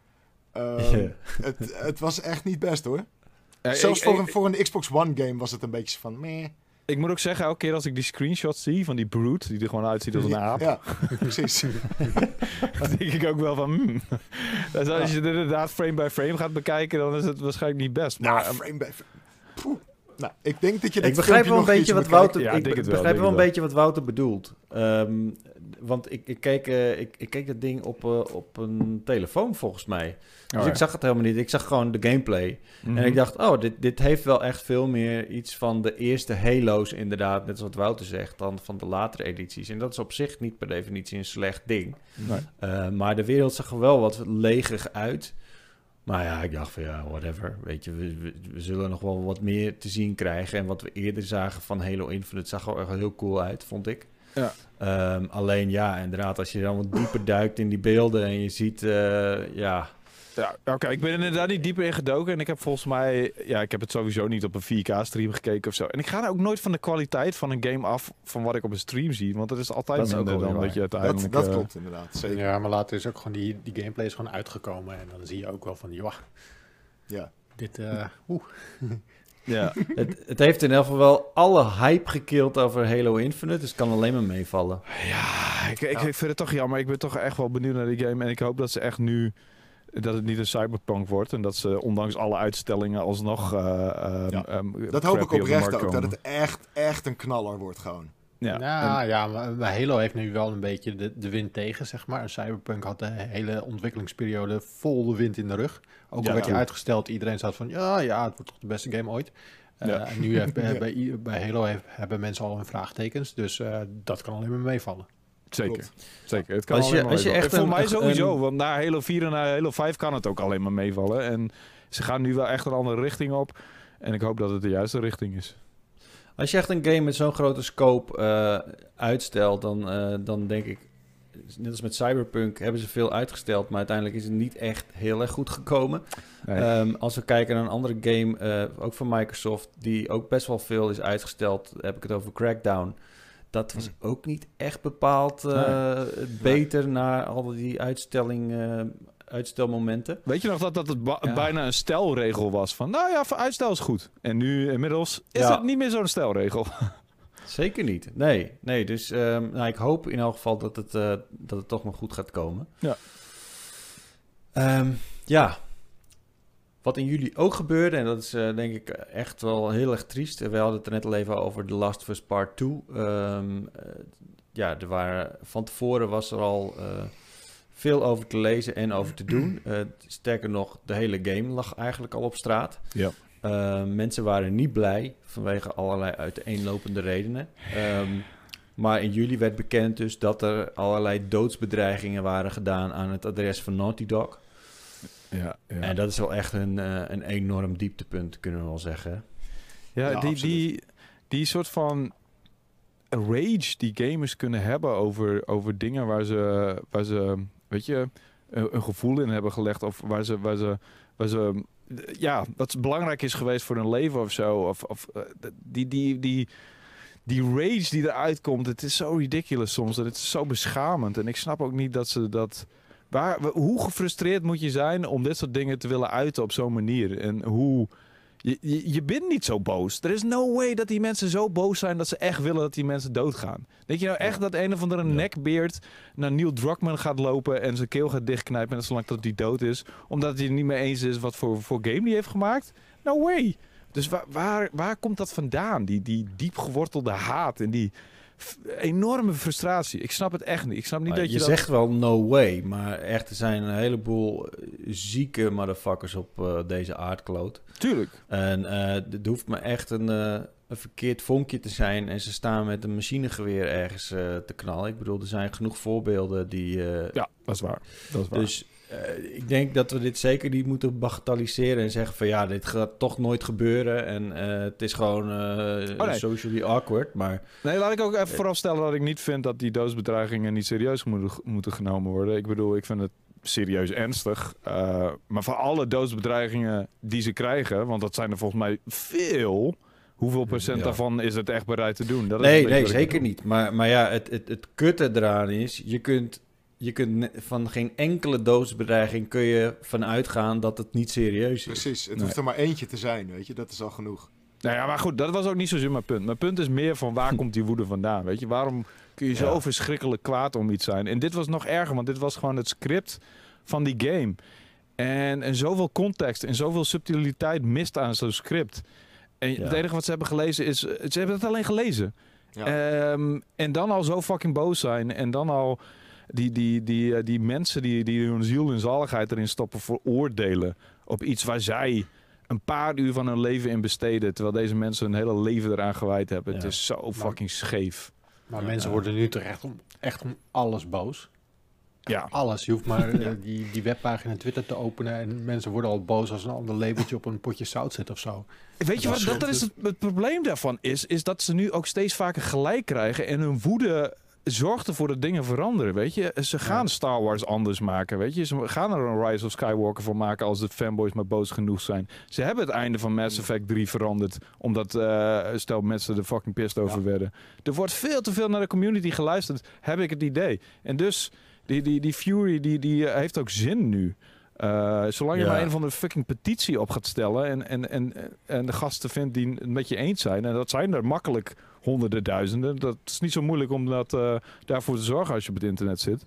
Het was echt niet best hoor. Zelfs voor een Xbox One game was het een beetje van meh. Ik moet ook zeggen, elke keer als ik die screenshots zie van die Brute, die er gewoon uitziet als een aap. Ja, precies. Dan denk ik ook wel van... Dus als je het inderdaad frame by frame gaat bekijken, dan is het waarschijnlijk niet best. Maar, frame by frame. Nou, ik denk dat je ik begrijp wel een beetje wat Wouter... Ja, ik begrijp wel een beetje wat Wouter bedoelt. Want ik keek dat ding op een telefoon volgens mij. Dus ik zag het helemaal niet. Ik zag gewoon de gameplay. En ik dacht, dit heeft wel echt veel meer iets van de eerste Halo's inderdaad. Net zoals wat Wouter zegt, dan van de latere edities. En dat is op zich niet per definitie een slecht ding. Nee. Maar de wereld zag er wel wat leger uit. Maar ja, ik dacht van whatever. Weet je, we zullen nog wel wat meer te zien krijgen. En wat we eerder zagen van Halo Infinite zag er echt heel cool uit, vond ik. Ja. Alleen inderdaad, als je dan wat dieper duikt in die beelden en je ziet, Ja, oké. Ik ben er inderdaad niet dieper in gedoken. En ik heb volgens mij... ik heb het sowieso niet op een 4K-stream gekeken of zo. En ik ga ook nooit van de kwaliteit van een game af van wat ik op een stream zie. Want het is altijd minder dan dat je uiteindelijk... Dat klopt inderdaad, zeker. Ja, maar later is ook gewoon die gameplay is gewoon uitgekomen. En dan zie je ook wel van, dit... Ja. Het heeft in elk geval wel alle hype gekild over Halo Infinite. Dus het kan alleen maar meevallen. Ja, ik vind het toch jammer. Ik ben toch echt wel benieuwd naar die game. En ik hoop dat ze echt nu... Dat het niet een cyberpunk wordt. En dat ze ondanks alle uitstellingen alsnog... dat hoop ik oprecht ook. Dat het echt een knaller wordt gewoon. Maar Halo heeft nu wel een beetje de wind tegen, zeg maar. En Cyberpunk had de hele ontwikkelingsperiode vol de wind in de rug. Ook al werd hij uitgesteld. Iedereen zat van, het wordt toch de beste game ooit. En nu bij Halo hebben mensen al hun vraagtekens. Dus dat kan alleen maar meevallen. Zeker. Het kan als je echt voor mij sowieso, want na Halo 4 en na Halo 5 kan het ook alleen maar meevallen. En ze gaan nu wel echt een andere richting op. En ik hoop dat het de juiste richting is. Als je echt een game met zo'n grote scope uitstelt, dan denk ik... net als met Cyberpunk hebben ze veel uitgesteld, maar uiteindelijk is het niet echt heel erg goed gekomen. Nee. Als we kijken naar een andere game, ook van Microsoft, die ook best wel veel is uitgesteld, heb ik het over Crackdown. Dat was ook niet echt bepaald beter na al die uitstelmomenten. Weet je nog dat het bijna een stelregel was van, nou ja, uitstel is goed. En nu inmiddels is het niet meer zo'n stelregel. Zeker niet. Nee. Dus ik hoop in elk geval dat het toch nog goed gaat komen. Ja. Wat in juli ook gebeurde, en dat is denk ik echt wel heel erg triest. We hadden het er net al even over The Last of Us Part 2. Van tevoren was er al veel over te lezen en over te doen. Sterker nog, de hele game lag eigenlijk al op straat. Ja. Mensen waren niet blij vanwege allerlei uiteenlopende redenen. Maar in juli werd bekend dus dat er allerlei doodsbedreigingen waren gedaan aan het adres van Naughty Dog. Ja. En dat is wel echt een enorm dieptepunt, kunnen we wel zeggen. Ja, die soort van rage die gamers kunnen hebben over dingen waar ze weet je, een gevoel in hebben gelegd, of waar ze wat belangrijk is geweest voor hun leven of zo. Die rage die eruit komt, het is zo ridiculous soms. Het is zo beschamend. En ik snap ook niet dat ze dat... hoe gefrustreerd moet je zijn om dit soort dingen te willen uiten op zo'n manier? En hoe... Je bent niet zo boos. Er is no way dat die mensen zo boos zijn dat ze echt willen dat die mensen doodgaan. Denk je nou echt dat een of andere nekbeerd naar Neil Druckmann gaat lopen en zijn keel gaat dichtknijpen en zolang dat hij dood is, omdat hij het niet mee eens is wat voor game die heeft gemaakt? No way. Dus waar komt dat vandaan? Die diep gewortelde haat en die enorme frustratie. Ik snap het echt niet. Ik snap niet dat je zegt wel no way, maar echt er zijn een heleboel zieke motherfuckers op deze aardkloot. Tuurlijk. En het hoeft maar echt een verkeerd vonkje te zijn en ze staan met een machinegeweer ergens te knallen. Ik bedoel, er zijn genoeg voorbeelden die... ja, dat is waar. Dus ik denk dat we dit zeker niet moeten bagatelliseren en zeggen van ja, dit gaat toch nooit gebeuren en het is gewoon socially awkward, maar... Nee, laat ik ook even voorafstellen dat ik niet vind dat die doodsbedreigingen niet serieus moeten genomen worden. Ik bedoel, ik vind het serieus ernstig, maar voor alle doodsbedreigingen die ze krijgen, want dat zijn er volgens mij veel... Hoeveel procent daarvan is het echt bereid te doen? Dat is nee, zeker niet. Maar ja, het kutte eraan is, je kunt van geen enkele doodsbedreiging kun je van uitgaan dat het niet serieus is. Precies, het hoeft er maar eentje te zijn, weet je. Dat is al genoeg. Nou ja, maar goed, dat was ook niet zozeer mijn punt. Mijn punt is meer van waar komt die woede vandaan, weet je. Waarom kun je zo verschrikkelijk kwaad om iets zijn? En dit was nog erger, want dit was gewoon het script van die game. En zoveel context en zoveel subtiliteit mist aan zo'n script. En het enige wat ze hebben gelezen is... Ze hebben het alleen gelezen. Ja. En dan al zo fucking boos zijn. En dan al die mensen die hun ziel en zaligheid erin stoppen veroordelen. Op iets waar zij een paar uur van hun leven in besteden. Terwijl deze mensen hun hele leven eraan gewijd hebben. Ja. Het is zo fucking scheef. Maar mensen worden nu terecht echt om alles boos. Ja. Alles. Je hoeft maar die webpagina Twitter te openen en mensen worden al boos als een ander labeltje op een potje zout zet of zo. Weet je wat dat is het probleem daarvan is dat ze nu ook steeds vaker gelijk krijgen en hun woede zorgt ervoor dat dingen veranderen, weet je. Ze gaan Star Wars anders maken, weet je. Ze gaan er een Rise of Skywalker van maken als de fanboys maar boos genoeg zijn. Ze hebben het einde van Mass Effect 3 veranderd, omdat stel mensen er fucking pissed over werden. Er wordt veel te veel naar de community geluisterd, heb ik het idee. En dus die Fury, die heeft ook zin nu. Zolang je maar een of andere fucking petitie op gaat stellen en de gasten vindt die het met je eens zijn, en dat zijn er makkelijk honderden duizenden. Dat is niet zo moeilijk om daarvoor te zorgen als je op het internet zit.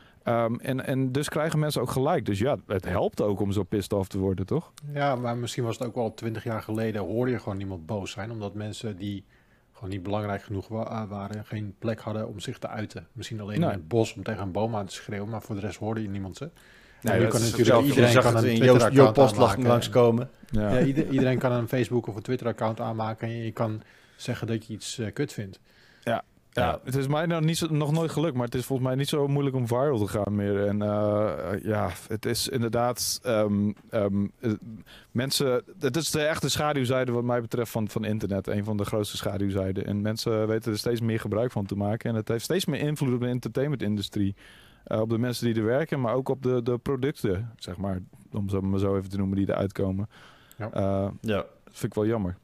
En dus krijgen mensen ook gelijk. Dus ja, het helpt ook om zo pissed off te worden, toch? Ja, maar misschien was het ook wel 20 jaar geleden, hoorde je gewoon niemand boos zijn, omdat mensen die gewoon niet belangrijk genoeg waren, geen plek hadden om zich te uiten. Misschien alleen in het bos om tegen een boom aan te schreeuwen, maar voor de rest hoorde je niemand ze. Nee, je kan natuurlijk iedereen kan een Twitter-account aanmaken. Langskomen. Ja, iedereen kan een Facebook of een Twitter-account aanmaken en je kan zeggen dat je iets kut vindt. Ja. Ja, het is mij nog nooit gelukt, maar het is volgens mij niet zo moeilijk om viral te gaan meer. En het is inderdaad mensen... Het is echt de schaduwzijde wat mij betreft van internet. Een van de grootste schaduwzijden. En mensen weten er steeds meer gebruik van te maken. En het heeft steeds meer invloed op de entertainmentindustrie. Op de mensen die er werken, maar ook op de producten, zeg maar. Om ze maar zo even te noemen, die eruit komen. Dat vind ik wel jammer.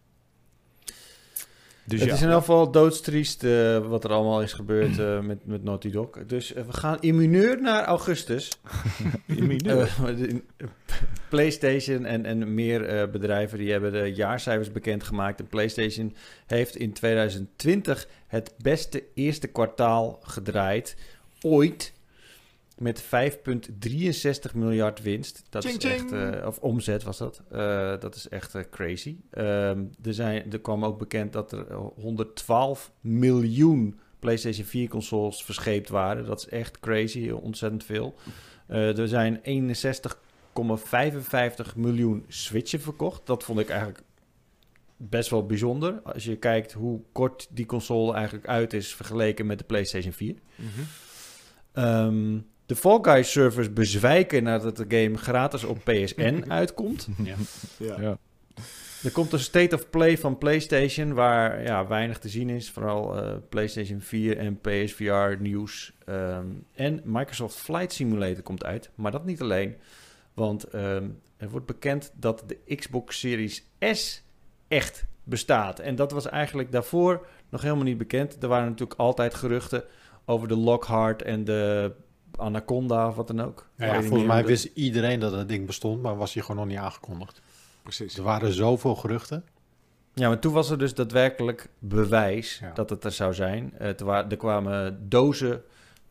Dus het is in ieder geval doodstriest wat er allemaal is gebeurd met Naughty Dog. Dus we gaan immuneur naar augustus. PlayStation en meer bedrijven die hebben de jaarcijfers bekendgemaakt. En PlayStation heeft in 2020 het beste eerste kwartaal gedraaid ooit. Met 5,63 miljard winst. Dat is echt, of omzet was dat. Dat is echt crazy. Er kwam ook bekend dat er 112 miljoen PlayStation 4 consoles verscheept waren. Dat is echt crazy, ontzettend veel. Er zijn 61,55 miljoen Switchen verkocht. Dat vond ik eigenlijk best wel bijzonder. Als je kijkt hoe kort die console eigenlijk uit is vergeleken met de PlayStation 4. De Fall Guys servers bezwijken nadat de game gratis op PSN uitkomt. Ja. Er komt een State of Play van PlayStation waar weinig te zien is. Vooral PlayStation 4 en PSVR nieuws. En Microsoft Flight Simulator komt uit. Maar dat niet alleen. Want er wordt bekend dat de Xbox Series S echt bestaat. En dat was eigenlijk daarvoor nog helemaal niet bekend. Er waren natuurlijk altijd geruchten over de Lockhart en de Anaconda of wat dan ook. Volgens mij wist iedereen dat het ding bestond, maar was hij gewoon nog niet aangekondigd. Precies. Er waren zoveel geruchten. Ja, maar toen was er dus daadwerkelijk bewijs dat het er zou zijn. Er kwamen dozen,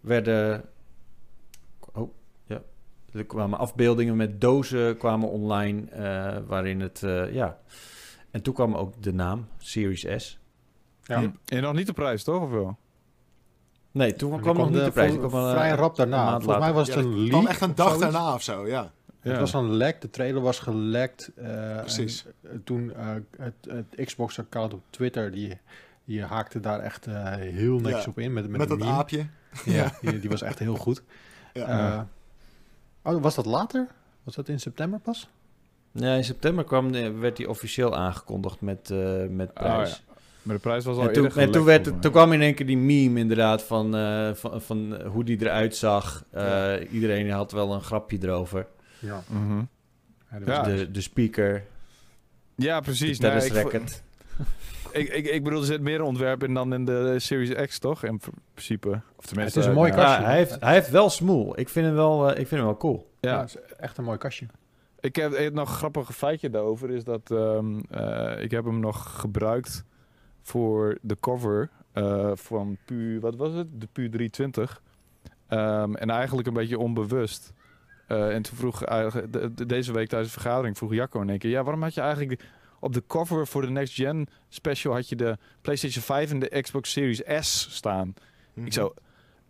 er kwamen afbeeldingen met dozen kwamen online, waarin het, En toen kwam ook de naam, Series S. Ja. En nog niet de prijs, toch? Of wel? Nee, toen kwam nog niet de prijs. Vrij rap daarna. Volgens mij was het een leak. kwam echt een dag daarna of zo, ja. Het was een lek, de trailer was gelekt. Precies. Toen het Xbox-account op Twitter, die haakte daar echt heel netjes op in. Met dat meme. aapje. Ja, die was echt heel goed. Ja. Was dat later? Was dat in september pas? Ja, in september werd die officieel aangekondigd met prijs. Maar de prijs was al toen kwam in één keer die meme inderdaad van hoe die eruit zag. Iedereen had wel een grapje erover. Ja. Mm-hmm. De speaker. Ja, precies. De tennis racket. Ik bedoel, er zit meer ontwerp in dan in de Series X, toch? In principe. Of tenminste, het is een mooi kastje. Hij heeft wel smoel. Ik vind hem wel cool. Ja, het is echt een mooi kastje. Ik heb nog een grappig feitje daarover. Is dat ik heb hem nog gebruikt voor de cover van wat was het? De PU 320. En eigenlijk een beetje onbewust. En toen vroeg deze week tijdens de vergadering vroeg Jacco in één keer: ja, waarom had je eigenlijk op de cover voor de Next Gen Special had je de PlayStation 5 en de Xbox Series S staan? Mm-hmm. Ik zo,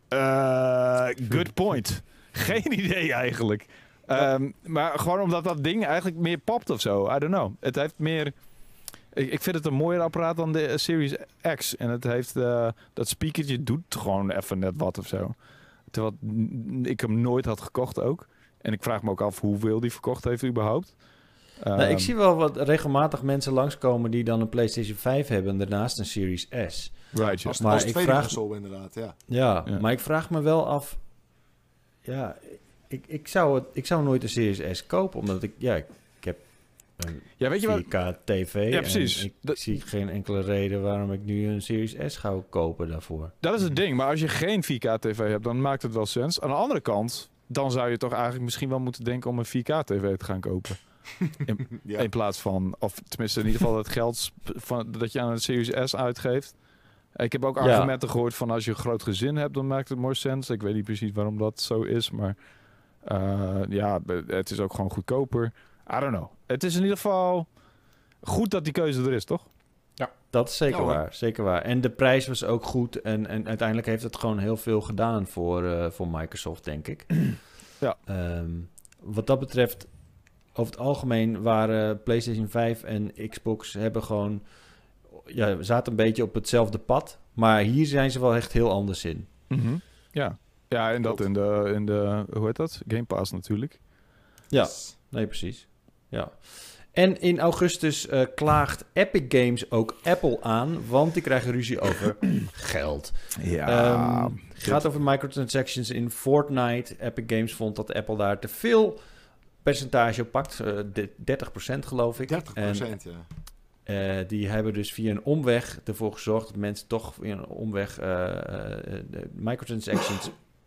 good point. Geen idee eigenlijk. Maar gewoon omdat dat ding eigenlijk meer popt of zo. I don't know. Het heeft meer... Ik vind het een mooier apparaat dan de Series X. En het heeft... dat speakertje doet gewoon even net wat of zo. Terwijl ik hem nooit had gekocht ook. En ik vraag me ook af hoeveel die verkocht heeft überhaupt. Ik zie wel wat regelmatig mensen langskomen die dan een PlayStation 5 hebben en daarnaast een Series S. Right, als tweede console inderdaad, ja. Ja, maar ik vraag me wel af... Ja, ik zou nooit een Series S kopen, omdat ik heb een 4K TV. Ja, precies. En ik zie geen enkele reden waarom ik nu een Series S ga kopen daarvoor. Dat is het ding, maar als je geen 4K TV hebt, dan maakt het wel sens. Aan de andere kant, dan zou je toch eigenlijk misschien wel moeten denken om een 4K TV te gaan kopen. In plaats van, of tenminste in ieder geval het geld dat je aan een Series S uitgeeft. Ik heb ook argumenten gehoord van als je een groot gezin hebt, dan maakt het more sense. Ik weet niet precies waarom dat zo is, maar het is ook gewoon goedkoper. I don't know. Het is in ieder geval goed dat die keuze er is, toch? Ja, dat is zeker waar. Zeker waar. En de prijs was ook goed. En uiteindelijk heeft het gewoon heel veel gedaan voor Microsoft, denk ik. Ja. Wat dat betreft, over het algemeen waren PlayStation 5 en Xbox hebben gewoon... Ja, we zaten een beetje op hetzelfde pad. Maar hier zijn ze wel echt heel anders in. Mm-hmm. Ja, en dat in de hoe heet dat? Game Pass natuurlijk. Ja, nee, precies. Ja. En in augustus klaagt Epic Games ook Apple aan, want die krijgen ruzie over geld. Ja. Het gaat over microtransactions in Fortnite. Epic Games vond dat Apple daar te veel percentage op pakt. 30% geloof ik. 30%, ja. Die hebben dus via een omweg ervoor gezorgd dat mensen toch via een omweg de microtransactions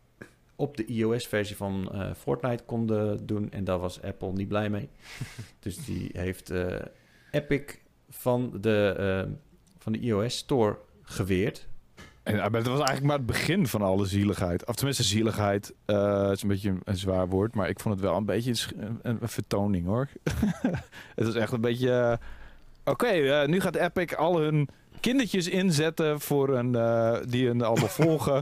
op de iOS-versie van Fortnite konden doen. En daar was Apple niet blij mee. Dus die heeft Epic van de iOS Store geweerd. Maar het was eigenlijk maar het begin van alle zieligheid. Of tenminste, zieligheid is een beetje een zwaar woord. Maar ik vond het wel een beetje een vertoning, hoor. Het is echt een beetje... Oké, nu gaat Epic al hun kindertjes inzetten die hun allemaal volgen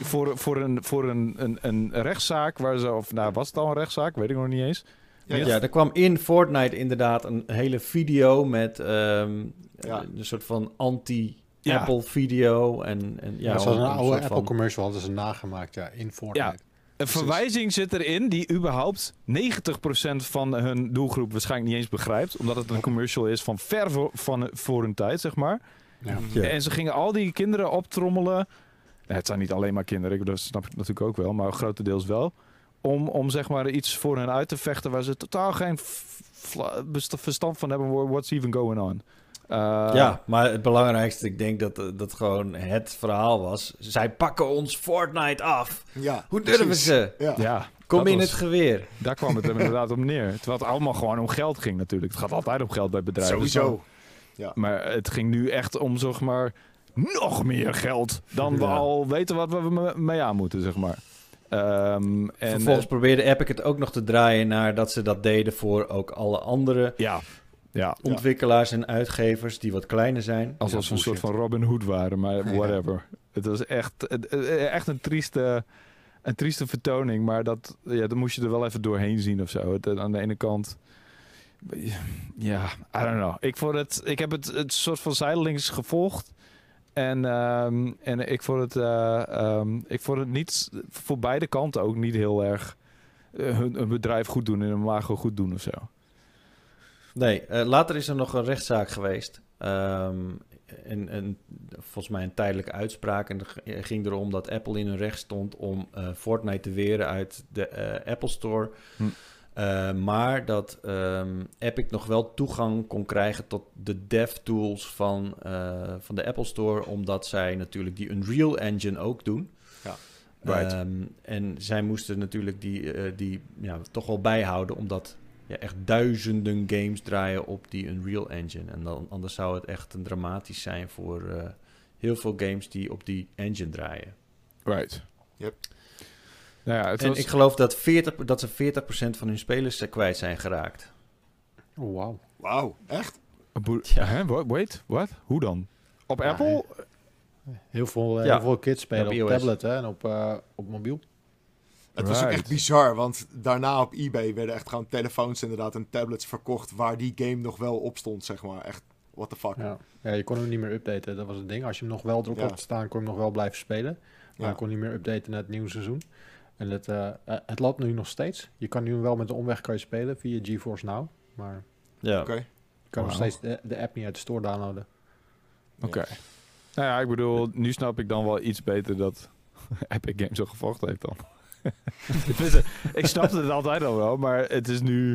voor een rechtszaak waar ze, of nou was het al een rechtszaak, weet ik nog niet eens. Ja, er kwam in Fortnite inderdaad een hele video met een soort van anti-Apple video en zoals een oude Apple commercial hadden ze nagemaakt, in Fortnite. Ja. Een verwijzing zit erin die überhaupt 90% van hun doelgroep waarschijnlijk niet eens begrijpt. Omdat het een commercial is van ver voor hun tijd, zeg maar. Ja. En ze gingen al die kinderen optrommelen. Het zijn niet alleen maar kinderen, dat snap ik natuurlijk ook wel, maar grotendeels wel. Om zeg maar iets voor hen uit te vechten waar ze totaal geen verstand van hebben. What's even going on? Maar het belangrijkste, ik denk dat gewoon het verhaal was. Zij pakken ons Fortnite af. Ja, hoe durven ze? Ja, kom in het geweer. Daar kwam het inderdaad op neer. Terwijl het allemaal gewoon om geld ging natuurlijk. Het gaat altijd om geld bij bedrijven. Sowieso. Ja. Maar het ging nu echt om, zeg maar, nog meer geld dan we al weten wat we mee aan moeten, zeg maar. Vervolgens probeerde Epic het ook nog te draaien naar dat ze dat deden voor ook alle andere ontwikkelaars en uitgevers die wat kleiner zijn. Alsof ze een soort van Robin Hood waren, maar whatever. Het was echt een trieste vertoning, maar dan moest je er wel even doorheen zien of zo. Aan de ene kant... Ja, I don't know. Ik heb het soort van zijdelings gevolgd. En ik vond het niet voor beide kanten ook niet heel erg hun bedrijf goed doen en hun imago goed doen of zo. Nee, later is er nog een rechtszaak geweest. En volgens mij een tijdelijke uitspraak. En het ging erom dat Apple in hun recht stond om Fortnite te weren uit de Apple Store. Maar dat Epic nog wel toegang kon krijgen tot de dev tools van de Apple Store, omdat zij natuurlijk die Unreal Engine ook doen. Ja. Right. En zij moesten natuurlijk die toch wel bijhouden, omdat echt duizenden games draaien op die Unreal Engine. En dan, anders zou het echt een dramatisch zijn voor heel veel games die op die engine draaien. Right. Yep. Nou ja, ik geloof dat ze 40% van hun spelers kwijt zijn geraakt. Oh, wauw. Wauw, echt? Wait, what? Hoe dan? Op Apple? Heel veel kids spelen op tablet en op mobiel. Het was ook echt bizar, want daarna op eBay werden echt gewoon telefoons inderdaad en tablets verkocht waar die game nog wel op stond, zeg maar. Echt, what the fuck. Ja, je kon hem niet meer updaten, dat was het ding. Als je hem nog wel erop had staan, kon je hem nog wel blijven spelen. Maar je kon niet meer updaten naar het nieuwe seizoen. En het loopt nu nog steeds. Je kan nu wel met de omweg spelen via GeForce Now. Maar je kan nog steeds de app niet uit de store downloaden. Oké. Nou ja, ik bedoel, nu snap ik dan wel iets beter dat Epic Games zo gevochten heeft dan. Ik snapte het altijd al wel, maar het is nu...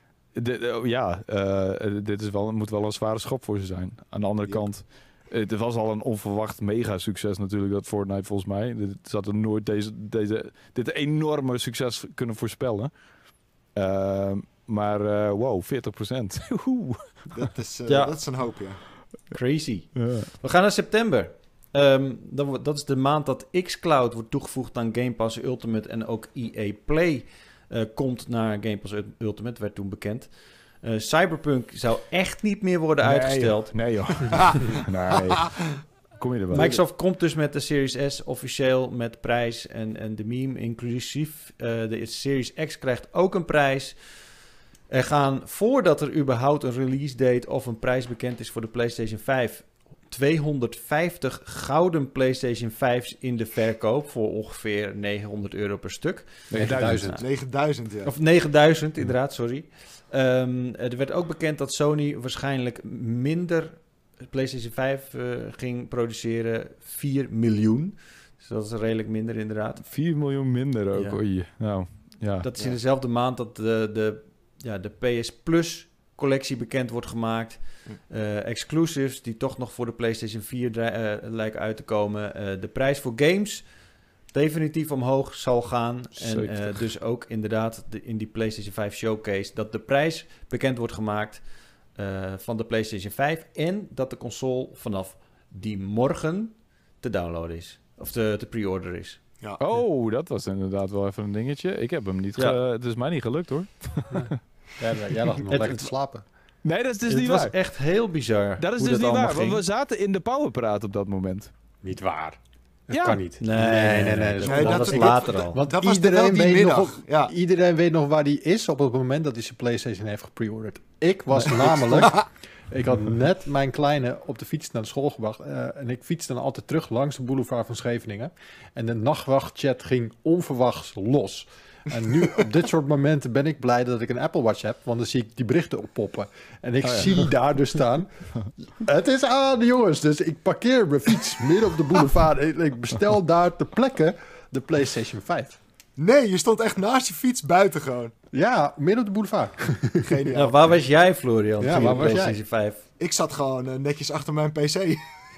Dit moet wel een zware schop voor ze zijn. Aan de andere kant... Het was al een onverwacht mega succes natuurlijk, dat Fortnite volgens mij. Ze hadden nooit dit enorme succes kunnen voorspellen. Maar wow, 40%. Dat is een hoop, ja. Crazy. Ja. We gaan naar september. Dat is de maand dat xCloud wordt toegevoegd aan Game Pass Ultimate en ook EA Play komt naar Game Pass Ultimate, werd toen bekend. Cyberpunk zou echt niet meer worden uitgesteld. Nee joh. Nee. Kom je erbij? Microsoft komt dus met de Series S officieel met prijs en de meme inclusief. De Series X krijgt ook een prijs. Er gaan, voordat er überhaupt een release date of een prijs bekend is voor de PlayStation 5... 250 gouden PlayStation 5's in de verkoop voor ongeveer €900 per stuk. 9000. 9000, ja. Of 9000, inderdaad, sorry. Er werd ook bekend dat Sony waarschijnlijk minder PlayStation 5 ging produceren. 4 miljoen. Dus dat is redelijk minder, inderdaad. 4 miljoen minder ook. Ja. Oei. Nou, ja. Dat is in dezelfde maand dat de PS Plus collectie bekend wordt gemaakt. Exclusives die toch nog voor de PlayStation 4 lijken uit te komen. De prijs voor games definitief omhoog zal gaan. En dus ook inderdaad in die PlayStation 5 Showcase dat de prijs bekend wordt gemaakt van de PlayStation 5. En dat de console vanaf die morgen te downloaden is. Of te pre-order is. Ja. Oh, dat was inderdaad wel even een dingetje. Ik heb hem niet... Het is mij niet gelukt, hoor. Ja, jij lag nog lekker te slapen. Nee, dat is dus Het niet was waar. echt heel bizar. Dat is hoe dus niet allemaal waar, want ging. we zaten in de powerpraat op dat moment. Niet waar. Dat Ja. kan niet. Nee, dat was later al. Want Dat was iedereen wel die weet middag. nog, Ja. iedereen weet nog waar die is op het moment dat hij zijn PlayStation heeft gepreorderd. Ik was namelijk... Ik had net mijn kleine op de fiets naar de school gebracht. En ik fietste dan altijd terug langs de boulevard van Scheveningen. En de nachtwachtchat ging onverwachts los. En nu, op dit soort momenten, ben ik blij dat ik een Apple Watch heb. Want dan zie ik die berichten oppoppen. En ik zie daar dus staan. Het is aan, jongens. Dus ik parkeer mijn fiets midden op de boulevard. En ik bestel daar ter plekke de PlayStation 5. Nee, je stond echt naast je fiets buiten gewoon. Ja, midden op de boulevard. Geniaal. Nou, waar was jij, Florian? Ja, toen je waar was jij? PlayStation 5? Ik zat gewoon netjes achter mijn PC.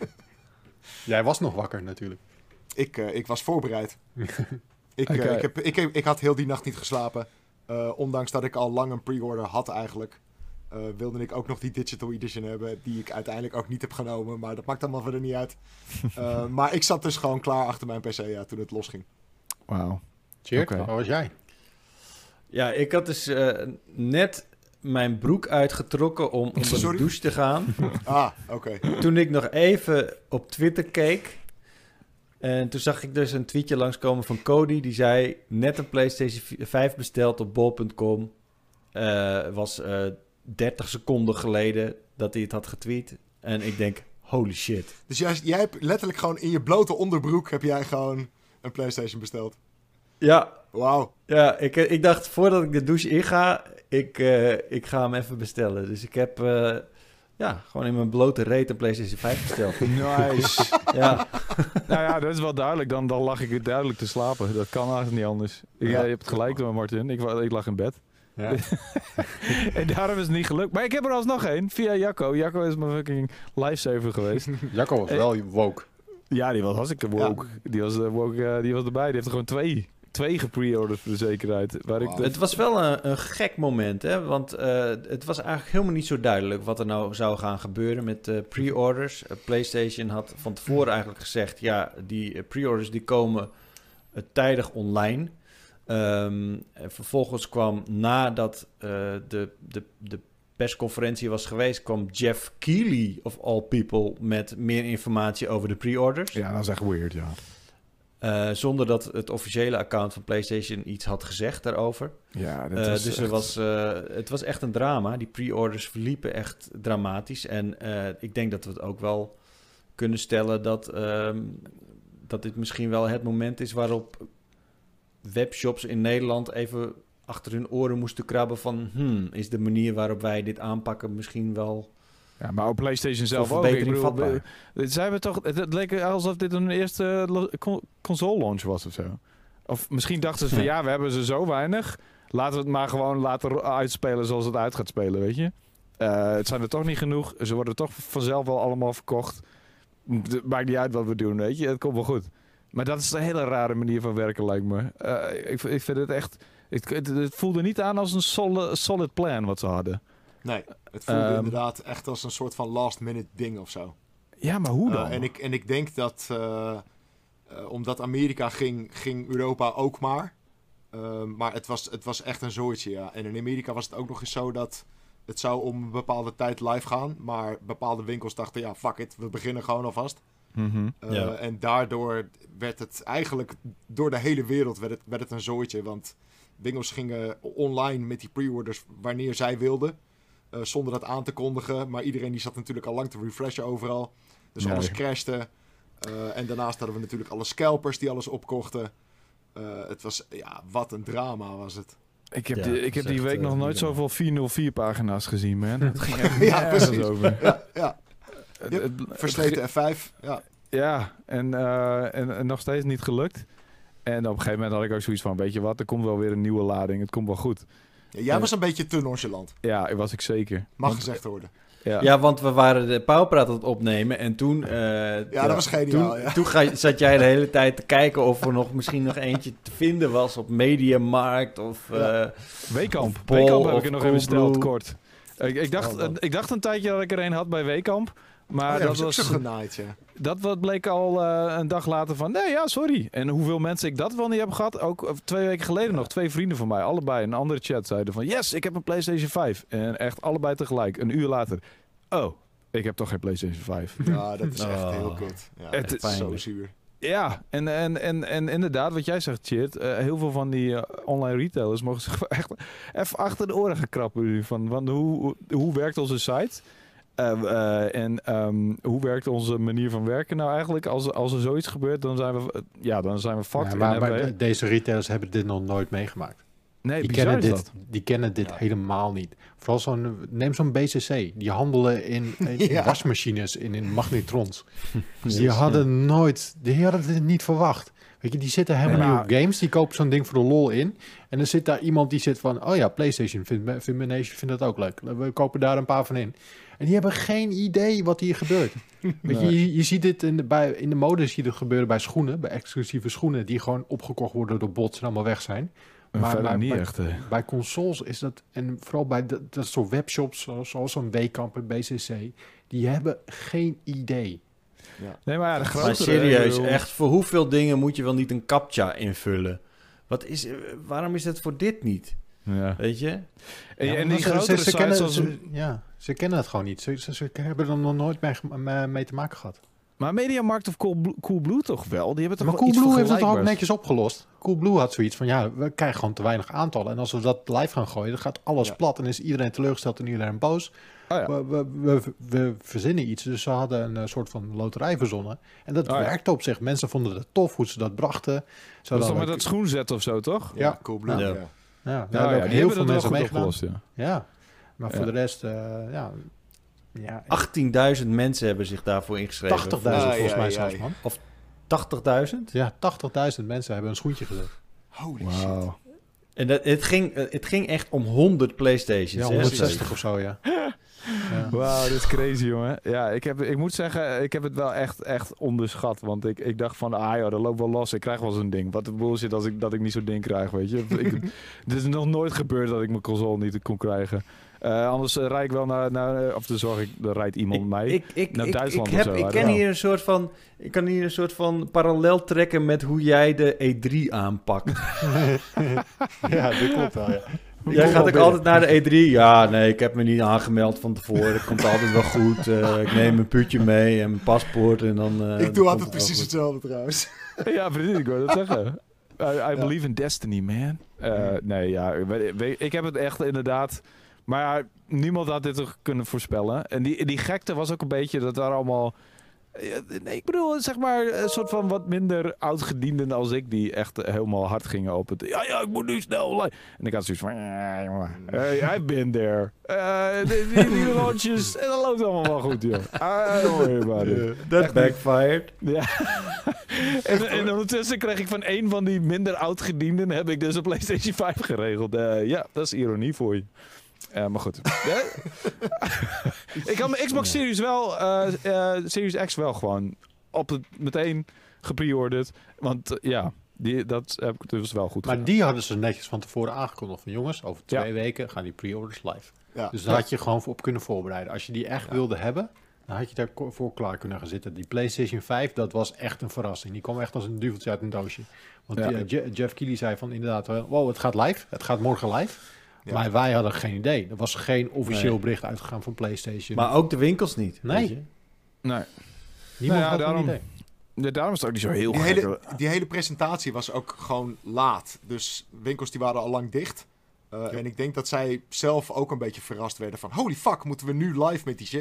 Jij was nog wakker natuurlijk. Ik was voorbereid. Oké. Ik had heel die nacht niet geslapen. Ondanks dat ik al lang een pre-order had eigenlijk. Wilde ik ook nog die Digital Edition hebben. Die ik uiteindelijk ook niet heb genomen. Maar dat maakt allemaal verder niet uit. Maar ik zat dus gewoon klaar achter mijn PC toen het losging. Wauw. Cheers, Oké. waar was jij? Ja, ik had dus net mijn broek uitgetrokken om onder de Sorry? douche te gaan. Oké. Toen ik nog even op Twitter keek. En toen zag ik dus een tweetje langskomen van Cody. Die zei, net een PlayStation 5 besteld op bol.com. Was 30 seconden geleden dat hij het had getweet. En ik denk, holy shit. Dus jij hebt letterlijk gewoon in je blote onderbroek heb jij gewoon een PlayStation besteld. Ja, Wauw. ja ik dacht voordat ik de douche inga, ik ga hem even bestellen. Dus ik heb gewoon in mijn blote reet een PlayStation 5 besteld. Nice. Ja. Nou ja, dat is wel duidelijk. Dan lag ik duidelijk te slapen. Dat kan eigenlijk niet anders. Je hebt gelijk door, Martin. Ik lag in bed. Ja. En daarom is het niet gelukt. Maar ik heb er alsnog één via Jacco. Jacco is mijn fucking lifesaver geweest. Jacco was wel woke. Ja, die was hartstikke woke. Die was woke. Die was erbij. Die heeft er gewoon twee gepre-orderd voor de zekerheid. Waar ik Het was wel een gek moment, hè? Want het was eigenlijk helemaal niet zo duidelijk wat er nou zou gaan gebeuren met pre-orders. PlayStation had van tevoren eigenlijk gezegd, ja, die pre-orders die komen tijdig online. En vervolgens kwam nadat de persconferentie was geweest, kwam Jeff Keighley of all people met meer informatie over de pre-orders. Ja, dat is echt weird, ja. Zonder dat het officiële account van PlayStation iets had gezegd daarover. Ja, dat was dus het was echt een drama. Die pre-orders verliepen echt dramatisch. En ik denk dat we het ook wel kunnen stellen dat dit misschien wel het moment is waarop webshops in Nederland even achter hun oren moesten krabben van is de manier waarop wij dit aanpakken misschien wel... Ja, maar op PlayStation zelf voor ook. verbetering vatbaar. Zijn we toch, het leek alsof dit een eerste console launch was of zo. Of misschien dachten ze van ja, we hebben ze zo weinig. Laten we het maar gewoon laten uitspelen zoals het uit gaat spelen, weet je. Het zijn er toch niet genoeg. Ze worden toch vanzelf wel allemaal verkocht. Het maakt niet uit wat we doen, weet je. Het komt wel goed. Maar dat is een hele rare manier van werken, lijkt me. Ik vind het echt... Het voelde niet aan als een solid plan wat ze hadden. Nee, het voelde inderdaad echt als een soort van last minute ding of zo. Ja, maar hoe dan? En ik denk dat omdat Amerika ging Europa ook maar. Maar het was echt een zooitje, ja. En in Amerika was het ook nog eens zo dat het zou om een bepaalde tijd live gaan. Maar bepaalde winkels dachten, ja, fuck it, we beginnen gewoon alvast. Mm-hmm. En daardoor werd het eigenlijk door de hele wereld werd het een zooitje. Want winkels gingen online met die pre-orders wanneer zij wilden. Zonder dat aan te kondigen. Maar iedereen die zat natuurlijk al lang te refreshen overal. Dus alles crashte. En daarnaast hadden we natuurlijk alle scalpers die alles opkochten. Het was, wat een drama was het. Ik heb die week nog nooit zoveel 404 pagina's gezien, man. Het ging echt precies. over. Ja. Versleten F5. Ja, en nog steeds niet gelukt. En op een gegeven moment had ik ook zoiets van, weet je wat, er komt wel weer een nieuwe lading. Het komt wel goed. Ja, jij was een beetje te nonchalant. Ja, was ik zeker. Mag gezegd worden. Ja, want we waren de Pauwpraat aan het opnemen en toen... dat was geniaal, Toen zat jij de hele tijd te kijken of er misschien nog eentje te vinden was op Mediamarkt of... Weekamp. Of Bol, Weekamp heb of ik er nog Coolblue. even besteld, kort. Ik dacht een tijdje dat ik er een had bij Weekamp. Maar dat was zo genaaid, ja. Dat bleek al een dag later van, nee, ja, sorry. En hoeveel mensen ik dat wel niet heb gehad, ook 2 weken geleden nog, 2 vrienden van mij, allebei in een andere chat zeiden van, yes, ik heb een PlayStation 5. En echt allebei tegelijk, een uur later, oh, ik heb toch geen PlayStation 5. Ja, dat is echt heel kut. Ja, het is zo zuur. Ja, en inderdaad, wat jij zegt, Chit, heel veel van die online retailers mogen zich echt even achter de oren gaan krappen nu. Van hoe werkt onze site? Hoe werkt onze manier van werken nou eigenlijk? Als er zoiets gebeurt, dan zijn we fucked. Ja, maar deze retailers hebben dit nog nooit meegemaakt. Nee, die kennen dit helemaal niet. Vooral neem zo'n BCC. Die handelen in wasmachines, in magnetrons. Die hadden dit niet verwacht. Weet je, die zitten helemaal niet op games. Die kopen zo'n ding voor de lol in. En dan zit daar iemand die zit van... Oh ja, PlayStation vindt dat ook leuk. We kopen daar een paar van in. En die hebben geen idee wat hier gebeurt. Weet je ziet dit in de mode zie je dit gebeuren bij schoenen. Bij exclusieve schoenen die gewoon opgekocht worden door bots en allemaal weg zijn. Maar niet echt. Bij consoles is dat... En vooral bij dat soort webshops zoals zo'n Weekamp en BCC... Die hebben geen idee. Ja. Nee, maar maar serieus, echt, voor hoeveel dingen moet je wel niet een CAPTCHA invullen? Waarom is het voor dit niet? Ja. Weet je? En die grotere sites... Ze kennen het gewoon niet. Ze hebben er nog nooit mee te maken gehad. Maar Mediamarkt of Coolblue toch wel? Die hebben toch maar Coolblue heeft het ook netjes opgelost. Coolblue had zoiets van, we krijgen gewoon te weinig aantallen. En als we dat live gaan gooien, dan gaat alles plat. En is iedereen teleurgesteld en iedereen boos. Oh ja. We verzinnen iets. Dus ze hadden een soort van loterij verzonnen. En dat werkte op zich. Mensen vonden het tof hoe ze dat brachten. Dat was toch met dat schoenzet of zo, toch? Ja, Coolblue. Daar hebben ook heel veel mensen mee gedaan. Ja, maar voor de rest, Ja, 18.000 mensen hebben zich daarvoor ingeschreven. 80.000 volgens mij zelfs, man. Of 80.000? Ja, 80.000 mensen hebben een schoentje gezet. Holy shit. En het ging echt om 100 PlayStations. Ja, 160 of zo, ja. Wauw, dit is crazy, jongen. Ja, ik moet zeggen, ik heb het wel echt onderschat. Want ik dacht van, dat loopt wel los. Ik krijg wel zo'n ding. Wat de bullshit dat ik niet zo'n ding krijg, weet je. Het is nog nooit gebeurd dat ik mijn console niet kon krijgen. Anders rijd ik wel naar of dan rijdt iemand mij naar Duitsland of zo. Ik kan hier een soort van parallel trekken met hoe jij de E3 aanpakt. Ja, dat klopt wel, ja. Jij gaat ook altijd naar de E3. Ja, nee, ik heb me niet aangemeld van tevoren. Het komt altijd wel goed. Ik neem mijn putje mee en mijn paspoort en dan... ik doe altijd precies hetzelfde trouwens. Ja, precies, ik wou dat zeggen. I believe in destiny, man. Ik heb het echt inderdaad... Maar niemand had dit toch kunnen voorspellen. En die gekte was ook een beetje... Dat waren allemaal... Nee, ik bedoel, zeg maar... Een soort van wat minder oudgedienden als ik... Die echt helemaal hard gingen op het... Ja, ik moet nu snel... En ik had zoiets van... I've been there. Die launches... En dat loopt allemaal wel goed, joh. Don't worry about it. That backfired. Ja. en ondertussen kreeg ik van een van die minder oudgedienden... Heb ik dus een PlayStation 5 geregeld. Ja, dat is ironie voor je. Maar goed. Ik had mijn Xbox Series X wel gewoon meteen gepreorderd. Want dat heb ik dus wel goed gedaan. Maar die hadden ze netjes van tevoren aangekondigd. Van jongens, over 2 weken gaan die pre-orders live. Ja. Dus daar had je gewoon op kunnen voorbereiden. Als je die echt wilde hebben, dan had je daarvoor klaar kunnen gaan zitten. Die PlayStation 5, dat was echt een verrassing. Die kwam echt als een duveltje uit een doosje. Want Jeff Keighley zei van inderdaad, wow, het gaat live. Het gaat morgen live. Ja. Maar wij hadden geen idee. Er was geen officieel bericht uitgegaan van PlayStation. Maar ook de winkels niet. Nee. Niemand had een idee. Ja, daarom is het ook niet zo heel die hele presentatie was ook gewoon laat. Dus winkels die waren al lang dicht. En ik denk dat zij zelf ook een beetje verrast werden van... Holy fuck, moeten we nu live met die shit?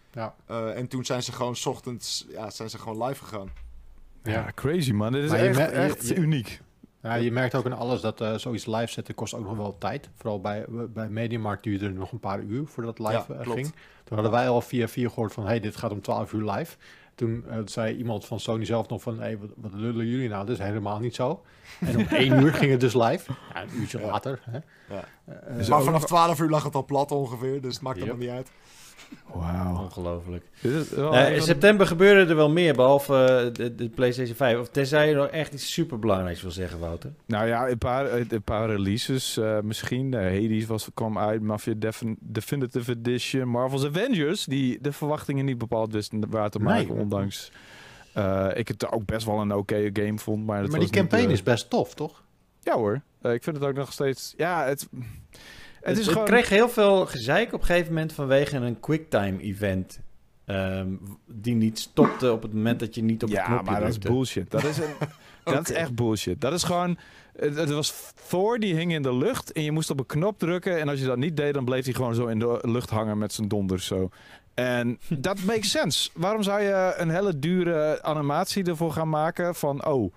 Ja. En toen zijn ze gewoon 's ochtends zijn ze gewoon live gegaan. Ja, crazy man. Dit is Maar echt uniek. Ja, je merkt ook aan alles dat zoiets live zetten kost ook nog wel tijd. Vooral bij Mediamarkt duurde het nog een paar uur voordat het live ging. Toen hadden wij al via gehoord van, dit gaat om 12 uur live. Toen zei iemand van Sony zelf nog van, wat lullen jullie nou? Dat is helemaal niet zo. En om 1 uur ging het dus live. Ja, een uurtje later. Hè. Ja. Maar vanaf 12 uur lag het al plat ongeveer, dus het maakt er niet uit. Wauw. Ongelooflijk. In september gebeurde er wel meer, behalve de PlayStation 5. Of tenzij je nog echt iets superbelangrijks wil zeggen, Wouter. Nou ja, een paar releases misschien. Hades kwam uit, Mafia Definitive Edition, Marvel's Avengers, die de verwachtingen niet bepaald wisten waar te maken, ondanks ik het ook best wel een oké game vond. Maar die campaign is best tof, toch? Ja hoor, ik vind het ook nog steeds... Ja, Het kreeg heel veel gezeik op een gegeven moment vanwege een quicktime-event. Die niet stopte op het moment dat je niet op het knopje drukte. Ja, maar dat is bullshit. Dat is echt bullshit. Dat is gewoon... Het was Thor, die hing in de lucht en je moest op een knop drukken. En als je dat niet deed, dan bleef hij gewoon zo in de lucht hangen met zijn donders zo. En dat makes sense. Waarom zou je een hele dure animatie ervoor gaan maken van...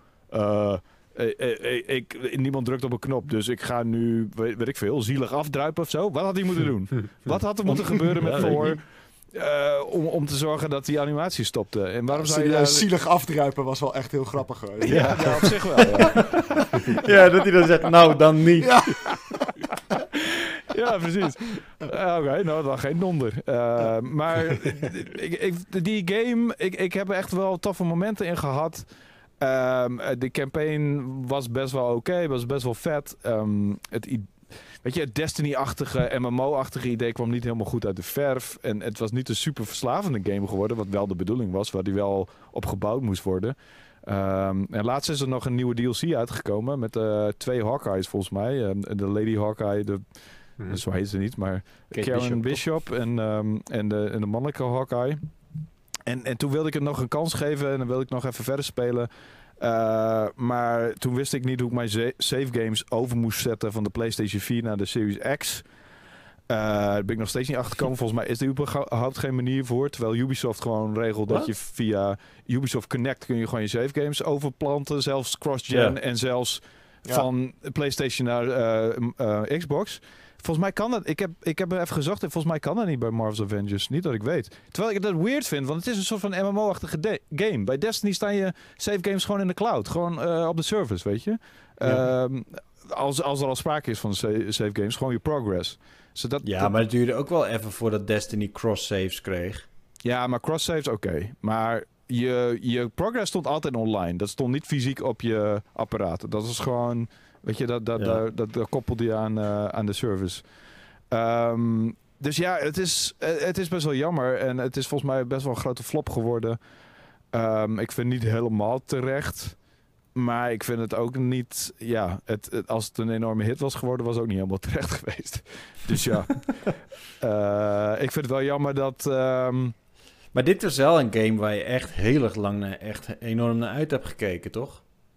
niemand drukt op een knop, dus ik ga nu, weet ik veel, zielig afdruipen of zo. Wat had hij moeten doen? Wat had er moeten gebeuren met Thor om te zorgen dat die animatie stopte? En waarom zou je zielig afdruipen was wel echt heel grappig hoor. Ja, op zich wel. Ja. Ja, dat hij dan zegt, nou dan niet. Ja. Ja, precies. Oké, nou dan geen donder. Maar die game, ik heb er echt wel toffe momenten in gehad. De campaign was best wel oké, was best wel vet. Het Destiny-achtige, MMO-achtige idee kwam niet helemaal goed uit de verf. En het was niet een super verslavende game geworden, wat wel de bedoeling was, waar die wel op gebouwd moest worden. En laatst is er nog een nieuwe DLC uitgekomen met 2 Hawkeyes volgens mij. De Lady Hawkeye, zo heet ze niet, maar Karen Bishop en de mannelijke Hawkeye. En toen wilde ik het nog een kans geven en dan wilde ik nog even verder spelen. Maar toen wist ik niet hoe ik mijn save games over moest zetten van de PlayStation 4 naar de Series X. Daar ben ik nog steeds niet achtergekomen. Volgens mij is er überhaupt geen manier voor. Terwijl Ubisoft gewoon regelt dat je via Ubisoft Connect kun je gewoon je save games overplanten. Zelfs cross-gen en zelfs van PlayStation naar Xbox. Volgens mij kan dat. Ik heb er even gezocht en volgens mij kan dat niet bij Marvel's Avengers. Niet dat ik weet. Terwijl ik dat weird vind, want het is een soort van MMO-achtige game. Bij Destiny staan je save games gewoon in de cloud. Gewoon op de service, weet je. Ja. Als er al sprake is van save games, gewoon je progress. Maar het duurde ook wel even voordat Destiny cross-saves kreeg. Ja, maar cross-saves oké. Maar je progress stond altijd online. Dat stond niet fysiek op je apparaat. Dat was gewoon... Weet je, dat koppelde je aan de service. Dus ja, het is best wel jammer. En het is volgens mij best wel een grote flop geworden. Ik vind het niet helemaal terecht. Maar ik vind het ook niet... Ja, als het een enorme hit was geworden, was het ook niet helemaal terecht geweest. Dus ja. Ik vind het wel jammer dat... Maar dit was wel een game waar je echt heel erg lang echt enorm naar uit hebt gekeken, toch?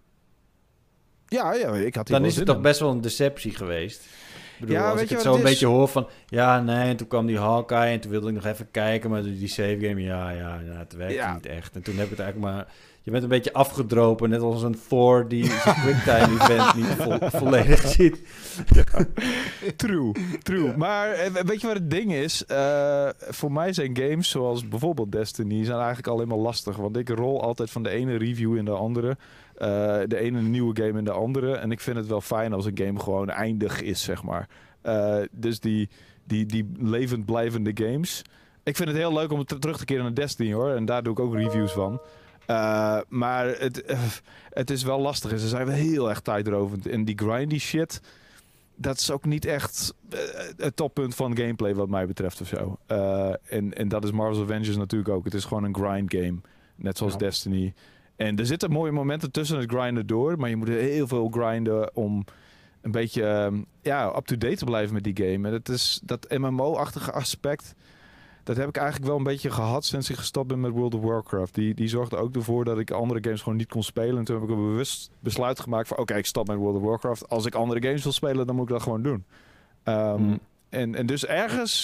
Ja, ik had hier dan is het toch best wel een deceptie geweest. Ik bedoel, als ik het zo een beetje hoor van... Ja, nee, en toen kwam die Hawkeye en toen wilde ik nog even kijken. Maar die save game, het werkte niet echt. En toen heb ik het eigenlijk maar... Je bent een beetje afgedropen, net als een Thor die zijn quicktime event niet volledig ziet. Ja. True. Maar weet je wat het ding is? Voor mij zijn games zoals bijvoorbeeld Destiny zijn eigenlijk alleen maar lastig. Want ik rol altijd van de ene review in de andere. De ene nieuwe game in de andere. En ik vind het wel fijn als een game gewoon eindig is, zeg maar. Dus die levend blijvende games. Ik vind het heel leuk om terug te keren naar Destiny, hoor. En daar doe ik ook reviews van. Maar het is wel lastig. En ze zijn wel heel erg tijdrovend. En die grindy shit, dat is ook niet echt het toppunt van gameplay wat mij betreft of zo. En dat is Marvel's Avengers natuurlijk ook. Het is gewoon een grind game. Net zoals Destiny. En er zitten mooie momenten tussen het grinden door. Maar je moet heel veel grinden om een beetje up-to-date te blijven met die game. En het is dat MMO-achtige aspect... Dat heb ik eigenlijk wel een beetje gehad sinds ik gestopt ben met World of Warcraft. Die zorgde ook ervoor dat ik andere games gewoon niet kon spelen. En toen heb ik een bewust besluit gemaakt van... Oké, ik stop met World of Warcraft. Als ik andere games wil spelen, dan moet ik dat gewoon doen. En dus ergens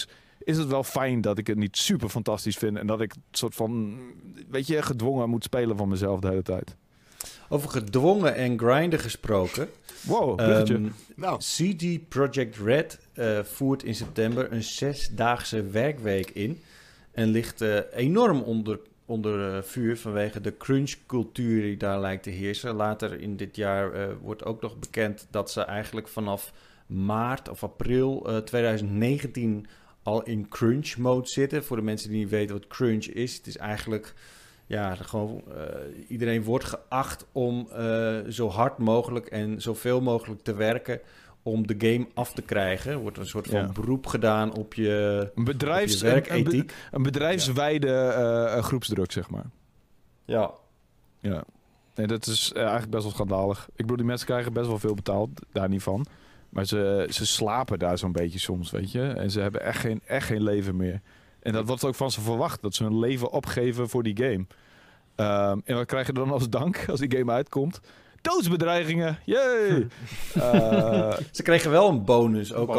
is het wel fijn dat ik het niet super fantastisch vind. En dat ik soort van, gedwongen moet spelen van mezelf de hele tijd. Over gedwongen en grinden gesproken. Wow, bruggetje. CD Projekt Red voert in september een 6-daagse werkweek in. En ligt enorm onder vuur vanwege de crunch-cultuur die daar lijkt te heersen. Later in dit jaar wordt ook nog bekend dat ze eigenlijk vanaf maart of april 2019 al in crunch-mode zitten. Voor de mensen die niet weten wat crunch is. Het is eigenlijk... Ja, gewoon iedereen wordt geacht om zo hard mogelijk en zoveel mogelijk te werken om de game af te krijgen. Er wordt een soort van beroep gedaan op je werkethiek. Een bedrijfswijde groepsdruk, zeg maar. Ja. Ja. Nee, dat is eigenlijk best wel schandalig. Ik bedoel, die mensen krijgen best wel veel betaald, daar niet van. Maar ze slapen daar zo'n beetje soms, weet je. En ze hebben echt geen leven meer. En dat wordt ook van ze verwacht, dat ze hun leven opgeven voor die game. En wat krijg je dan als dank als die game uitkomt? Doodsbedreigingen, yay! Ze kregen wel een bonus, ook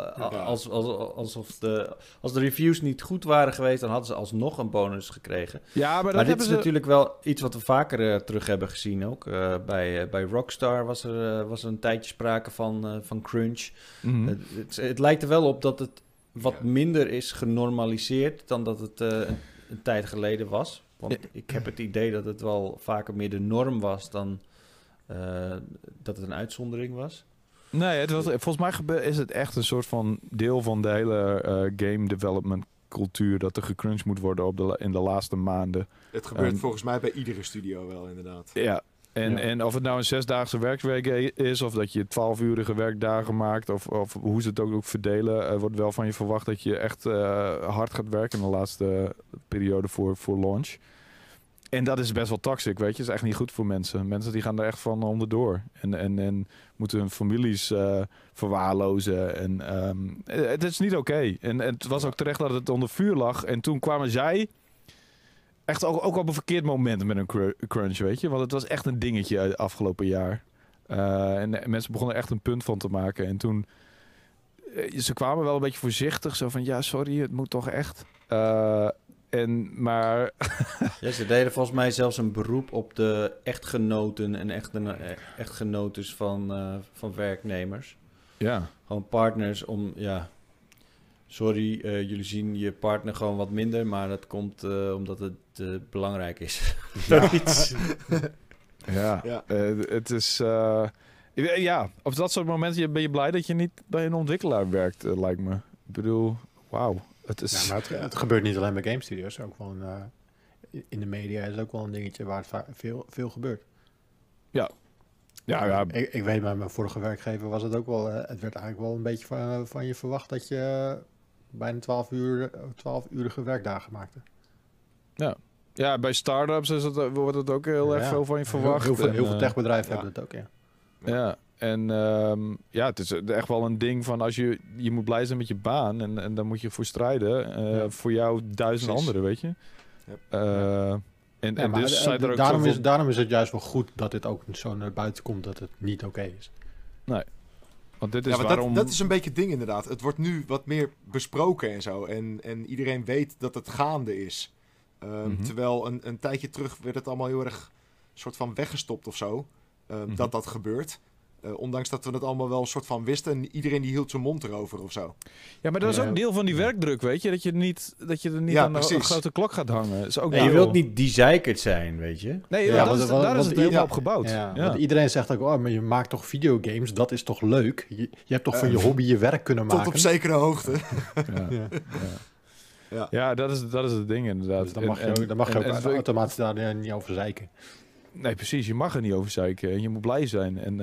als de reviews niet goed waren geweest, dan hadden ze alsnog een bonus gekregen. Ja, maar dit is natuurlijk wel iets wat we vaker terug hebben gezien ook. Bij Rockstar was er een tijdje sprake van crunch. Mm-hmm. Het lijkt er wel op dat het wat minder is genormaliseerd dan dat het een tijd geleden was. Want ik heb het idee dat het wel vaker meer de norm was dan dat het een uitzondering was. Nee, volgens mij is het echt een soort van deel van de hele game development cultuur dat er gecrunched moet worden in de laatste maanden. Het gebeurt volgens mij bij iedere studio wel, inderdaad. Ja. En of het nou een 6-daagse werkweek is, of dat je 12-urige werkdagen maakt, of hoe ze het ook verdelen, wordt wel van je verwacht dat je echt hard gaat werken in de laatste periode voor launch. En dat is best wel toxic, weet je. Dat is echt niet goed voor mensen. Mensen die gaan er echt van onderdoor. En moeten hun families verwaarlozen. En het is niet oké. En het was ook terecht dat het onder vuur lag. En toen kwamen zij... Echt ook op een verkeerd moment met een crunch, weet je. Want het was echt een dingetje afgelopen jaar. En mensen begonnen echt een punt van te maken. En toen... ze kwamen wel een beetje voorzichtig. Zo van, ja, sorry, het moet toch echt. Maar... Ja, ze deden volgens mij zelfs een beroep op de echtgenoten en echtgenotes van werknemers. Ja. Gewoon partners om... Ja, sorry, jullie zien je partner gewoon wat minder, maar dat komt omdat het belangrijk is. Het is... op dat soort momenten ben je blij dat je niet bij een ontwikkelaar werkt, lijkt me. Ik bedoel, wauw. Ja, maar het gebeurt niet alleen bij game studios. Ook wel in de media is ook wel een dingetje waar het veel gebeurt. Ja. Ik weet, bij mijn vorige werkgever was het ook wel... het werd eigenlijk wel een beetje van je verwacht dat je bijna 12-urige werkdagen maakte. Ja, bij start-ups wordt het ook heel erg veel van je verwacht. Heel veel techbedrijven hebben het ook, Ja. En het is echt wel een ding van als je moet blij zijn met je baan en daar moet je voor strijden. Voor jou 1000 anderen, weet je. Daarom is het juist wel goed dat dit ook zo naar buiten komt dat het niet oké is. Nee. Want dit is dat is een beetje het ding inderdaad. Het wordt nu wat meer besproken en zo. En iedereen weet dat het gaande is. Terwijl een tijdje terug werd het allemaal heel erg soort van weggestopt of zo. Dat gebeurt. Ondanks dat we het allemaal wel een soort van wisten. En iedereen die hield zijn mond erover of zo. Ja, maar dat is ook deel van die werkdruk, weet je. Dat je er niet aan een grote klok gaat hangen. Is ook je wilt niet die zeikerd zijn, weet je. Nee, daar is het helemaal op gebouwd. Want iedereen zegt ook, maar je maakt toch videogames? Dat is toch leuk? Je hebt toch van je hobby je werk kunnen maken? Tot op zekere hoogte. Ja, dat is het ding inderdaad. Dus dan mag je ook automatisch daar niet over zeiken. Nee, precies. Je mag er niet over zeiken. En je moet blij zijn. En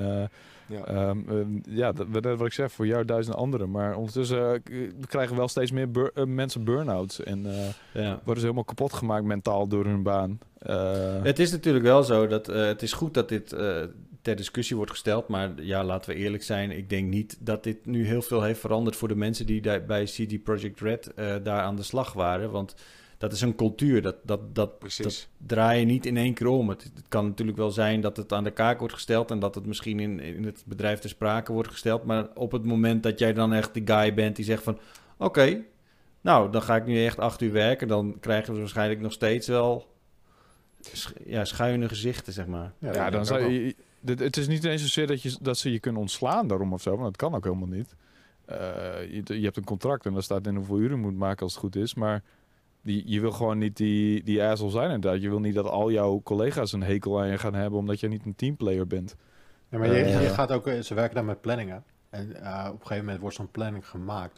dat wat ik zeg, voor jou 1000 anderen. Maar ondertussen krijgen wel steeds meer mensen burn-outs. En worden ze helemaal kapot gemaakt mentaal door hun baan. Het is natuurlijk wel zo dat het is goed dat dit ter discussie wordt gesteld. Maar ja, laten we eerlijk zijn. Ik denk niet dat dit nu heel veel heeft veranderd voor de mensen die bij CD Projekt Red daar aan de slag waren. Want dat is een cultuur. Dat draai je niet in één keer om. Het kan natuurlijk wel zijn dat het aan de kaak wordt gesteld en dat het misschien in het bedrijf ter sprake wordt gesteld. Maar op het moment dat jij dan echt die guy bent die zegt van oké, nou, dan ga ik nu echt 8 uur werken. Dan krijgen we waarschijnlijk nog steeds wel schuine gezichten, zeg maar. Ja, dan zou je... Het is niet eens zozeer dat ze je kunnen ontslaan daarom of zo. Want dat kan ook helemaal niet. Je hebt een contract en daar staat in hoeveel uren je moet maken als het goed is. Maar je wil gewoon niet die asshole zijn inderdaad. Je wil niet dat al jouw collega's een hekel aan je gaan hebben omdat je niet een teamplayer bent. Ja, maar je gaat ook... Ze werken daar met planningen. En op een gegeven moment wordt zo'n planning gemaakt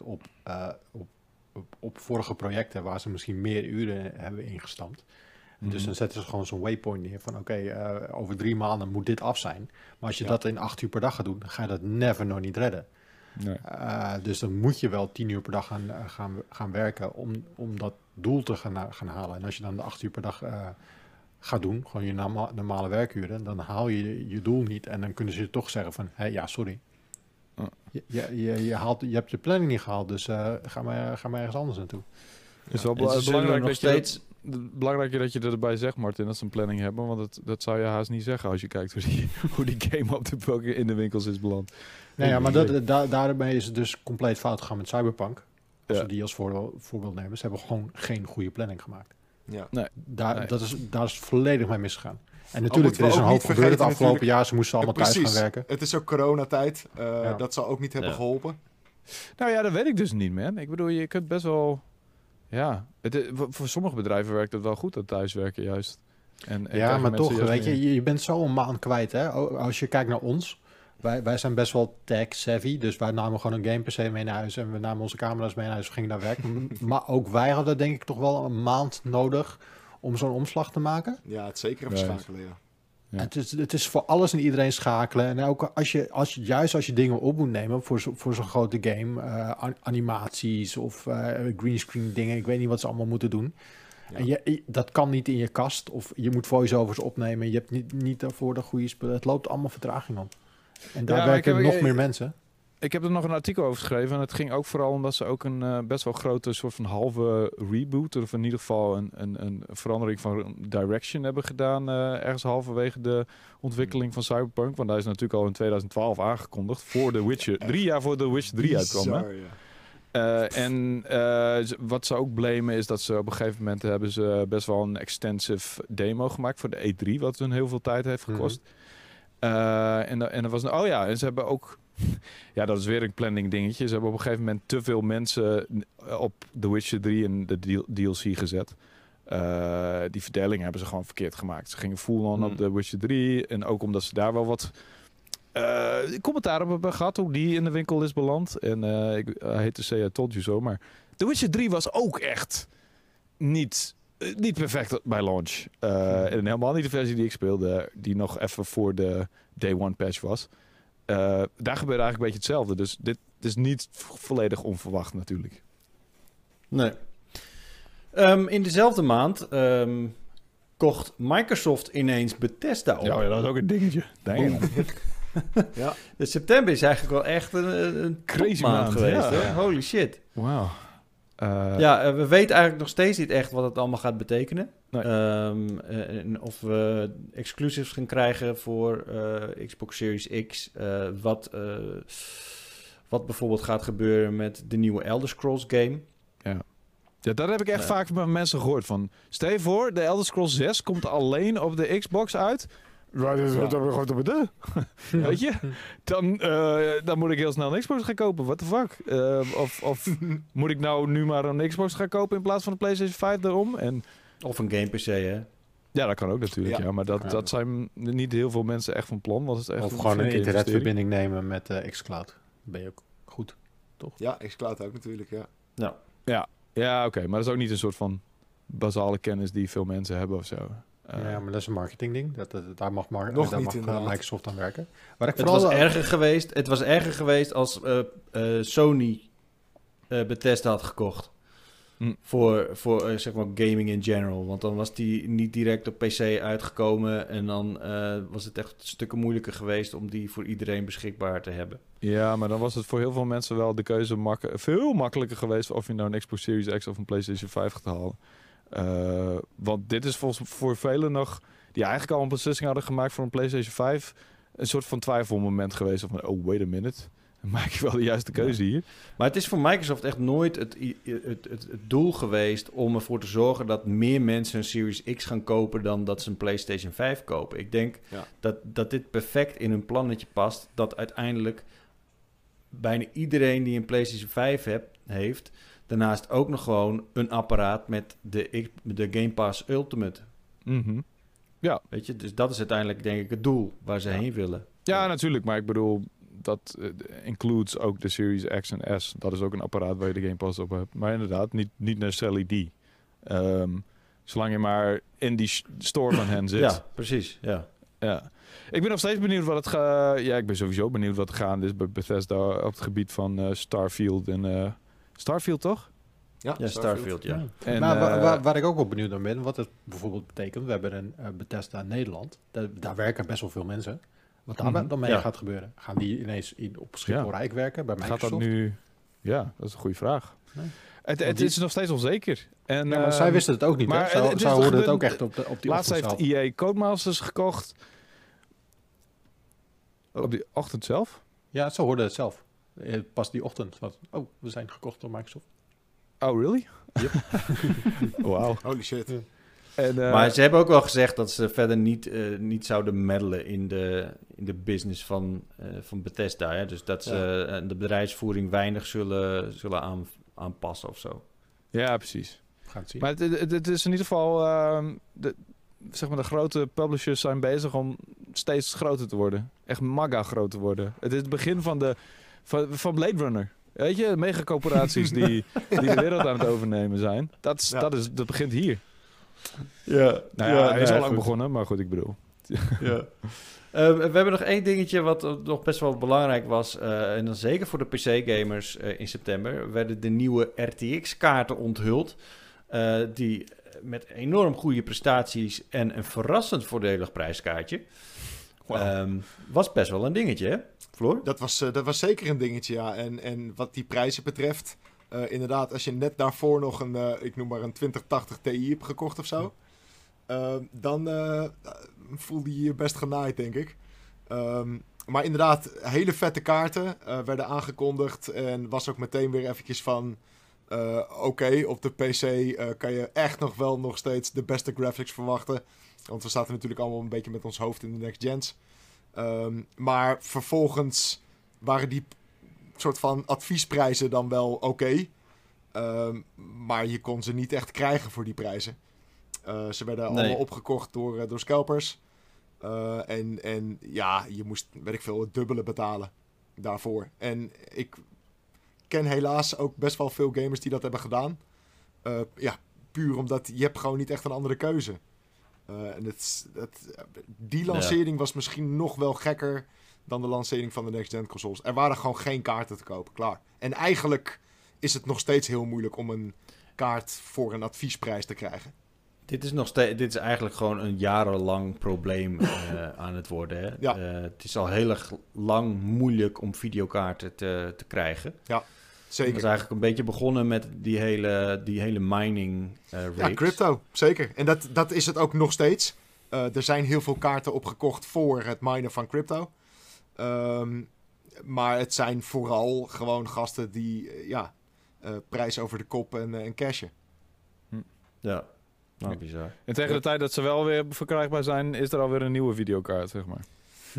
op vorige projecten waar ze misschien meer uren hebben ingestampt. En dus dan zetten ze gewoon zo'n waypoint neer van over 3 maanden moet dit af zijn. Maar als je dat in 8 uur per dag gaat doen, dan ga je dat nog niet redden. Nee. Dus dan moet je wel 10 uur per dag gaan werken om dat doel te gaan halen. En als je dan de 8 uur per dag gaat doen, gewoon je normale werkuren, dan haal je je doel niet. En dan kunnen ze je toch zeggen van, sorry. Je hebt je planning niet gehaald, dus ga maar ergens anders naartoe. Het is wel belangrijk belangrijk dat je erbij zegt, Martin, dat ze een planning hebben. Want dat zou je haast niet zeggen als je kijkt hoe die game in de winkels is beland. Nee, maar daarmee is het dus compleet fout gegaan met Cyberpunk. Als we die als voorbeeld nemen. Ze hebben gewoon geen goede planning gemaakt. Ja. Nee. Daar is volledig mee misgegaan. En natuurlijk, er is een hoop gebeurd het afgelopen jaar. Ze moesten allemaal thuis gaan werken. Het is ook coronatijd. Dat zal ook niet hebben geholpen. Nou ja, dat weet ik dus niet, man. Ik bedoel, je kunt best wel... Ja, voor sommige bedrijven werkt het wel goed, dat thuiswerken juist. Maar toch, weet je bent zo een maand kwijt, hè. Als je kijkt naar ons, wij zijn best wel tech-savvy, dus wij namen gewoon een game-pc mee naar huis en we namen onze camera's mee naar huis, we gingen naar werk. Maar ook wij hadden denk ik toch wel een maand nodig om zo'n omslag te maken. Ja, het zeker even schakelen, ja. Ja. Het is voor alles en iedereen schakelen. En ook als je dingen op moet nemen voor zo'n grote game, animaties of greenscreen dingen, ik weet niet wat ze allemaal moeten doen. Ja. En dat kan niet in je kast of je moet voice-overs opnemen. Je hebt niet daarvoor de goede spullen. Het loopt allemaal vertraging op. En daar werken nog meer mensen. Ik heb er nog een artikel over geschreven en het ging ook vooral omdat ze ook een best wel grote soort van halve reboot, of in ieder geval een verandering van direction hebben gedaan ergens halverwege de ontwikkeling van Cyberpunk. Want hij is natuurlijk al in 2012 aangekondigd voor The Witcher. 3 jaar voor The Witcher 3 uitkwam. Wat ze ook blamen is dat ze op een gegeven moment hebben ze best wel een extensive demo gemaakt voor de E3, wat hun heel veel tijd heeft gekost. En er was en ze hebben ook... Ja, dat is weer een planning dingetje. Ze hebben op een gegeven moment te veel mensen op The Witcher 3 en de DLC gezet. Die verdeling hebben ze gewoon verkeerd gemaakt. Ze gingen full-on op The Witcher 3. En ook omdat ze daar wel wat commentaar op hebben gehad hoe die in de winkel is beland. En ik hate to say I told you so, maar The Witcher 3 was ook echt niet perfect bij launch. En helemaal niet de versie die ik speelde, die nog even voor de Day One patch was. Daar gebeurde eigenlijk een beetje hetzelfde. Dus dit is niet volledig onverwacht natuurlijk. Nee. In dezelfde maand kocht Microsoft ineens Bethesda op. Ja, dat is ook een dingetje. Ja. Dus september is eigenlijk wel echt een crazy maand geweest. Ja. Holy shit. Wauw. We weten eigenlijk nog steeds niet echt wat het allemaal gaat betekenen. Nee. En of we exclusives gaan krijgen voor Xbox Series X. Wat bijvoorbeeld gaat gebeuren met de nieuwe Elder Scrolls game. Ja, daar heb ik echt vaak van mensen gehoord van. Stel je voor, de Elder Scrolls 6 komt alleen op de Xbox uit. Weet je? Dan moet ik heel snel een Xbox gaan kopen. What the fuck? Of moet ik nou nu maar een Xbox gaan kopen in plaats van een PlayStation 5 erom? Of een game PC, hè? Ja, dat kan ook natuurlijk. Ja, maar dat zijn niet heel veel mensen echt van plan. Want het is echt of gewoon een internetverbinding nemen met xCloud. Dan ben je ook goed, toch? Ja, xCloud ook natuurlijk, Ja, oké. Maar dat is ook niet een soort van basale kennis die veel mensen hebben of zo. Ja, maar dat is een marketingding. Daar mag Microsoft aan werken. Maar het was erger geweest als Sony Bethesda had gekocht. Voor zeg maar gaming in general. Want dan was die niet direct op PC uitgekomen. En dan was het echt stukken moeilijker geweest om die voor iedereen beschikbaar te hebben. Ja, maar dan was het voor heel veel mensen wel de keuze veel makkelijker geweest of je nou een Xbox Series X of een PlayStation 5 gaat halen. Want dit is voor velen nog, die eigenlijk al een beslissing hadden gemaakt voor een PlayStation 5, een soort van twijfelmoment geweest. Of van, oh, wait a minute. Dan maak je wel de juiste keuze hier. Maar het is voor Microsoft echt nooit het doel geweest om ervoor te zorgen dat meer mensen een Series X gaan kopen dan dat ze een PlayStation 5 kopen. Ik denk dat dit perfect in hun plannetje past. Dat uiteindelijk bijna iedereen die een PlayStation 5 heeft, daarnaast ook nog gewoon een apparaat met de Game Pass Ultimate. Mm-hmm. Ja. Weet je, dus dat is uiteindelijk denk ik het doel waar ze heen willen. Ja, natuurlijk. Maar ik bedoel, dat includes ook de Series X en S. Dat is ook een apparaat waar je de Game Pass op hebt. Maar inderdaad, niet necessarily die. Zolang je maar in die store van hen zit. Ja, precies. Ja. Ik ben nog steeds benieuwd wat het gaat. Ja, ik ben sowieso benieuwd wat er gaande is bij Bethesda op het gebied van Starfield en Starfield, toch? Ja, Starfield, ja. En, waar ik ook wel benieuwd naar ben, wat het bijvoorbeeld betekent. We hebben een Bethesda in Nederland. Daar werken best wel veel mensen. Wat daar dan mee gaat gebeuren? Gaan die ineens op Schiphol Rijk werken bij Microsoft? Gaat dat nu? Ja, dat is een goede vraag. Nee. Het is nog steeds onzeker. En, maar zij wisten het ook niet. Maar zij hoorden het ook echt op die laatst ochtend heeft EA Codemasters gekocht. Op die ochtend zelf? Ja, ze hoorden het zelf. Pas die ochtend. We zijn gekocht door Microsoft. Oh, really? Yep. Wauw. Holy shit. En, maar ze hebben ook wel gezegd dat ze verder niet zouden meddelen in de business van Bethesda. Hè? Dus dat ze de bedrijfsvoering weinig zullen aanpassen of zo. Ja, precies. Gaan het zien. Maar het is in ieder geval... de grote publishers zijn bezig om steeds groter te worden. Echt mega groot te worden. Het is het begin van Blade Runner. Weet je, megacorporaties die de wereld aan het overnemen zijn. Dat begint hier. Ja. Hij is al lang begonnen, maar goed, ik bedoel. Ja. We hebben nog één dingetje wat nog best wel belangrijk was. En dan zeker voor de PC-gamers in september. Werden de nieuwe RTX-kaarten onthuld. Die met enorm goede prestaties en een verrassend voordelig prijskaartje. Wow. Was best wel een dingetje, hè, Floor? Dat was zeker een dingetje, ja. En wat die prijzen betreft, inderdaad, als je net daarvoor nog ik noem maar een 2080 Ti hebt gekocht of zo, dan voelde je je best genaaid, denk ik. Maar inderdaad, hele vette kaarten werden aangekondigd en was ook meteen weer eventjes van... Oké, op de PC kan je echt nog steeds de beste graphics verwachten. Want we zaten natuurlijk allemaal een beetje met ons hoofd in de next gens. Maar vervolgens waren die soort van adviesprijzen dan wel oké. Maar je kon ze niet echt krijgen voor die prijzen. Ze werden allemaal opgekocht door scalpers. En ja, je moest, weet ik veel, het dubbele betalen daarvoor. En ik ken helaas ook best wel veel gamers die dat hebben gedaan. Puur omdat je hebt gewoon niet echt een andere keuze. En die lancering was misschien nog wel gekker dan de lancering van de next-gen consoles. Er waren gewoon geen kaarten te kopen, klaar. En eigenlijk is het nog steeds heel moeilijk om een kaart voor een adviesprijs te krijgen. Dit is eigenlijk gewoon een jarenlang probleem aan het worden. Hè? Ja. Het is al heel erg lang moeilijk om videokaarten te krijgen. Ja, zeker. Het is eigenlijk een beetje begonnen met die hele mining rigs. Ja, crypto, zeker. En dat is het ook nog steeds. Er zijn heel veel kaarten opgekocht voor het minen van crypto. Maar het zijn vooral gewoon gasten die prijs over de kop en cashen. Ja. Nou, bizar. En tegen de tijd dat ze wel weer verkrijgbaar zijn, is er alweer een nieuwe videokaart, zeg maar.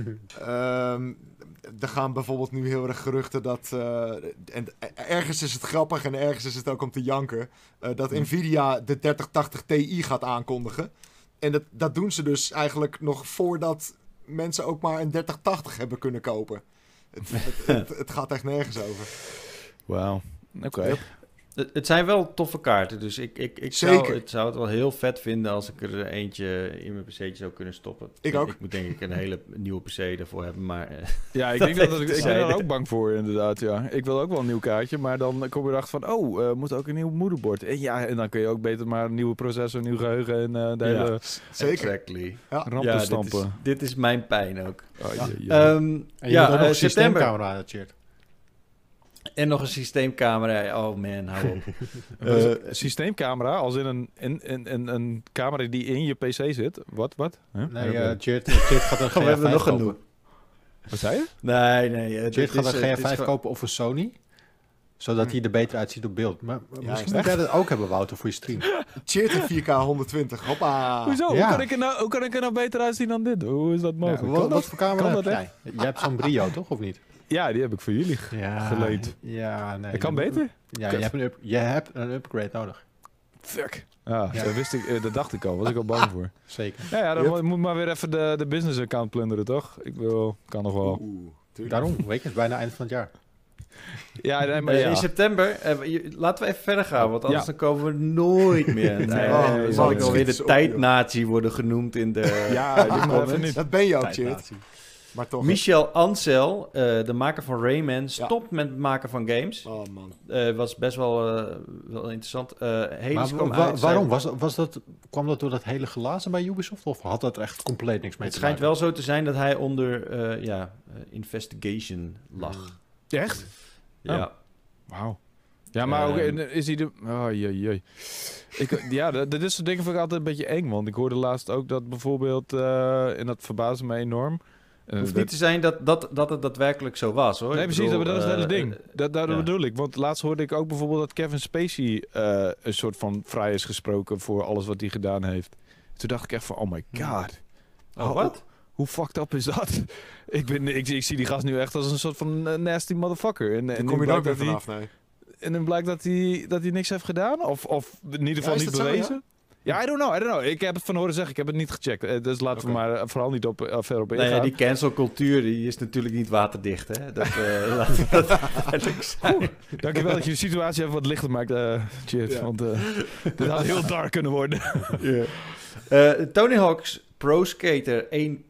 Er gaan bijvoorbeeld nu heel erg geruchten dat... en ergens is het grappig en ergens is het ook om te janken... dat Nvidia de 3080 Ti gaat aankondigen. En dat doen ze dus eigenlijk nog voordat mensen ook maar een 3080 hebben kunnen kopen. Het gaat echt nergens over. Wauw, oké. Yep. Het zijn wel toffe kaarten, dus ik zou het wel heel vet vinden als ik er eentje in mijn PC'tje zou kunnen stoppen. Ik ook. Ik moet denk ik een hele nieuwe PC daarvoor hebben, maar... Ja, ik denk ik ben er ook bang voor inderdaad, ja. Ik wil ook wel een nieuw kaartje, maar dan kom je erachter van, moet ook een nieuw moederbord. En dan kun je ook beter maar een nieuwe processor, een nieuw geheugen en de hele... Zeker. Exactly. Rampen stampen. Dit is mijn pijn ook. En je moet ook nog een systeemcamera, Tjeerd. En nog een systeemcamera. Oh man, hou op. Systeemcamera, als in een camera die in je PC zit? Wat? Huh? Nee, Tjeerd gaat een we hebben nog genoeg. Wat zei je? Nee. Cheert gaat een GH5 kopen of een Sony, zodat hij er beter uitziet op beeld. Maar misschien moet jij dat ook hebben, Wouter, voor je stream. Cheert in 4K 120. Hoppa. Hoezo? Ja. Hoe kan ik er nou beter uitzien dan dit? Hoe is dat mogelijk? Wat voor camera heb dat jij? Jij hebt zo'n Brio, toch? Of niet? Ja, die heb ik voor jullie geleend. Ja, nee. Ik kan beter? Ja, je hebt een upgrade nodig. Fuck. Ja. Dat dacht ik al. Was ik al bang voor. Zeker. Ja, dan moet maar weer even de business account plunderen, toch? Kan nog wel. Daarom, weet je, het is bijna eind van het jaar. Ja, nee, maar In september, laten we even verder gaan, want anders dan komen we nooit meer aan het einde. Dan zal ik alweer de tijdnatie worden genoemd in de comments. Dat ben je ook, Cheert. Maar toch. Michel Ancel, de maker van Rayman, stopt met het maken van games. Oh man. Was best wel interessant. Hades kwam uit. Waarom? Kwam dat door dat hele glazen bij Ubisoft? Of had dat echt compleet niks mee Het te maken? schijnt wel zo te zijn dat hij onder investigation lag. Echt? Ja. Oh. Wauw. Ja, maar ook, is hij de... Oh, jee. Dit soort dingen vind ik altijd een beetje eng. Want ik hoorde laatst ook dat bijvoorbeeld... en dat verbaasde me enorm... Het hoeft niet te zijn dat het daadwerkelijk zo was, hoor. Nee, precies, dat is het hele ding. Dat bedoel ik. Want laatst hoorde ik ook bijvoorbeeld dat Kevin Spacey een soort van vrij is gesproken voor alles wat hij gedaan heeft. Toen dacht ik echt van, oh my god. Wat? Hoe fucked up is dat? Ik zie die gast nu echt als een soort van nasty motherfucker. En kom je daar ook weer vanaf, nee. En dan blijkt dat hij niks heeft gedaan? Of in ieder geval niet bewezen? Zo, ja? Ja, I don't know. Ik heb het van horen zeggen. Ik heb het niet gecheckt. Dus laten we maar vooral niet verder op ingaan. Nee, die cancelcultuur die is natuurlijk niet waterdicht. Hè? Laten we dat duidelijk zijn. Dankjewel dat je de situatie even wat lichter maakt. Cheers. Want dit had heel dark kunnen worden. Tony Hawk's Pro Skater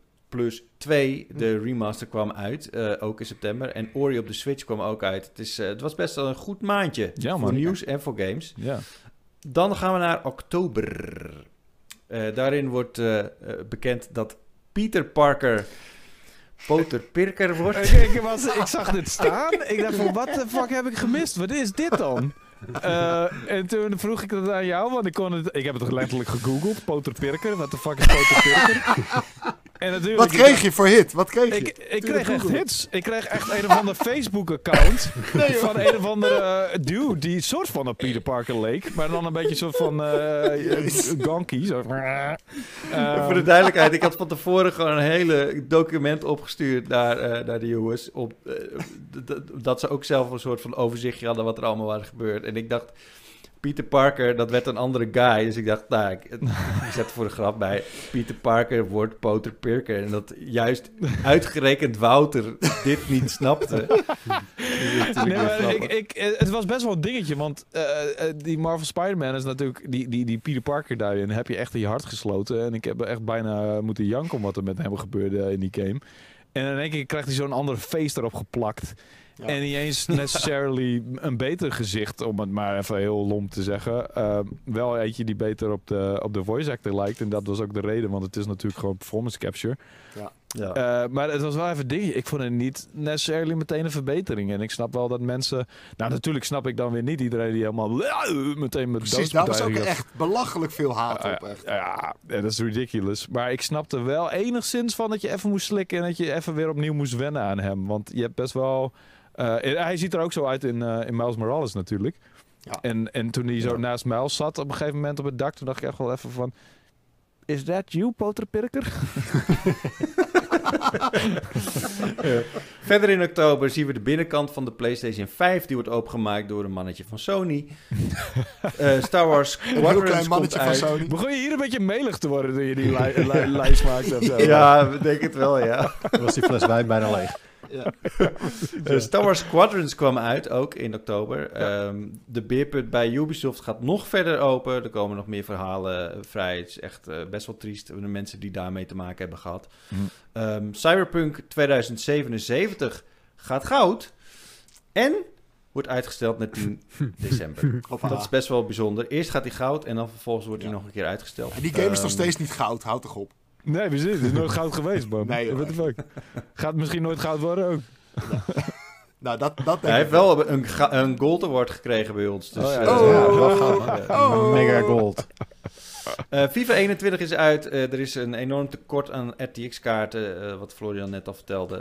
1+2, de remaster, kwam uit. Ook in september. En Ori op de Switch kwam ook uit. Het was best wel een goed maandje. Voor nieuws en voor games. Ja. Dan gaan we naar oktober. Daarin wordt bekend dat Peter Parker Poter Pirker wordt. Ik zag dit staan. Ik dacht van, wat de fuck heb ik gemist? Wat is dit dan? En toen vroeg ik dat aan jou, want ik heb het letterlijk gegoogeld. Poter Pirker, wat de fuck is Poter Pirker? En natuurlijk, wat kreeg je voor hit? Wat kreeg je? Ik kreeg echt hits. Ik kreeg echt een of ander Facebook-account van een of andere dude die soort van op Peter Parker leek, maar dan een beetje soort van gonky. Zo. Voor de duidelijkheid, ik had van tevoren gewoon een hele document opgestuurd naar de jongens. Dat ze ook zelf een soort van overzichtje hadden wat er allemaal was gebeurd. En ik dacht, Peter Parker, dat werd een andere guy. Dus ik dacht, ik zet er voor de grap bij. Peter Parker wordt Poter Pirker. En dat juist uitgerekend Wouter dit niet snapte. Het was best wel een dingetje. Want die Marvel Spider-Man is natuurlijk... Die Peter Parker daarin heb je echt in je hart gesloten. En ik heb echt bijna moeten janken om wat er met hem gebeurde in die game. En in één keer krijgt hij zo'n andere face erop geplakt. Ja. En niet eens necessarily een beter gezicht, om het maar even heel lomp te zeggen. Wel eentje die beter op de voice actor lijkt. En dat was ook de reden, want het is natuurlijk gewoon performance capture. Ja. Maar het was wel even ding. Ik vond het niet necessarily meteen een verbetering. En ik snap wel dat mensen... Nou, natuurlijk snap ik dan weer niet iedereen die helemaal meteen met precies, daar was ook echt belachelijk veel haat op. Echt. Ja, dat is ridiculous. Maar ik snapte wel enigszins van dat je even moest slikken en dat je even weer opnieuw moest wennen aan hem. Want je hebt best wel... hij ziet er ook zo uit in Miles Morales natuurlijk. Ja. En toen hij zo naast Miles zat op een gegeven moment op het dak, toen dacht ik echt wel even van... Is that you, Poter Pirker? Verder in oktober zien we de binnenkant van de PlayStation 5. Die wordt opengemaakt door een mannetje van Sony. Star Wars Squadrons komt uit. Van Sony. Begon je hier een beetje melig te worden toen je die lijst maakte? Of zo? Ja, ik denk het wel, ja. Was die fles wijn bijna leeg. Ja. Star Wars Squadrons kwam uit, ook in oktober. Ja. De beerput bij Ubisoft gaat nog verder open. Er komen nog meer verhalen vrij. Het is echt best wel triest, de mensen die daarmee te maken hebben gehad. Cyberpunk 2077 gaat goud. En wordt uitgesteld naar 10 december. Dat is best wel bijzonder. Eerst gaat hij goud en dan vervolgens wordt hij nog een keer uitgesteld. En die game is nog steeds niet goud, houd toch op. Nee, precies. Het is nooit goud geweest, man. Nee, what the fuck? Gaat misschien nooit goud worden ook. Nou, dat hij heeft wel een gold award gekregen bij ons. Dus, wel goud. Mega gold. FIFA 21 is uit. Er is een enorm tekort aan RTX-kaarten, wat Florian net al vertelde.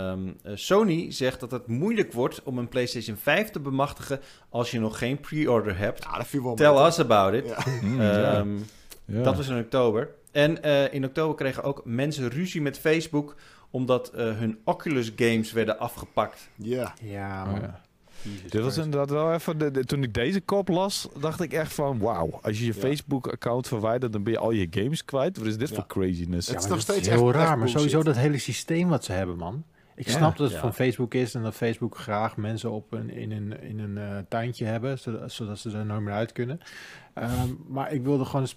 Sony zegt dat het moeilijk wordt om een PlayStation 5 te bemachtigen als je nog geen pre-order hebt. Ja, dat viel wel Tell mee, us about it. Ja. Ja. Dat was in oktober. En in oktober kregen ook mensen ruzie met Facebook omdat hun Oculus games werden afgepakt. Ja. Ja, Oh, man. ja. Jesus Dit was Christ. inderdaad wel even... Toen ik deze kop las, dacht ik echt van... Wauw, als je Ja. Facebook-account verwijdert, dan ben je al je games kwijt. Wat is dit Ja. voor craziness? Het Ja, is maar nog dat steeds heel echt raar, maar bullshit. sowieso dat hele systeem wat ze hebben, man. Ik Ja. snap dat het Ja. van Facebook is en dat Facebook graag mensen in een tuintje hebben, zodat ze er nooit meer uit kunnen. Maar ik wilde gewoon...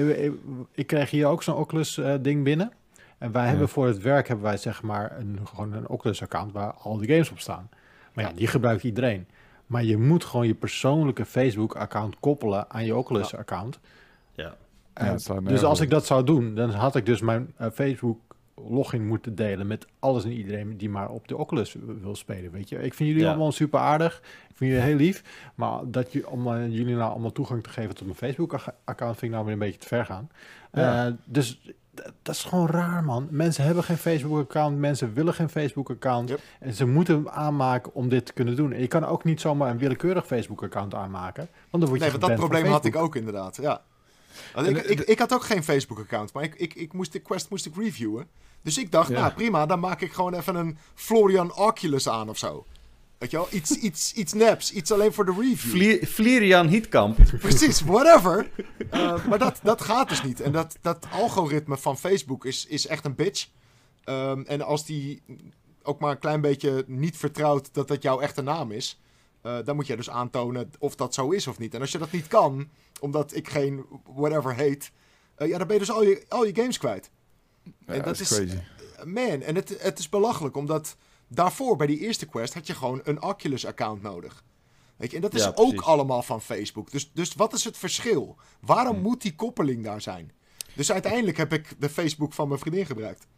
Ik kreeg hier ook zo'n Oculus ding binnen. En wij hebben voor het werk hebben wij zeg maar gewoon een Oculus-account waar al die games op staan. Maar ja, die gebruikt iedereen. Maar je moet gewoon je persoonlijke Facebook-account koppelen aan je Oculus-account. Ja. Ja, het Dus als ik dat zou doen, dan had ik dus mijn Facebook-login moeten delen met alles en iedereen die maar op de Oculus wil spelen, weet je. Ik vind jullie Ja. allemaal super aardig. Ik vind jullie heel lief. Maar dat om jullie nou allemaal toegang te geven tot mijn Facebook-account vind ik nou weer een beetje te ver gaan. Ja. Dus dat is gewoon raar, man. Mensen hebben geen Facebook-account. Mensen willen geen Facebook-account. Yep. En ze moeten hem aanmaken om dit te kunnen doen. En je kan ook niet zomaar een willekeurig Facebook-account aanmaken. Want dan word je Nee, want dat geband van probleem had ik Facebook. ook inderdaad, ja. Want ik had ook geen Facebook-account, maar de Quest moest ik reviewen. Dus ik dacht, Ja. nou prima, dan maak ik gewoon even een Florian Oculus aan of zo. Weet je wel, iets neps, iets alleen voor de review. Florian Hietkamp. Precies, whatever. Maar dat gaat dus niet. En dat algoritme van Facebook is echt een bitch. En als die ook maar een klein beetje niet vertrouwt dat dat jouw echte naam is, dan moet je dus aantonen of dat zo is of niet. En als je dat niet kan, omdat ik geen whatever heet, dan ben je dus al je games kwijt. Ja, En dat is crazy. Man, en het is belachelijk, omdat daarvoor bij die eerste quest had je gewoon een Oculus-account nodig. Weet je, en dat is Ja, ook precies. allemaal van Facebook. Dus wat is het verschil? Waarom moet die koppeling daar zijn? Dus uiteindelijk heb ik de Facebook van mijn vriendin gebruikt.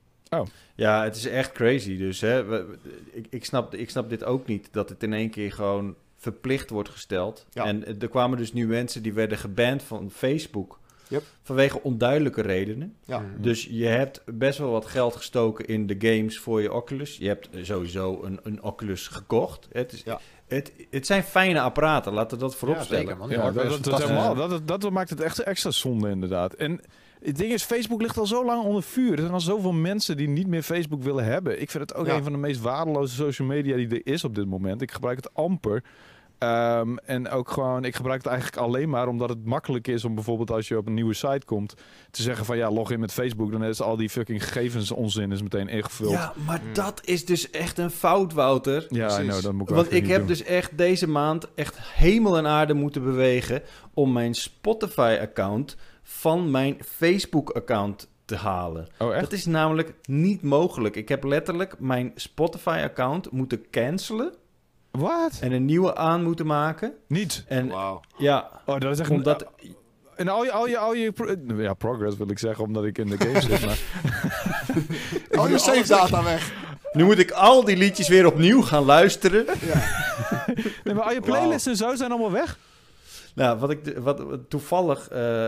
Ja, het is echt crazy. Dus hè, ik snap dit ook niet, dat het in één keer gewoon verplicht wordt gesteld. Ja. En er kwamen dus nu mensen die werden geband van Facebook. Yep. Vanwege onduidelijke redenen. Ja. Dus je hebt best wel wat geld gestoken in de games voor je Oculus. Je hebt sowieso een Oculus gekocht. Ja. Het zijn fijne apparaten, laten we dat voorop Ja, stellen. zeker, man. Ja, Oculus is dat fantastisch. helemaal. Dat maakt het echt extra zonde inderdaad. En het ding is, Facebook ligt al zo lang onder vuur. Er zijn al zoveel mensen die niet meer Facebook willen hebben. Ik vind het ook Ja. een van de meest waardeloze social media die er is op dit moment. Ik gebruik het amper. En ook gewoon, ik gebruik het eigenlijk alleen maar omdat het makkelijk is om bijvoorbeeld als je op een nieuwe site komt te zeggen van ja, log in met Facebook. Dan is al die fucking gegevens onzin is meteen ingevuld. Ja, maar dat is dus echt een fout, Wouter. Ja, precies. I know, dat moet ik Want eigenlijk ik heb niet dus echt deze maand echt hemel en aarde moeten bewegen om mijn Spotify-account van mijn Facebook-account te halen. doen. Oh, echt? Dat is namelijk niet mogelijk. Ik heb letterlijk mijn Spotify-account moeten cancelen Wat? en een nieuwe aan moeten maken. Niet? En Wauw. ja, Oh, dat is echt omdat... En al je ja, progress wil ik zeggen, omdat ik in de game zit. Maar Al je save data weg. Nu moet ik al die liedjes weer opnieuw gaan luisteren. nee, maar al je playlists en zo zijn allemaal weg. Nou, wat toevallig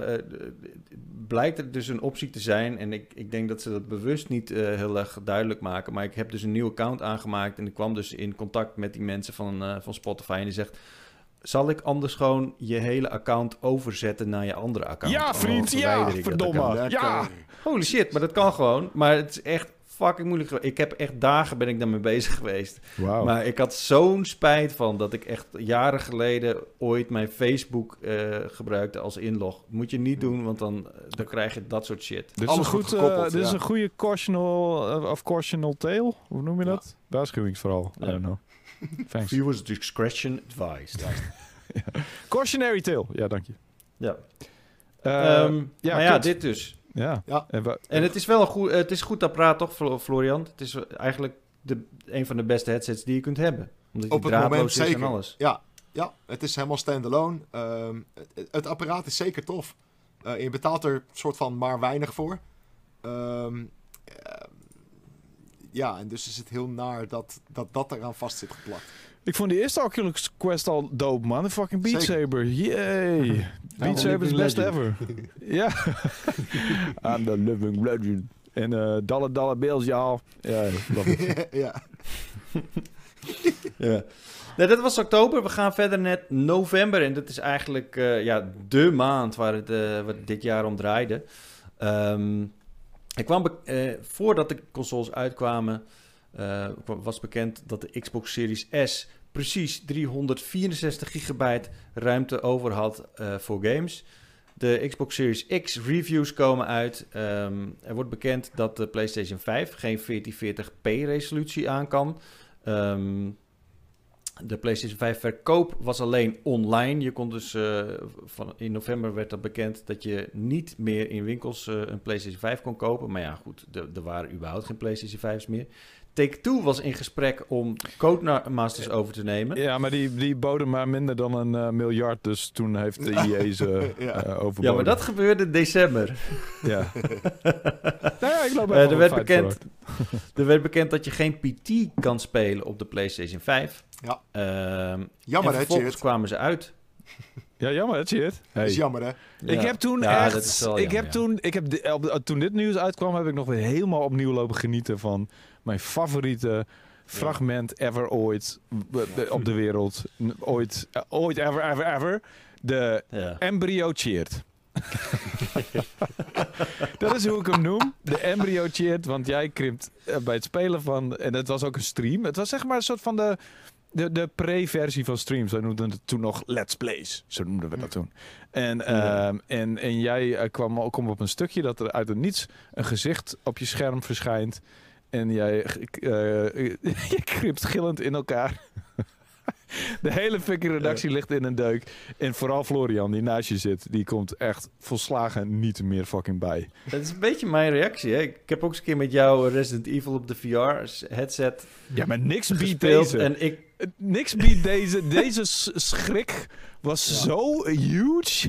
blijkt er dus een optie te zijn. En ik denk dat ze dat bewust niet heel erg duidelijk maken. Maar ik heb dus een nieuw account aangemaakt. En ik kwam dus in contact met die mensen van Spotify. En die zegt, zal ik anders gewoon je hele account overzetten naar je andere account? Ja, Dan vriend, verwijder ja, ik dat verdomme. account. Ja. Holy shit, maar dat kan gewoon. Maar het is echt fucking moeilijk. Ik heb echt dagen ben ik daarmee bezig geweest. Wauw. Maar ik had zo'n spijt van dat ik echt jaren geleden ooit mijn Facebook gebruikte als inlog. Moet je niet doen, want dan krijg je dat soort shit. Dit is Alles een wordt goed, gekoppeld, dit is ja. een goede cautional tale. Hoe noem je dat? Waarschuwingsverhaal. I Ja. don't know. Thanks. Viewers discretion advised. Cautionary tale. Ja, dank je. Ja. ja, Maar ja, kut. dit dus. Ja. Ja. En het is wel een goed, het is goed apparaat toch, Florian? Het is eigenlijk een van de beste headsets die je kunt hebben. Omdat Op die het moment draadloos is en zeker. alles. Ja, het is helemaal standalone. Het apparaat is zeker tof. Je betaalt er soort van maar weinig voor. Ja, en dus is het heel naar dat eraan vast zit geplakt. Ik vond die eerste Oculus Quest al dope, man. De fucking Beat Zeker. Saber. Yay. Beat Saber is best ever. Ja. I'm the living legend. En dollar bills, y'all. Ja, Ja. Ja. Nee, dat was oktober. We gaan verder naar november. En dat is eigenlijk de maand waar het dit jaar om draaide. Voordat de consoles uitkwamen, was bekend dat de Xbox Series S precies 364 gigabyte ruimte over had voor games. De Xbox Series X reviews komen uit. Er wordt bekend dat de PlayStation 5 geen 1440p resolutie aan kan. De PlayStation 5 verkoop was alleen online. Je kon dus in november werd dat bekend dat je niet meer in winkels een PlayStation 5 kon kopen. Maar ja, goed, er waren überhaupt geen PlayStation 5's meer. Take-Two was in gesprek om Codemasters over te nemen. Ja, maar die boden maar minder dan $1 miljard. Dus toen heeft de EA ze overboden. Ja, maar dat gebeurde in december. Ja. Ik loop er werd bekend dat je geen PT kan spelen op de PlayStation 5. Ja. Jammer, hè, vervolgens kwamen ze uit. Ja, jammer, dat shit. Dat is jammer, hè? Ja. Ik heb toen toen dit nieuws uitkwam, heb ik nog weer helemaal opnieuw lopen genieten van mijn favoriete fragment ever ooit op de wereld. Ooit, ever. De embryo cheered. Dat is hoe ik hem noem. De embryo cheered, want jij krimpt bij het spelen van... En het was ook een stream. Het was zeg maar een soort van de pre-versie van streams. Wij noemden het toen nog Let's Plays. Zo noemden we dat toen. En jij kwam op een stukje dat er uit het niets een gezicht op je scherm verschijnt. En je kript gillend in elkaar. De hele fucking redactie ligt in een deuk. En vooral Florian, die naast je zit, die komt echt volslagen niet meer fucking bij. Dat is een beetje mijn reactie, hè? Ik heb ook eens een keer met jou Resident Evil op de VR-headset maar niks biedt deze. En niks biedt deze. Deze schrik was zo huge.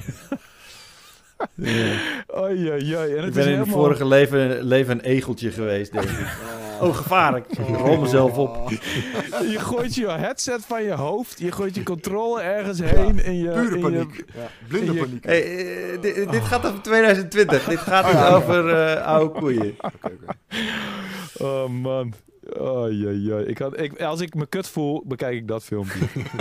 Oei. En het ik ben in het vorige leven een egeltje geweest, denk ik. Oh, gevaarlijk. Ik rol mezelf op. Je gooit je headset van je hoofd. Je gooit je controle ergens heen. Pure paniek. Blinde paniek. Hey, dit gaat over 2020. Dit gaat dus over oude koeien. Okay. Oh, man. Als ik me kut voel, bekijk ik dat filmpje.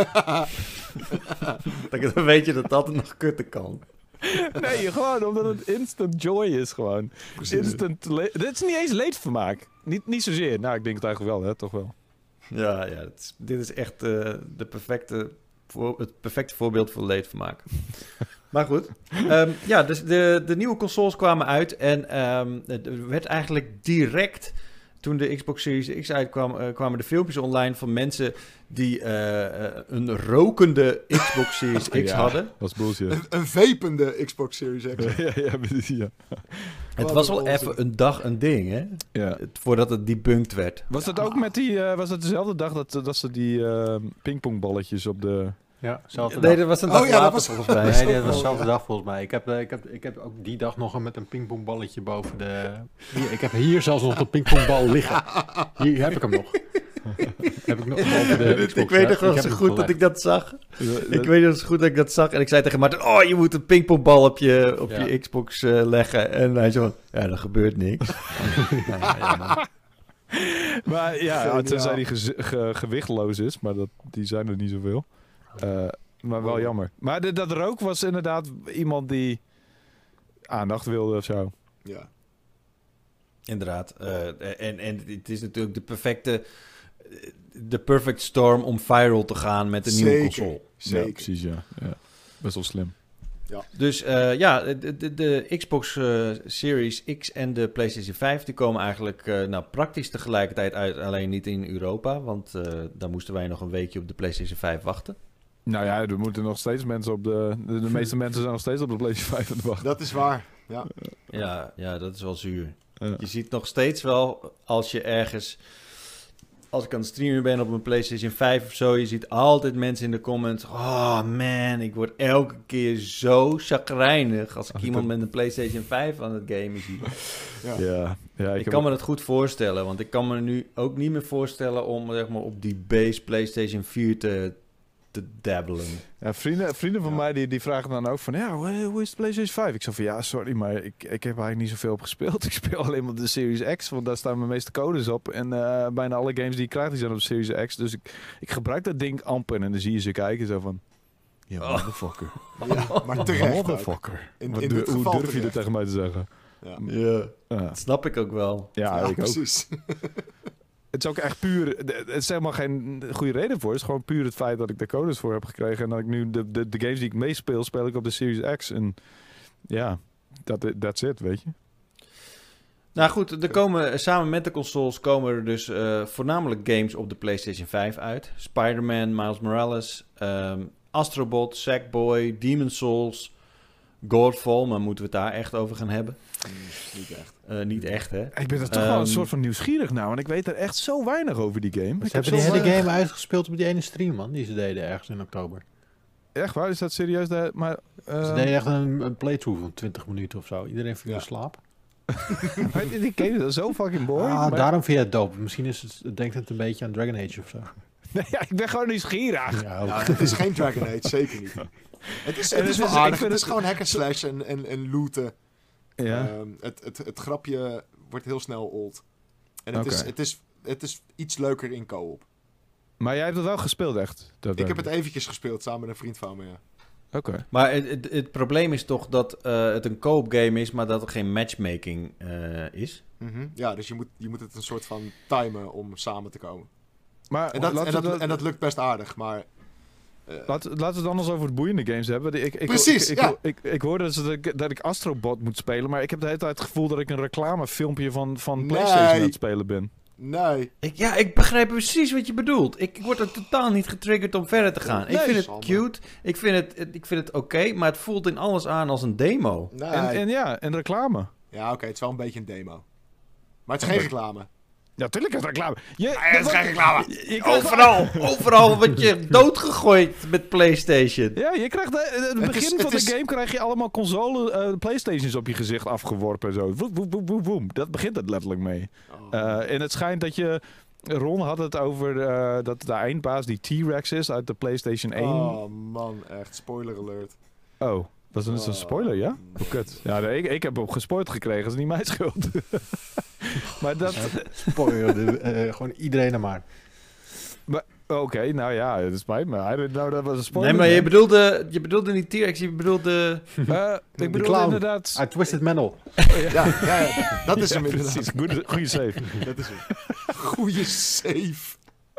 Dan weet je dat dat nog kutten kan. Nee, gewoon omdat het instant joy is gewoon. Instant dit is niet eens leedvermaak. Niet zozeer. Nou, ik denk het eigenlijk wel, hè? Toch wel. Ja, dit is echt het perfecte voorbeeld voor leedvermaak. Maar goed. Dus de nieuwe consoles kwamen uit. En er werd eigenlijk direct... Toen de Xbox Series X uitkwam, kwamen de filmpjes online van mensen die een rokende Xbox Series X hadden. Dat was bullshit. Een vapende Xbox Series X. ja. Het was wel even een dag een ding, hè? Ja. Voordat het debunked werd. Was dat ook met die... was dat dezelfde dag dat ze die pingpongballetjes op de... Ja, zelfde nee, dag. dat was een dag later volgens mij. Nee, dat was dezelfde dag volgens mij. Ik heb ook die dag nog met een pingpongballetje boven de... Ik heb hier zelfs nog een pingpongbal liggen. Hier heb ik hem nog. Heb ik nog boven de Xbox. Ik weet nog wel zo goed dat ik dat zag. Ik weet nog zo goed dat ik dat zag. En ik zei tegen Maarten, je moet een pingpongbal op je Xbox leggen. En hij zo van, er gebeurt niks. Maar ja, tenzij die gewichtloos is. Maar die zijn er niet zoveel. Maar wel jammer. Maar dat rook was inderdaad iemand die aandacht wilde of zo. Ja. Inderdaad. En het is natuurlijk de perfect storm om viral te gaan met een nieuwe console. Zeker. Ja, precies, ja. Best wel slim. Ja. Dus de Xbox Series X en de PlayStation 5... die komen eigenlijk praktisch tegelijkertijd uit. Alleen niet in Europa. Want daar moesten wij nog een weekje op de PlayStation 5 wachten. Nou ja, er moeten nog steeds mensen op de meeste mensen zijn nog steeds op de PlayStation 5 aan het wachten. Dat is waar, ja. Ja, dat is wel zuur. Ja. Je ziet nog steeds wel, als je ergens... Als ik aan het streamen ben op mijn PlayStation 5 of zo... je ziet altijd mensen in de comments... Oh man, ik word elke keer zo chagrijnig... als ik iemand met een PlayStation 5 aan het gamen zie. Ja, ik kan me dat goed voorstellen. Want ik kan me nu ook niet meer voorstellen... om zeg maar, op die base PlayStation 4 te te dabbelen. Ja, vrienden van mij die vragen dan ook van... Ja, hoe is de PlayStation 5? Ik zeg van ja, sorry, maar ik heb eigenlijk niet zoveel op gespeeld. Ik speel alleen maar de Series X, want daar staan mijn meeste codes op. En bijna alle games die ik krijg, die zijn op de Series X. Dus ik gebruik dat ding amper. En dan zie je ze kijken zo van... Ja, motherfucker. Ja, maar terecht motherfucker. Hoe durf je dit tegen mij te zeggen? Ja. Dat snap ik ook wel. Ja, ik precies. ook. Het is ook echt puur... Het is helemaal geen goede reden voor. Het is gewoon puur het feit dat ik de codes voor heb gekregen. En dat ik nu de games die ik meespeel, speel ik op de Series X. En ja, that's it, weet je. Nou goed, er komen, samen met de consoles komen er dus voornamelijk games op de PlayStation 5 uit. Spider-Man, Miles Morales, Astrobot, Sackboy, Demon's Souls, Godfall. Maar moeten we het daar echt over gaan hebben? Niet echt. Niet echt, hè? Ik ben er toch wel een soort van nieuwsgierig naar. Want ik weet er echt zo weinig over die game. Ze hebben die hele game uitgespeeld op die ene stream, man. Die ze deden ergens in oktober. Echt waar? Is dat serieus? Ze deden echt een playthrough van 20 minuten of zo. Iedereen viel in slaap. Maar die game is zo fucking boring. Daarom vind je het dope. Misschien denkt het een beetje aan Dragon Age of zo. Nee, ik ben gewoon nieuwsgierig. Het is geen Dragon Age, zeker niet. Het is wel aardig. Het is gewoon hack and slash en looten. Ja. Het grapje wordt heel snel old. En het is iets leuker in co-op. Maar jij hebt het wel gespeeld, echt? Ik heb het eventjes gespeeld samen met een vriend van me, ja. Oké. Maar het probleem is toch dat het een co-op game is, maar dat er geen matchmaking is. Mm-hmm. Ja, dus je moet het een soort van timen om samen te komen. Maar en dat lukt best aardig, maar... Laten we het anders over de boeiende games hebben. Precies, ik hoorde dat ik Astrobot moet spelen, maar ik heb de hele tijd het gevoel dat ik een reclamefilmpje van PlayStation aan het spelen ben. Nee. Ik begrijp precies wat je bedoelt. Ik word er totaal niet getriggerd om verder te gaan. Ik vind het cute. Ik vind het oké, maar het voelt in alles aan als een demo. Nee. En reclame. Ja, oké, het is wel een beetje een demo. Maar het is geen reclame. Ja, tuurlijk is het reclame. Het is geen reclame. Overal word je doodgegooid met PlayStation. Ja, je krijgt het begin van de game krijg je allemaal console PlayStations op je gezicht afgeworpen en zo. Woem. Dat begint het letterlijk mee. En het schijnt dat je... Ron had het over dat de eindbaas die T-Rex is uit de PlayStation 1. Oh man, echt spoiler alert. Oh, dat is een spoiler, ja? Oh, kut. Ja, nee, ik heb hem gespoord gekregen, dat is niet mijn schuld. Maar dat... Spoiler, gewoon iedereen er maar. Oké, nou ja, het spijt me. Dat was een spoiler. Nee, maar je bedoelde niet T-Rex, je bedoelde... ik bedoel inderdaad... I Twisted Metal. Ja, dat is hem inderdaad. Precies, goede save. Dat is hem. Goeie save.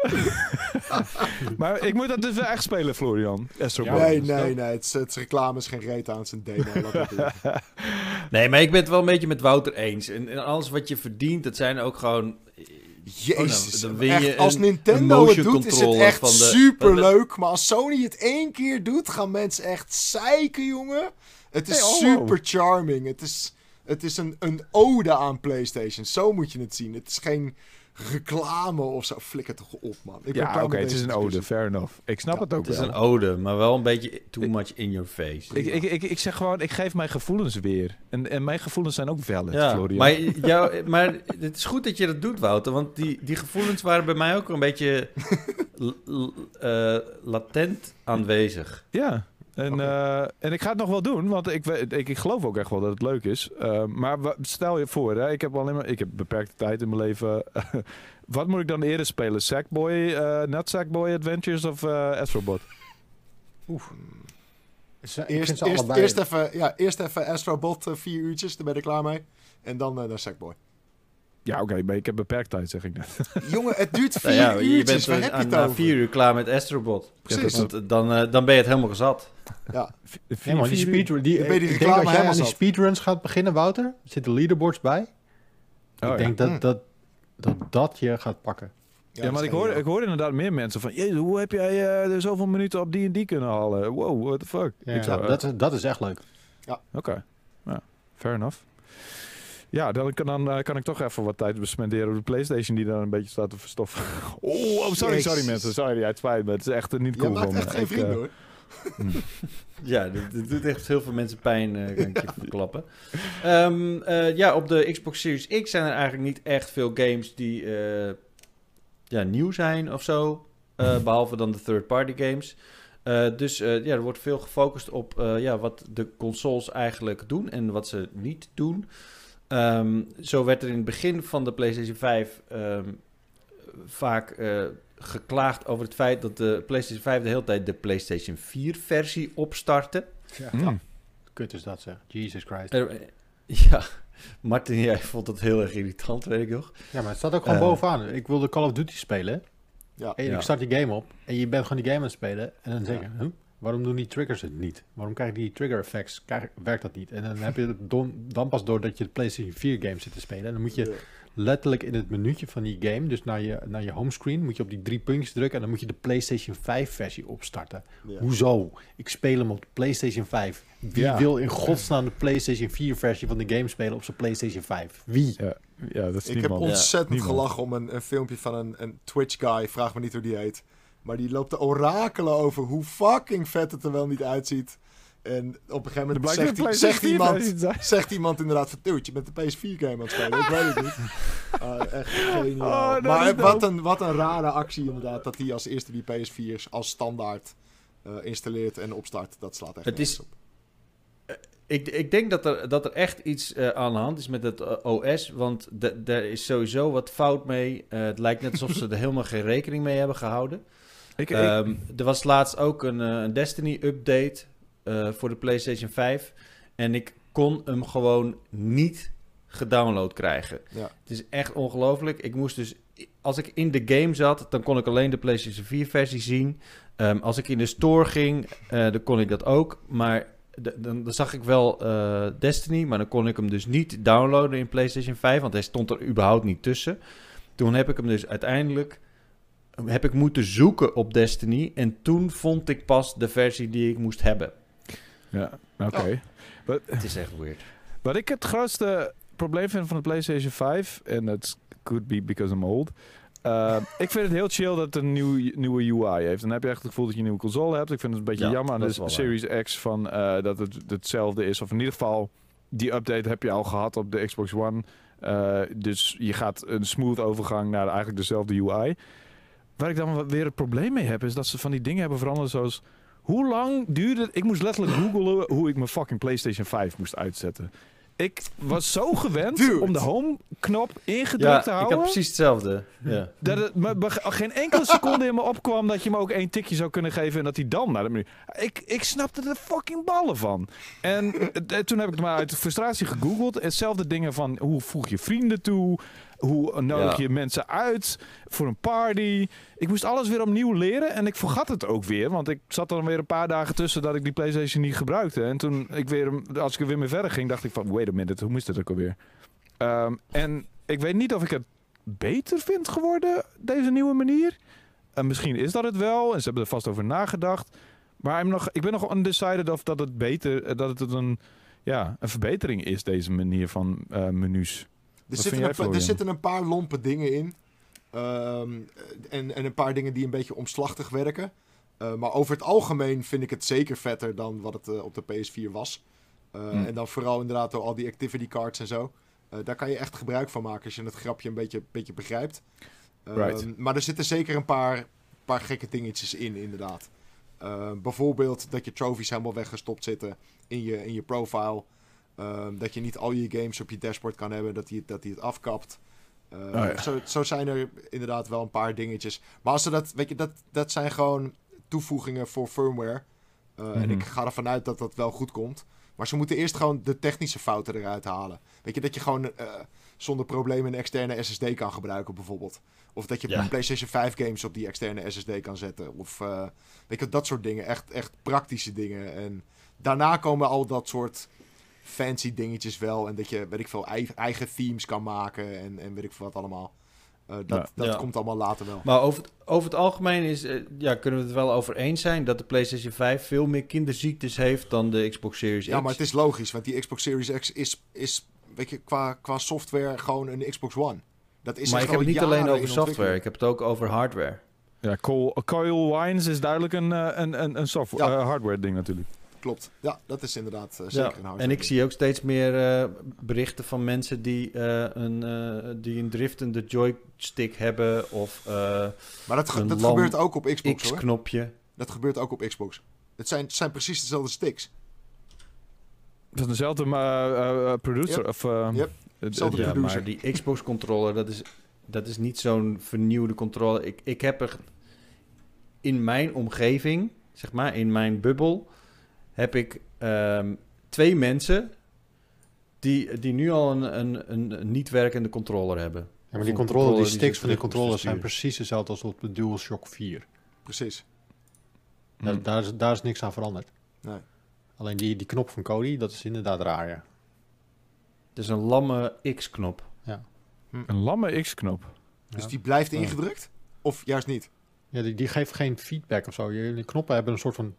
Maar ik moet dat dus wel echt spelen, Florian. Nee. Het reclame is geen reet aan, het is een demo. Nee, maar ik ben het wel een beetje met Wouter eens. En alles wat je verdient, dat zijn ook gewoon... Jezus, dan win je als Nintendo het doet, is het echt superleuk. Maar als Sony het 1 keer doet, gaan mensen echt zeiken, jongen. Het is super charming. Het is een ode aan PlayStation. Zo moet je het zien. Het is geen reclame of zo. Flikker toch op, man. Het is een ode. Fair enough. Ik snap het ook wel. Het is een ode, maar wel een beetje too much in your face. Ik zeg gewoon, ik geef mijn gevoelens weer. En mijn gevoelens zijn ook valid, Florian. Maar het is goed dat je dat doet, Wouter. Want die gevoelens waren bij mij ook een beetje latent aanwezig. Ja. En ik ga het nog wel doen, want ik geloof ook echt wel dat het leuk is. Maar stel je voor, hè, ik heb beperkte tijd in mijn leven. Wat moet ik dan eerder spelen? Sackboy, Not Sackboy Adventures of Astrobot? Eerst even Astrobot 4 uurtjes, daar ben ik klaar mee. En dan naar Sackboy. Ja, oké, maar ik heb beperkt tijd, zeg ik net. Jongen, het duurt 4 uurtjes. Je bent na 4 uur klaar met Astrobot. Precies. Want dan ben je het helemaal gezat. Ja. Nee, man, die speedrun. Die reclame als jij aan die speedruns gaat beginnen, Wouter, er zitten leaderboards bij. Ik denk dat je gaat pakken. Ja, maar ik hoor inderdaad meer mensen van... hoe heb jij zoveel minuten op die kunnen halen? Wow, what the fuck? Ja, dat is echt leuk. Ja. Oké. Ja, fair enough. Ja, dan kan ik toch even wat tijd spenderen op de PlayStation die dan een beetje staat te verstoffen. Sorry mensen. Sorry, het spijt me. Het is echt niet cool van me. Je maakt echt geen vrienden, hoor. Ja, dit doet echt heel veel mensen pijn, kan ik je verklappen. Op de Xbox Series X zijn er eigenlijk niet echt veel games die nieuw zijn of zo. Behalve dan de third-party games. Dus er wordt veel gefocust op wat de consoles eigenlijk doen en wat ze niet doen. Zo werd er in het begin van de PlayStation 5 vaak geklaagd over het feit dat de PlayStation 5 de hele tijd de PlayStation 4-versie opstartte. Ja. Kut is dat, zeg. Jesus Christ. Ja, Martin, jij vond dat heel erg irritant, weet ik nog. Ja, maar het staat ook gewoon bovenaan. Ik wilde Call of Duty spelen. Ja. En ik start die game op. En je bent gewoon die game aan het spelen. En dan zeg je, waarom doen die triggers het niet? Waarom krijg je die trigger effects? Werkt dat niet? En dan heb je het dan pas door dat je de PlayStation 4 game zit te spelen. En dan moet je letterlijk in het menuutje van die game, dus naar je homescreen, moet je op die 3 puntjes drukken en dan moet je de PlayStation 5 versie opstarten. Ja. Hoezo? Ik speel hem op de PlayStation 5. Wie wil in godsnaam de PlayStation 4 versie van de game spelen op zijn PlayStation 5? Wie? Ja, dat is ik heb ontzettend gelachen om een filmpje van een Twitch guy, vraag me niet hoe die heet, maar die loopt te orakelen over hoe fucking vet het er wel niet uitziet. En op een gegeven moment zegt iemand inderdaad van, dude, je bent de PS4-game aan het spelen. Ik weet het niet. Echt geniaal. Maar wat een rare actie inderdaad, dat hij als eerste die PS4's als standaard installeert en opstart. Dat slaat echt nergens op. Ik denk dat er echt iets aan de hand is met het OS, want er is sowieso wat fout mee. Het lijkt net alsof ze er helemaal geen rekening mee hebben gehouden. Er was laatst ook een Destiny-update voor de PlayStation 5. En ik kon hem gewoon niet gedownload krijgen. Ja. Het is echt ongelooflijk. Ik moest dus, als ik in de game zat, dan kon ik alleen de PlayStation 4 versie zien. Als ik in de store ging, dan kon ik dat ook. Maar dan zag ik wel Destiny, maar dan kon ik hem dus niet downloaden in PlayStation 5, want hij stond er überhaupt niet tussen. Toen heb ik hem dus uiteindelijk moeten zoeken op Destiny en toen vond ik pas de versie die ik moest hebben. Ja, oké. Het is echt weird. Wat ik het grootste probleem vind van de PlayStation 5, en dat could be because I'm old, ik vind het heel chill dat het een nieuwe UI heeft. Dan heb je echt het gevoel dat je een nieuwe console hebt. Ik vind het een beetje jammer aan de Series X van, dat het hetzelfde is. Of in ieder geval, die update heb je al gehad op de Xbox One. Dus je gaat een smooth overgang naar eigenlijk dezelfde UI. Waar ik dan weer het probleem mee heb, is dat ze van die dingen hebben veranderd zoals, hoe lang duurde het? Ik moest letterlijk googlen hoe ik mijn fucking PlayStation 5 moest uitzetten. Ik was zo gewend om de home-knop ingedrukt te houden. Ik heb precies hetzelfde. Ja. Dat het me geen enkele seconde in me opkwam dat je me ook 1 tikje zou kunnen geven en dat hij dan naar het menu. Ik snapte er fucking ballen van. En toen heb ik het maar uit frustratie gegoogeld. Hetzelfde dingen van hoe voeg je vrienden toe, hoe nodig je mensen uit voor een party. Ik moest alles weer opnieuw leren en ik vergat het ook weer. Want ik zat er dan weer een paar dagen tussen dat ik die PlayStation niet gebruikte. En toen als ik er weer mee verder ging, dacht ik van, wait a minute, hoe moest dit ook alweer? En ik weet niet of ik het beter vind geworden, deze nieuwe manier. Misschien is dat het wel en ze hebben er vast over nagedacht. Maar ik ben nog undecided of dat het een verbetering is, deze manier van menus. Er zitten een paar lompe dingen in. En een paar dingen die een beetje omslachtig werken. Maar over het algemeen vind ik het zeker vetter dan wat het op de PS4 was. En dan vooral inderdaad door al die activity cards en zo. Daar kan je echt gebruik van maken als je het grapje een beetje begrijpt. Maar er zitten zeker een paar gekke dingetjes in, inderdaad. Bijvoorbeeld dat je trophies helemaal weggestopt zitten in je profile. Dat je niet al je games op je dashboard kan hebben, dat hij het afkapt. Zo zijn er inderdaad wel een paar dingetjes. Maar als ze dat zijn gewoon toevoegingen voor firmware. En ik ga ervan uit dat dat wel goed komt. Maar ze moeten eerst gewoon de technische fouten eruit halen. Weet je, dat je gewoon zonder problemen een externe SSD kan gebruiken bijvoorbeeld. Of dat je PlayStation 5 games op die externe SSD kan zetten. Of weet je, dat soort dingen. Echt praktische dingen. En daarna komen al dat soort fancy dingetjes wel. En dat je, weet ik veel, eigen themes kan maken. En weet ik veel wat allemaal. Dat komt allemaal later wel. Maar over het algemeen kunnen we het wel over eens zijn dat de PlayStation 5 veel meer kinderziektes heeft dan de Xbox Series X. Ja, maar het is logisch, want die Xbox Series X is weet je, qua software gewoon een Xbox One. Dat is maar ik heb het niet alleen over software, ik heb het ook over hardware. Ja, Coil Wines is duidelijk een software, hardware ding natuurlijk. Klopt, ja, dat is inderdaad zeker een hardware. En ik zie ook steeds meer berichten van mensen die een driftende joystick hebben of maar dat gebeurt ook op Xbox, X-knopje. Dat gebeurt ook op Xbox. Het zijn precies dezelfde sticks. Dat is dezelfde producer? Yep. Of, Hetzelfde Ja, producer. maar die Xbox controller, dat is niet zo'n vernieuwde controller. Ik heb er in mijn omgeving, zeg maar, in mijn bubbel, heb ik 2 mensen die nu al een niet werkende controller hebben. Ja, maar die controller, die sticks van die controllers zijn precies hetzelfde als op de DualShock 4. Precies. Daar is niks aan veranderd. Nee. Alleen die knop van Cody, dat is inderdaad raar, ja. Het is een lamme X-knop. Een lamme X-knop. Dus Ja. die blijft ingedrukt? Of juist niet? Ja, die geeft geen feedback of zo. Die knoppen hebben een soort van...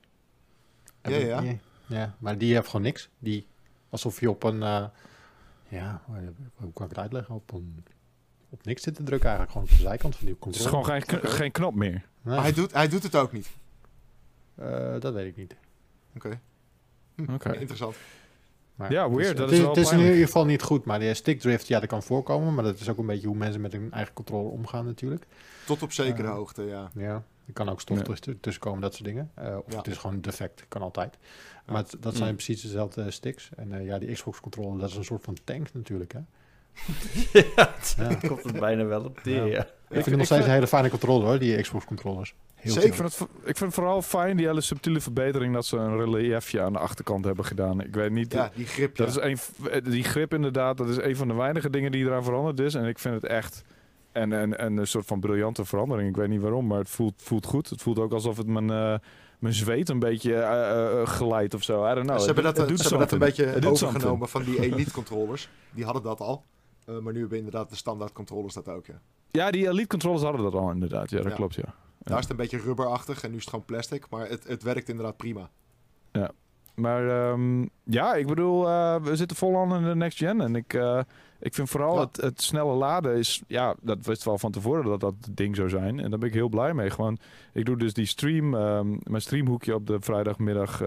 Ja, maar die heeft gewoon niks. Alsof je op een... hoe kan ik het uitleggen? Op niks zit te drukken eigenlijk. Gewoon op de zijkant van die Het is controller. gewoon geen knop meer. Nee, Maar hij doet het ook niet. dat weet ik niet. Oké. Oké. Interessant. Maar Ja, weird, Het dat is, is wel het is in pijnlijk. ieder geval niet goed, maar die stickdrift, ja, dat kan voorkomen. Maar dat is ook een beetje hoe mensen met hun eigen controller omgaan natuurlijk. Tot op zekere hoogte, ja. Ja, er kan ook stof Ja. tussen komen, dat soort dingen. Of Ja. het is gewoon een defect, kan altijd. Maar dat zijn precies dezelfde sticks. En die Xbox controller, dat is een soort van tank natuurlijk, hè. Ja, Ja. daar komt het bijna wel op neer, ja. Ik vind het nog steeds een hele fijne controller, hoor, die Xbox controllers. Heel Zeker. chill. Ik vind het vooral fijn, die hele subtiele verbetering, dat ze een reliefje aan de achterkant hebben gedaan. Ik weet niet... Ja, die grip, ja. Dat is die grip inderdaad, dat is een van de weinige dingen die eraan veranderd is. En ik vind het echt een soort van briljante verandering. Ik weet niet waarom, maar het voelt goed. Het voelt ook alsof het mijn zweet een beetje glijdt of zo. I don't know. Ze hebben dat een Het beetje doet overgenomen van die Elite controllers. Die hadden dat al. Maar nu hebben inderdaad de standaard controllers dat ook, ja. Ja, die Elite controllers hadden dat al inderdaad. Ja, dat Ja. klopt, ja. Daar is het een beetje rubberachtig en nu is het gewoon plastic. Maar het werkt inderdaad prima. Maar ik bedoel, we zitten vol aan in de next gen. En ik vind vooral het snelle laden is... Ja, dat wist wel van tevoren dat het ding zou zijn. En daar ben ik heel blij mee. Gewoon, ik doe dus die stream, mijn streamhoekje op de vrijdagmiddag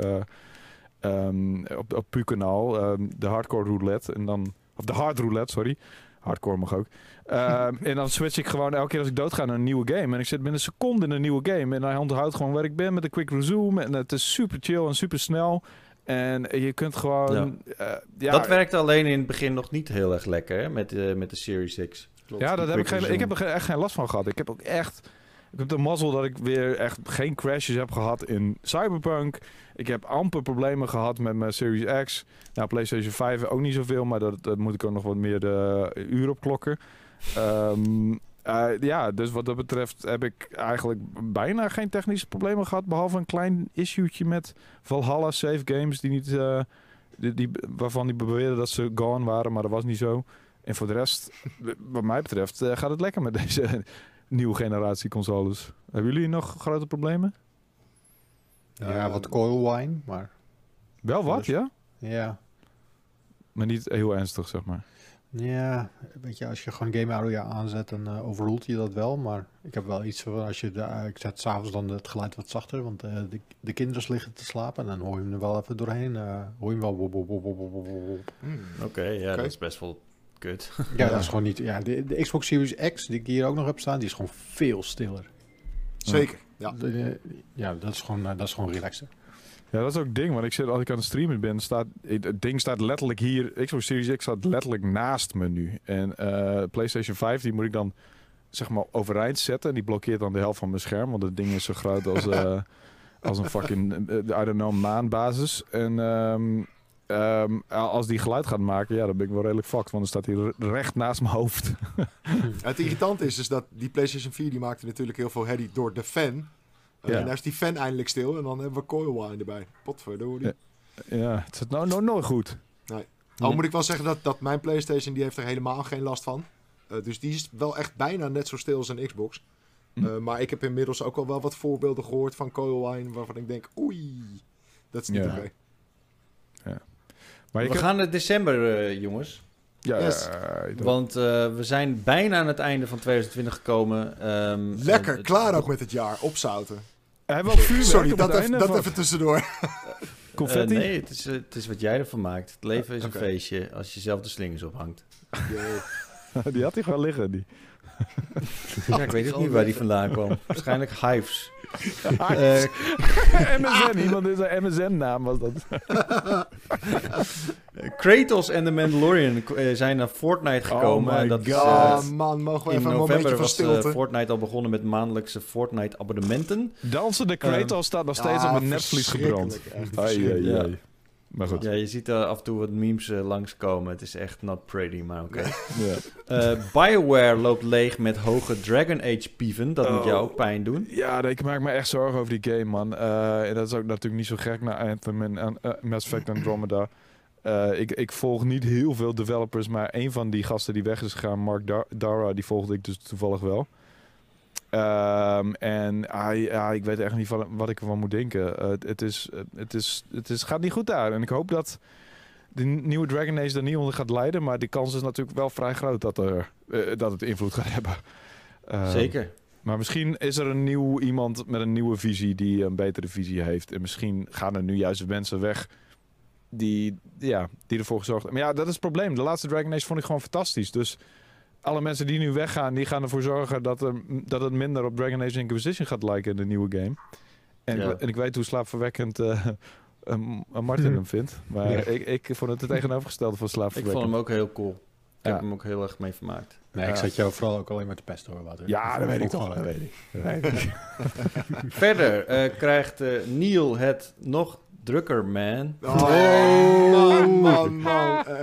op Pu-kanaal. De hardcore roulette. En dan, of de hard roulette, sorry. Hardcore mag ook. En dan switch ik gewoon elke keer als ik doodga naar een nieuwe game. En ik zit binnen een seconde in een nieuwe game. En hij onthoudt gewoon waar ik ben met een quick resume. En het is super chill en super snel. En je kunt gewoon... Dat werkte alleen in het begin nog niet heel erg lekker, hè, met de Series X. Klopt. Ja, Ik heb er echt geen last van gehad. Ik heb ook echt... Ik heb de mazzel dat ik weer echt geen crashes heb gehad in Cyberpunk. Ik heb amper problemen gehad met mijn Series X. Nou, PlayStation 5 ook niet zoveel, maar dat moet ik ook nog wat meer de uur op klokken. Dus wat dat betreft heb ik eigenlijk bijna geen technische problemen gehad. Behalve een klein issue'tje met Valhalla save games die niet, waarvan die beweerden dat ze gone waren, maar dat was niet zo. En voor de rest, wat mij betreft, gaat het lekker met deze nieuwe generatie consoles. Hebben jullie nog grote problemen? Ja, wat coil wine, maar Wel wat, Dus- ja? ja. Maar niet heel ernstig, zeg maar. Ja, weet je, als je gewoon game area aanzet, dan overrult je dat wel. Maar ik heb wel iets van, ik zet s'avonds dan het geluid wat zachter, want de kinderen liggen te slapen. En dan hoor je hem er wel even doorheen. Hoor je hem wel wop, wop, wop, wop, wop, wop. Oké, Oké. dat is best wel kut. Ja, dat is gewoon niet... Ja, de Xbox Series X, die ik hier ook nog heb staan, die is gewoon veel stiller. Zeker, ja. Ja, dat is gewoon relaxer. Ja, dat is ook het ding. Want als ik aan het streamen ben, het ding staat letterlijk hier. Xbox Series X staat letterlijk naast me nu. En PlayStation 5, die moet ik dan zeg maar overeind zetten. En die blokkeert dan de helft van mijn scherm. Want het ding is zo groot als een fucking, I don't know, maanbasis. En als die geluid gaat maken, ja, dan ben ik wel redelijk fucked. Want dan staat hij recht naast mijn hoofd. Het irritante is dus dat die PlayStation 4 die maakte natuurlijk heel veel herrie door de fan. Ja. En daar is die fan eindelijk stil en dan hebben we coil wine erbij. Potverdorie. Ja, het is nooit goed. Al moet ik wel zeggen dat mijn PlayStation die heeft er helemaal geen last van. Dus die is wel echt bijna net zo stil als een Xbox. Maar ik heb inmiddels ook al wel wat voorbeelden gehoord van coil wine waarvan ik denk, oei, dat is niet Ja. oké. Maar We gaan naar december, jongens. Ja, Yes. Want we zijn bijna aan het einde van 2020 gekomen. Lekker, en- klaar ook met het jaar, opzouten. Hebben we ook vuurwerk Sorry, op het dat einde? even tussendoor. Confetti? Nee, het is wat jij ervan maakt. Het leven is Oké. een feestje als je zelf de slingers ophangt. Jee. Die had hij gewoon liggen. Die. Ja, ik weet ook niet waar die vandaan kwam. Waarschijnlijk Hives. MSN, iemand is een MSN-naam was dat. Kratos en de Mandalorian zijn naar Fortnite gekomen. Oh my dat god. is, Man, mogen we in even een momentje november van was stilte? Fortnite al begonnen met maandelijkse Fortnite-abonnementen. Dansende Kratos staat nog steeds op mijn netvlies gebrand. Echt Ai, ai, Ja. ai. Maar goed. Ja, je ziet af en toe wat memes langskomen. Het is echt not pretty, maar oké. Ja. BioWare loopt leeg met hoge Dragon Age pieven. Dat moet jou ook pijn doen. Ja, ik maak me echt zorgen over die game, man. En dat is ook natuurlijk niet zo gek naar Anthem en Mass Effect Andromeda. Ik volg niet heel veel developers, maar een van die gasten die weg is gegaan, Mark Dara, die volgde ik dus toevallig wel. Ik weet echt niet wat ik ervan moet denken. Het gaat niet goed daar. En ik hoop dat de nieuwe Dragon Age er niet onder gaat lijden. Maar die kans is natuurlijk wel vrij groot dat het invloed gaat hebben. Zeker. Maar misschien is er een nieuw iemand met een nieuwe visie die een betere visie heeft. En misschien gaan er nu juist mensen weg die ervoor gezorgd hebben. Maar ja, dat is het probleem. De laatste Dragon Age vond ik gewoon fantastisch. Dus alle mensen die nu weggaan, die gaan ervoor zorgen dat het minder op Dragon Age Inquisition gaat lijken in de nieuwe game. En ik weet hoe slaapverwekkend Martin hem vindt. Maar ik vond het tegenovergestelde van Ik slaapverwekkend. vond hem ook heel cool. Ik heb hem ook heel erg mee vermaakt. Nee, ik zat jou vooral ook alleen maar te pesten hoor, Wouter. Ja, dat weet ik toch. toch. Dat weet ik. Verder krijgt Neil het nog drukker, man. Man.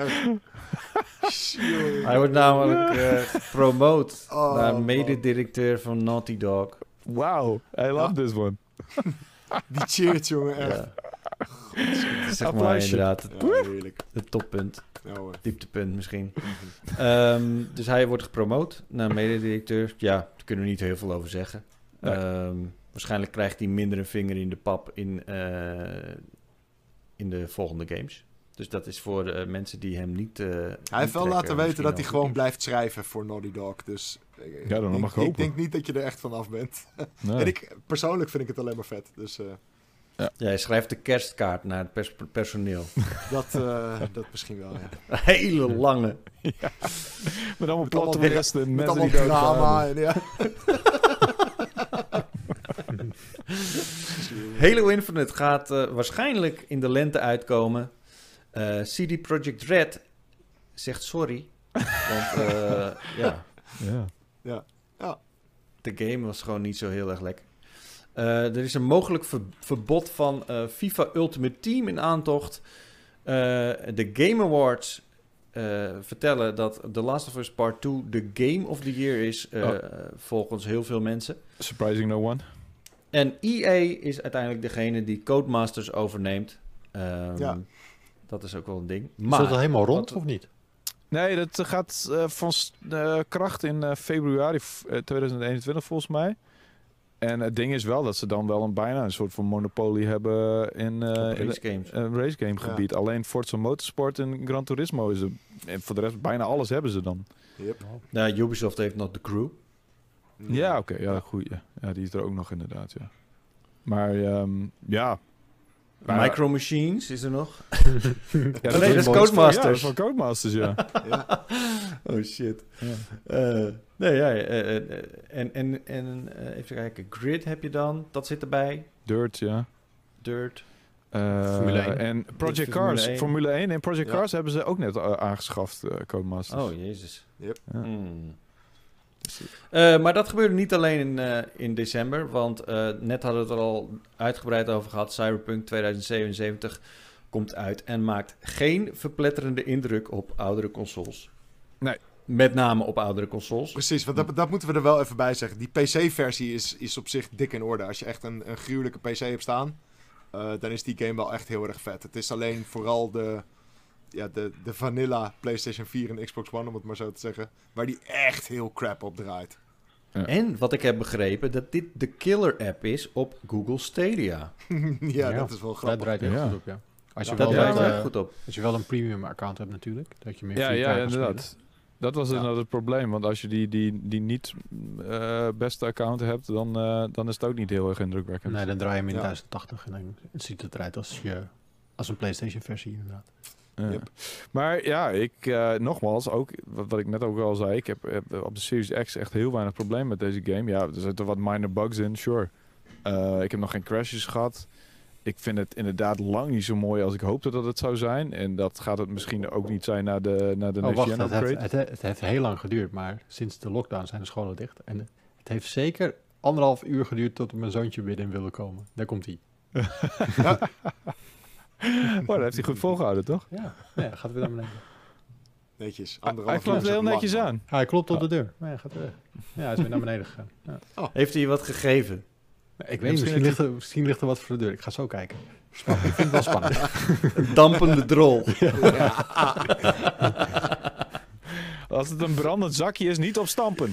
Hij wordt namelijk gepromoot Oh, naar man. mededirecteur van Naughty Dog. Wow, I love this one. Die cheert, jongen, echt. Ja. Zeg maar Applausje. inderdaad Ja, heerlijk. het toppunt. Ja, hoor. Dieptepunt misschien. Dus hij wordt gepromoot naar mededirecteur. Ja, daar kunnen we niet heel veel over zeggen. Nee. Waarschijnlijk krijgt hij minder een vinger in de pap in de volgende games. Dus dat is voor mensen die hem niet Hij heeft wel laten weten dat hij gewoon blijft schrijven voor Naughty Dog. Dus Ja, dan mag ik ik hopen. denk niet dat je er echt van af bent. Nee. En persoonlijk vind ik het alleen maar vet. Dus Ja, hij schrijft de kerstkaart naar het personeel. dat misschien wel, ja. Een hele lange. Met allemaal Met platte allemaal westen en Met mensen allemaal die doodgaan. drama. En, ja. Halo Infinite gaat waarschijnlijk in de lente uitkomen. CD Projekt Red zegt sorry. Want Ja. de game was gewoon niet zo heel erg lekker. Er is een mogelijk verbod van FIFA Ultimate Team in aantocht. De Game Awards vertellen dat The Last of Us Part 2 de Game of the Year is, volgens heel veel mensen. Surprising no one. En EA is uiteindelijk degene die Codemasters overneemt. Ja. Dat is ook wel een ding. Is dat al helemaal rond wat- of niet? Nee, dat gaat van kracht in februari 2021 volgens mij. En het ding is wel dat ze dan wel bijna een soort van monopolie hebben in race games. een racegame gebied. Alleen Forza Motorsport en Gran Turismo is er. En voor de rest bijna alles hebben ze dan. Yep. Ja, Ubisoft heeft nog de Crew. Ja, oké. Ja, goed. Ja, die is er ook nog inderdaad, ja. Maar ja. Maar- Micro Machines is er nog. Ja, dat is van- Codemasters. Ja, dat is van Codemasters, ja. Ja. Oh shit. Ja. Nee, ja. En even kijken. Grid heb je dan. Dat zit erbij. Dirt, ja. Dirt. Formule 1. En Project Formule Cars. 1. Formule 1 en Project Ja. Cars hebben ze ook net aangeschaft, Codemasters. Oh, jezus. Yep. Ja. Hmm. Maar dat gebeurde niet alleen in december, want net hadden we het er al uitgebreid over gehad. Cyberpunk 2077 komt uit en maakt geen verpletterende indruk op oudere consoles. Nee. Met name op oudere consoles. Precies, want dat moeten we er wel even bij zeggen. Die PC-versie is op zich dik in orde. Als je echt een gruwelijke PC hebt staan, dan is die game wel echt heel erg vet. Het is alleen vooral de vanilla PlayStation 4 en Xbox One, om het maar zo te zeggen, waar die echt heel crap op draait. Ja. En wat ik heb begrepen, dat dit de killer app is op Google Stadia. Ja, dat is wel Daar grappig. draait heel Ja. goed op, ja. Als je, Dat Dat wel draait dat, er goed op. als je wel een premium account hebt natuurlijk, dat je meer Ja, free ja, time kan inderdaad. Dat was inderdaad het probleem. Want als je die niet beste account hebt, dan is het ook niet heel erg indrukwekkend. spelen. Nee, dan draai je hem in Ja. 1080 en dan ziet het eruit als een PlayStation versie inderdaad. Yep. Maar ja, nogmaals, ook wat ik net ook al zei, ik heb op de Series X echt heel weinig probleem met deze game. Ja, er zitten wat minor bugs in, sure. Ik heb nog geen crashes gehad. Ik vind het inderdaad lang niet zo mooi als ik hoopte dat het zou zijn. En dat gaat het misschien ook niet zijn na de next gen upgrade. Het heeft heel lang geduurd, maar sinds de lockdown zijn de scholen dicht. En het heeft zeker 1,5 uur geduurd tot mijn zoontje weer in wilde komen. Daar komt hij. Dat heeft hij goed volgehouden, toch? Ja, gaat weer naar beneden. Netjes. Hij klopt heel netjes aan. Hij klopt op de deur. Maar hij gaat weg. Ja, hij is weer naar beneden gegaan. Ja. Heeft hij je wat gegeven? Ik weet niet, misschien ligt er wat voor de deur. Ik ga zo kijken. Spannend. Ik vind het wel spannend. Een dampende drol. Als het een brandend zakje is, niet op stampen.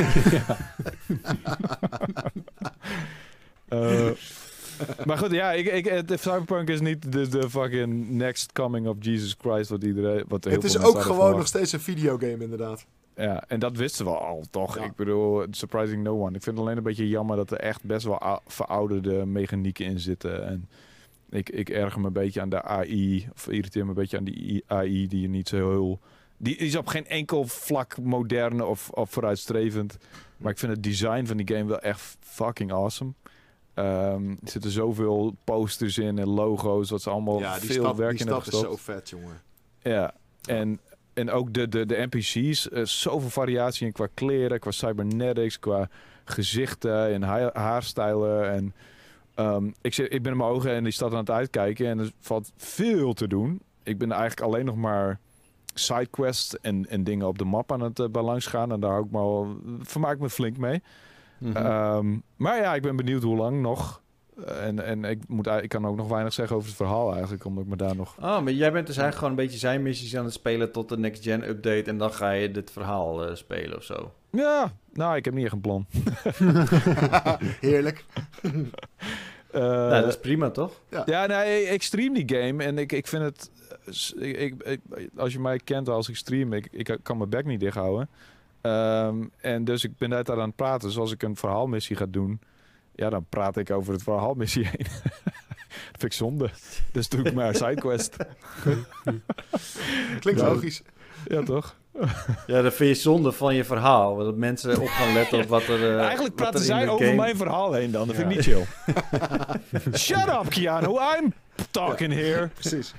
Maar goed, ja, Cyberpunk is niet de fucking next coming of Jesus Christ wat iedereen... Het is ook gewoon nog steeds een videogame, inderdaad. Ja, en dat wisten we al, toch? Ja. Ik bedoel, surprising no one. Ik vind het alleen een beetje jammer dat er echt best wel verouderde mechanieken in zitten. En ik erger me een beetje aan de AI, of irriteer me een beetje aan die AI die je niet zo heel... Die is op geen enkel vlak modern of vooruitstrevend. Maar ik vind het design van die game wel echt fucking awesome. Er zitten zoveel posters in en logo's, wat ze allemaal veel werk in hebben gestopt. Die stad is zo vet, jongen. Ja, en ook de NPC's, zoveel variatie in qua kleren, qua cybernetics, qua gezichten en haarstijlen. En ik ben in mijn ogen en die stad aan het uitkijken en er valt veel te doen. Ik ben eigenlijk alleen nog maar sidequests en dingen op de map aan het langs gaan. En daar vermaak ik me flink mee. Mm-hmm. Maar ja, ik ben benieuwd hoe lang nog. En ik kan ook nog weinig zeggen over het verhaal eigenlijk, omdat ik me daar nog... Oh, maar jij bent dus eigenlijk gewoon een beetje zijn missies aan het spelen tot de next gen update en dan ga je dit verhaal spelen of zo. Ja, nou, ik heb niet echt een plan. Heerlijk. Dat is prima, toch? Ja, nee, ik stream die game en ik vind het... als je mij kent als ik stream, ik kan mijn bek niet dicht houden. En dus ik ben daar aan het praten. Dus als ik een verhaalmissie ga doen, ja, dan praat ik over het verhaalmissie heen. Dat vind ik zonde. Dus doe ik maar sidequest. Klinkt logisch. Ja, toch? Ja, dat vind je zonde van je verhaal. Dat mensen op gaan letten op wat er... Eigenlijk praten zij over mijn verhaal heen dan. Dat vind ik niet chill. Shut up, Keanu. I'm talking here. Precies.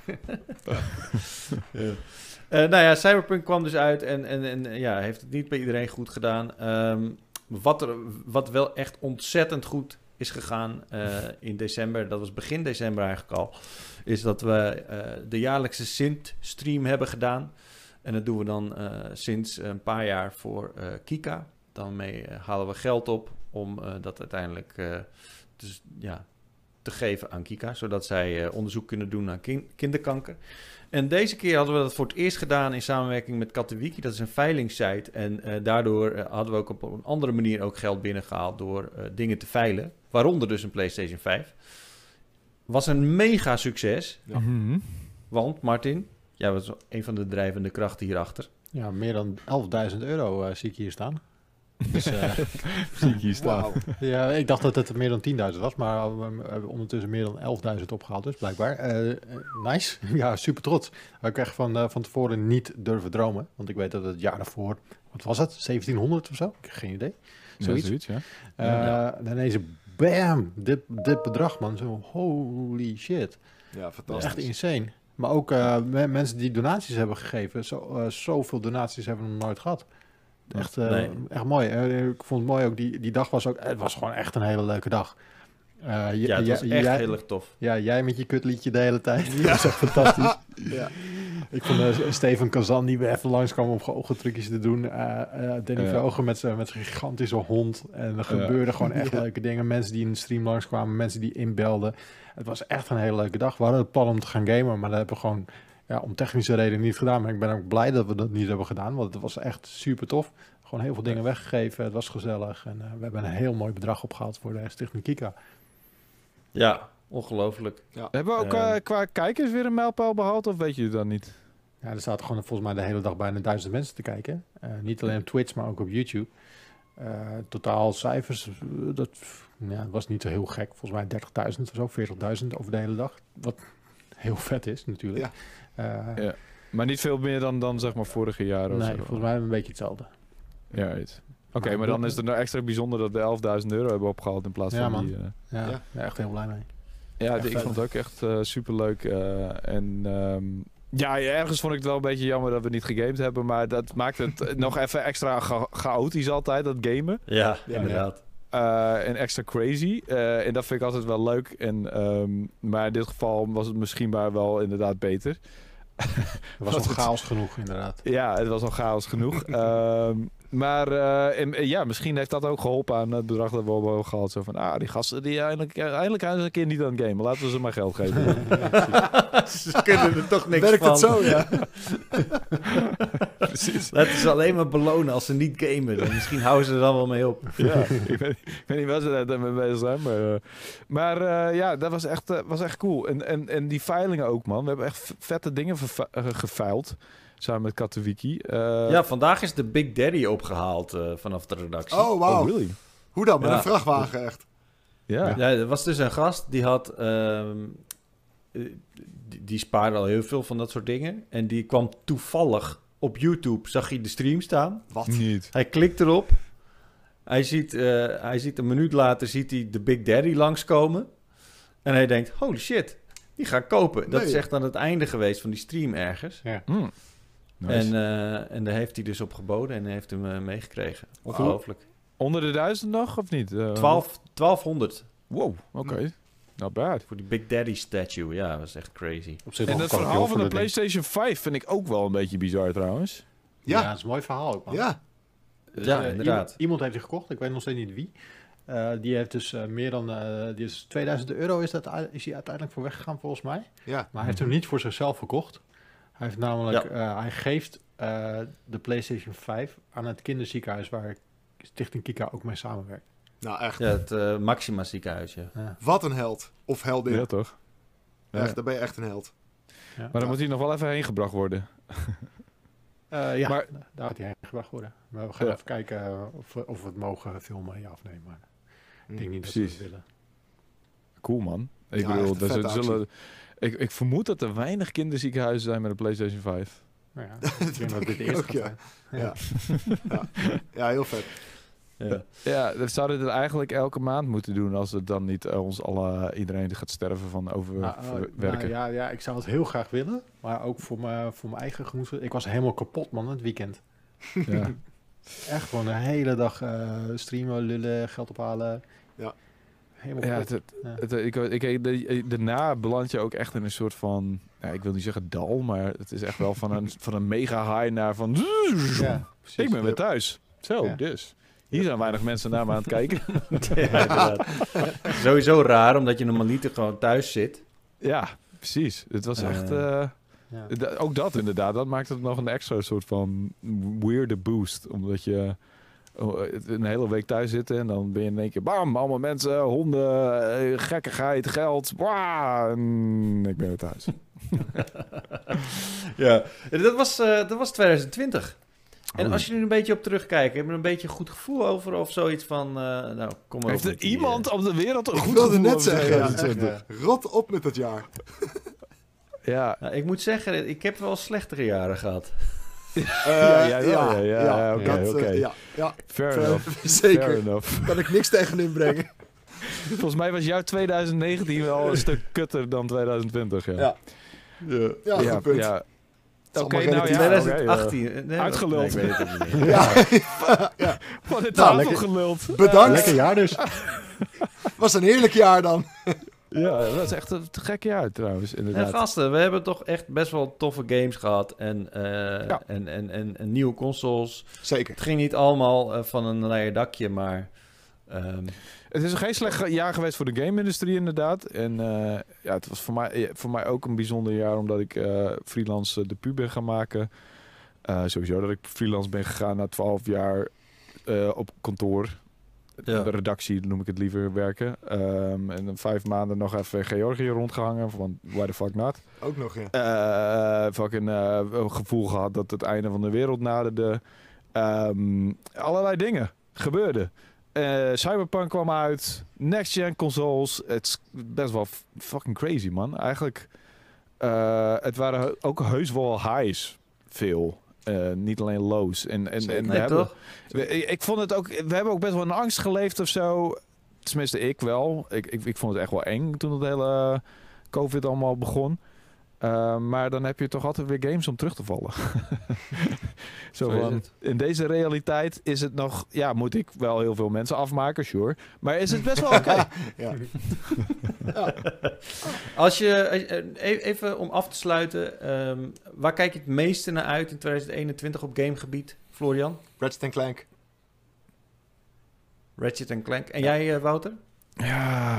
Nou ja, Cyberpunk kwam dus uit en heeft het niet bij iedereen goed gedaan. Wat wel echt ontzettend goed is gegaan in december, dat was begin december eigenlijk al, is dat we de jaarlijkse Sint-stream hebben gedaan. En dat doen we dan sinds een paar jaar voor Kika. Daarmee halen we geld op om dat uiteindelijk te geven aan Kika, zodat zij onderzoek kunnen doen naar kinderkanker. En deze keer hadden we dat voor het eerst gedaan in samenwerking met Katowiki. Dat is een veilingssite. En daardoor hadden we ook op een andere manier ook geld binnengehaald door dingen te veilen. Waaronder dus een PlayStation 5. Was een mega succes. Ja. Mm-hmm. Want, Martin, jij was een van de drijvende krachten hierachter. Ja, meer dan €11.000 zie ik hier staan. Dus, zie ik hier staan. Wow. ja, ik dacht dat het meer dan 10.000 was, maar we hebben ondertussen meer dan 11.000 opgehaald, dus blijkbaar. Nice. Ja, super trots. Had ik echt van tevoren niet durven dromen, want ik weet dat het jaar daarvoor, wat was het, 1700 of zo? Ik heb geen idee. Zoiets. Ja. Ineens, bam, dit bedrag, man. Zo, holy shit. Ja, fantastisch. Echt insane. Maar ook mensen die donaties hebben gegeven, zoveel donaties hebben we nog nooit gehad. Echt, echt mooi. Ik vond het mooi ook, die dag was ook... Het was gewoon echt een hele leuke dag. Het was echt heel erg tof. Ja, jij met je kutliedje de hele tijd. Ja. Dat is echt fantastisch. Ja. Ik vond Steven Kazan, die weer even langskwam om oogentrucjes te doen. Danny Vroger met zijn gigantische hond. En er gebeurden gewoon echt leuke dingen. Mensen die in de stream langskwamen, mensen die inbelden. Het was echt een hele leuke dag. We hadden het plan om te gaan gamen, maar dat hebben we gewoon... Ja, om technische redenen niet gedaan, maar ik ben ook blij dat we dat niet hebben gedaan, want het was echt super tof. Gewoon heel veel dingen weggegeven, het was gezellig en we hebben een heel mooi bedrag opgehaald voor de Stichting Kika. Ja, ongelooflijk. Ja. Hebben we ook qua kijkers weer een mijlpaal behaald, of weet je dat niet? Ja, er zaten gewoon volgens mij de hele dag bijna 1000 mensen te kijken. Niet alleen op Twitch, maar ook op YouTube. Totaal cijfers, dat was niet zo heel gek. Volgens mij 30.000 of zo, 40.000 over de hele dag. Wat heel vet is natuurlijk. Ja. Maar niet veel meer dan zeg maar vorige jaren of Nee, zo. volgens mij een beetje hetzelfde. Ja, Oké, maar dan is het nou extra bijzonder dat we €11.000 hebben opgehaald in plaats van man. die... Ja, echt heel blij mee. Ja, Echt ik vet. vond het ook echt superleuk. Ergens vond ik het wel een beetje jammer dat we niet gegamed hebben. Maar dat maakt het nog even extra chaotisch altijd, dat gamen. Ja, inderdaad. En extra crazy. En dat vind ik altijd wel leuk. Maar in dit geval was het misschien maar wel inderdaad beter. Het was nog chaos genoeg, inderdaad. Ja, het was al chaos genoeg. Misschien heeft dat ook geholpen aan het bedrag dat we hebben gehad. Zo van, die gasten die eindelijk een keer niet aan het gamen. Laten we ze maar geld geven. Ze kunnen er toch niks Werkt van. het zo, ja? Precies. Laten ze alleen maar belonen als ze niet gamen. Dan misschien houden ze er dan wel mee op. Ja, ik weet niet wat ze daar mee bezig zijn. Maar dat was echt cool. En die veilingen ook, man. We hebben echt vette dingen geveild. Samen met Katowiki. Ja, vandaag is de Big Daddy opgehaald vanaf de redactie. Oh, wauw. Oh, really? Hoe dan? Met Ja. een vrachtwagen, echt? Ja. Ja, er was dus een gast die had... die spaarde al heel veel van dat soort dingen. En die kwam toevallig op YouTube, zag hij de stream staan. Wat? Niet. Hij klikt erop. Hij ziet een minuut later ziet hij de Big Daddy langskomen. En hij denkt, holy shit, die ga ik kopen. Dat Nee. is echt aan het einde geweest van die stream ergens. Nice. En daar heeft hij dus op geboden en heeft hem meegekregen. Ongelooflijk. Onder de 1000 nog, of niet? 1200 Wow, oké. Not bad. voor die Big Daddy statue. Ja, dat was echt crazy. Op zich En nog het een verhaal van de ding. PlayStation 5 vind ik ook wel een beetje bizar trouwens. Ja, Ja. het is een mooi verhaal ook, man. Ja. Dus, Ja, inderdaad. Iemand heeft die gekocht, ik weet nog steeds niet wie. Die heeft dus meer dan... die is €2000 is hij uiteindelijk voor weggegaan, volgens mij. Ja. Maar hij heeft hem niet voor zichzelf verkocht. Hij heeft namelijk... hij geeft de PlayStation 5 aan het kinderziekenhuis waar Stichting Kika ook mee samenwerkt. Nou, echt. Ja, het Maxima ziekenhuis, ja. Ja. Wat een held. Of heldin. Ja, toch? Echt, Ja. dan ben je echt een held. Ja. Maar dan moet hij nog wel even heen gebracht worden. Ja, Maar- daar gaat hij heen gebracht worden. Maar we gaan Ja. even kijken of we het mogen filmen, ja of nee. Maar ik denk niet dat Precies. we het willen. Cool, man. Ik Ja, bedoel, echt een vette zullen... Ik vermoed dat er weinig kinderziekenhuizen zijn met een PlayStation 5. Nou ja, ik denk dat dit de eerste Ook, gaat ja. zijn. Ja, heel vet. Ja. Ja, we zouden het eigenlijk elke maand moeten doen als het dan niet iedereen gaat sterven van overwerken. Ja, ik zou het heel graag willen. Maar ook voor mijn eigen gemoed. Ik was helemaal kapot, man, het weekend. Ja. Echt gewoon de hele dag streamen, lullen, geld ophalen. Ja. Helemaal Ja, kapot. daarna beland je ook echt in een soort van, ik wil niet zeggen dal, maar het is echt wel van een mega high naar van, Ja, precies. ik ben weer thuis. Zo, Ja. dus. Hier zijn weinig mensen naar me aan het kijken. Ja, inderdaad. Sowieso raar, omdat je normaal niet gewoon thuis zit. Ja, precies. Het was echt... Ja. ook dat inderdaad, dat maakt het nog een extra soort van weirde boost. Omdat je een hele week thuis zit en dan ben je in één keer... Bam, allemaal mensen, honden, gekkigheid, geld. En ik ben weer thuis. Ja, dat was 2020. En als je nu een beetje op terugkijkt, heb je er een beetje een goed gevoel over of zoiets van... kom maar Heeft op er met die, iemand op de wereld een Ik goed wilde gevoel net over zeggen, ja. 2020? Rot op met dat jaar. Ja. Nou, ik moet zeggen, ik heb wel slechtere jaren gehad. Ja, oké, dat, oké. ja, Fair fair- enough. zeker. Fair enough. Kan ik niks tegen inbrengen. Volgens mij was jouw 2019 wel een stuk kutter dan 2020. Ja, Ja. Ja, goed punt. ja. is Oké, allemaal nou ja. relatief. 2018. Nee, Uitgeluld. nee, ik weet het ook niet. Ja, Wat een Nou, tafel lekker. geluld. bedankt. Lekker jaar dus. Was een heerlijk jaar dan. Ja, dat is echt een te gekke jaar trouwens, En inderdaad. gasten, we hebben toch echt best wel toffe games gehad. En nieuwe consoles. Zeker. Het ging niet allemaal van een leien dakje, maar... Het is geen slecht jaar geweest voor de game-industrie inderdaad. En het was voor mij ook een bijzonder jaar omdat ik freelance de pub ben gaan maken. Sowieso dat ik freelance ben gegaan na 12 jaar op kantoor. Ja. De redactie noem ik het liever werken. En dan 5 maanden nog even in Georgië rondgehangen. Want why the fuck not? Ook nog, ja. Een gevoel gehad dat het einde van de wereld naderde. Allerlei dingen gebeurden. Cyberpunk kwam uit. Next-gen consoles. Het is best wel fucking crazy, man. Eigenlijk het waren ook heus wel highs veel. Niet alleen lows. En Nee, toch? Ik vond het ook... We hebben ook best wel in angst geleefd of zo. Tenminste, ik wel. Ik vond het echt wel eng toen het hele COVID allemaal begon. Maar dan heb je toch altijd weer games om terug te vallen. Zo van, in deze realiteit is het nog... Ja, moet ik wel heel veel mensen afmaken, sure. Maar is het best wel oké. Ja. Als je... Even om af te sluiten. Waar kijk je het meeste naar uit in 2021 op gamegebied, Florian? Ratchet & Clank. Ratchet & Clank. En jij, Wouter? Ja,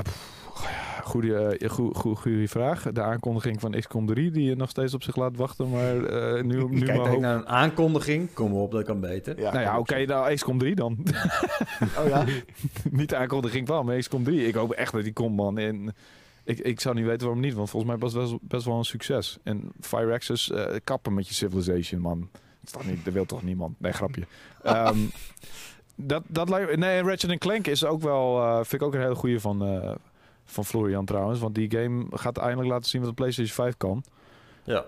goede vraag. De aankondiging van XCOM 3, die je nog steeds op zich laat wachten. Maar nu Kijk maar hoop... naar een aankondiging. Kom op, dat kan beter. Ja, Nou ja, oké, nou XCOM 3 dan. Oh ja? Niet de aankondiging van, maar XCOM 3. Ik hoop echt dat die komt, man. En ik zou niet weten waarom niet, want volgens mij was het best wel een succes. En Fire Access, kappen met je Civilization, man. Dat wil toch niemand? Nee, grapje. Dat lijkt... Nee, Ratchet & Clank is ook wel... vind ik ook een hele goede van Florian trouwens. Want die game gaat eindelijk laten zien wat de PlayStation 5 kan. Ja.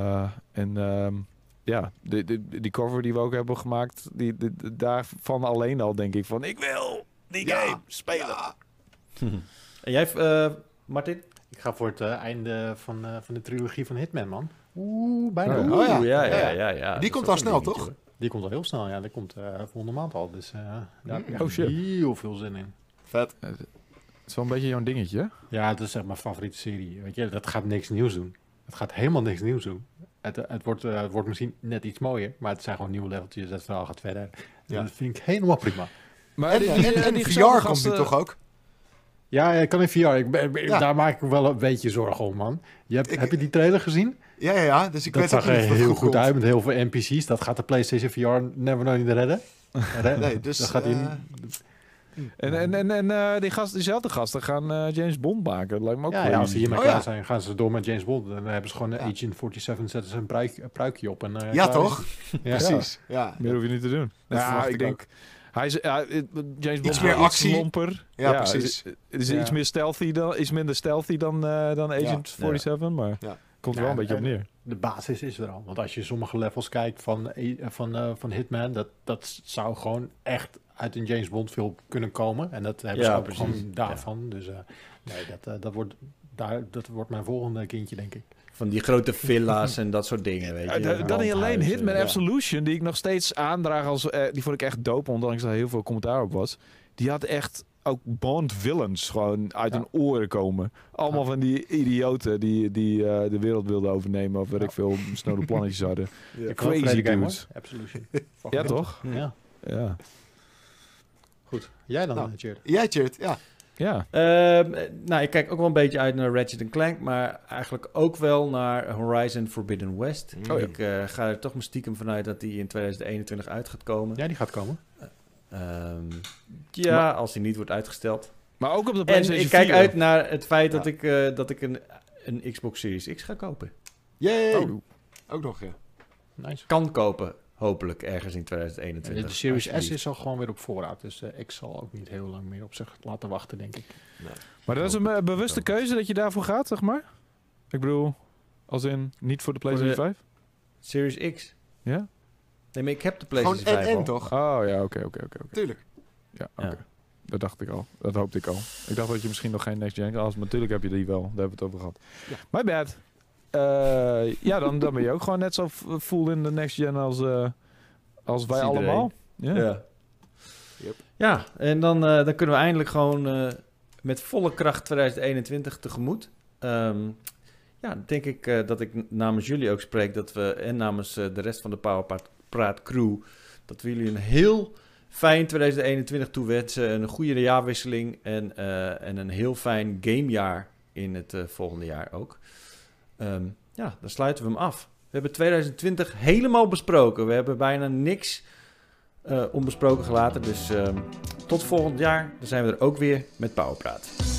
Ja, die cover die we ook hebben gemaakt... daarvan alleen al denk ik van... Ik wil die game spelen. Ja. En jij, Martin? Ik ga voor het einde van de trilogie van Hitman, man. Bijna. Ja. Die komt al snel, toch? Die komt al heel snel, ja. Die komt volgende maand al. Dus daar heb ik echt shit. heel veel zin in. Vet. Het is wel een beetje jouw dingetje, hè? Ja, het is echt mijn favoriete serie. Weet je, dat gaat niks nieuws doen. Het gaat helemaal niks nieuws doen. Het wordt misschien net iets mooier, maar het zijn gewoon nieuwe leveltjes. Het verhaal gaat verder. Ja. Dat vind ik helemaal prima. Maar En die VR komt nu toch ook? Ja, ik kan in VR. Daar maak ik me wel een beetje zorgen om, man. Heb je die trailer gezien? Ja. Dus ik Dat weet ook zag niet er of het heel goed goed komt. uit met heel veel NPC's. Dat gaat de PlayStation VR never nooit redden. Nee, dus... Dat gaat En diezelfde gasten gaan James Bond maken. Dat lijkt me ook als ze hiermee Oh, klaar ja. zijn, gaan ze door met James Bond. Dan hebben ze gewoon Agent 47, zetten ze een pruikje op. En, Ja, klaar toch? is- Ja. Precies. Ja. Meer hoef je niet te doen. Dat Ja, verwacht ik ik denk... Hij is, James Bond meer is actie. iets lomper. Ja, precies. Het is Ja. iets meer stealthy dan, iets minder stealthy dan Agent 47, maar Ja. komt er wel een beetje op neer. De basis is er al. Want als je sommige levels kijkt van Hitman, dat zou gewoon echt uit een James Bond film kunnen komen. En dat hebben ze ook precies. gewoon daarvan. Dus nee, dat wordt mijn volgende kindje, denk ik. Van die grote villa's en dat soort dingen, weet je. Dan niet alleen Landhuizen, Hitman ja. Absolution, die ik nog steeds aandraag als... die vond ik echt dope, ondanks dat er heel veel commentaar op was. Die had echt ook Bond villains gewoon uit hun oren komen. Allemaal van die idioten die de wereld wilden overnemen. Of weet ik veel snode plannetjes hadden. Ik Crazy dudes. Absolution. Ja, toch? Ja. Ja. Goed. Jij dan, Nou. Tjeerd? Jij, Tjeerd, ja. Ja. Nou, ik kijk ook wel een beetje uit naar Ratchet & Clank, maar eigenlijk ook wel naar Horizon Forbidden West. Oh ja. Ik ga er toch maar stiekem vanuit dat die in 2021 uit gaat komen. Ja, die gaat komen. Als die niet wordt uitgesteld. Maar ook op de En PlayStation ik kijk 4. uit naar het feit dat ik een Xbox Series X ga kopen. Yay! Oh. Ook nog, ja. Nice. Kan kopen, hopelijk, ergens in 2021. De Series S Alsjeblieft. is al gewoon weer op voorraad. Dus ik zal ook niet heel lang meer op zich laten wachten, denk ik. Maar dat is een bewuste keuze dat je daarvoor gaat, zeg maar? Ik bedoel, als in niet voor de PlayStation 5? Series X? Ja? Nee, maar ik heb de Gewoon PlayStation 5 en al. toch? Oh ja, oké. Tuurlijk. Ja, oké. Ja. Dat dacht ik al. Dat hoopte ik al. Ik dacht dat je misschien nog geen Next Gen had. Maar natuurlijk heb je die wel. Daar hebben we het over gehad. Ja. My bad. Dan ben je ook gewoon net zo full in de Next Gen als wij iedereen. allemaal. Ja. Ja. Yep. Ja, en dan kunnen we eindelijk gewoon met volle kracht 2021 tegemoet. Denk ik dat ik namens jullie ook spreek dat we en namens de rest van de Powerpraat crew dat we jullie een heel fijn 2021 toewensen. Een goede jaarwisseling en een heel fijn gamejaar in het volgende jaar ook. Dan sluiten we hem af. We hebben 2020 helemaal besproken. We hebben bijna niks onbesproken gelaten. Dus tot volgend jaar. Dan zijn we er ook weer met Powerpraat.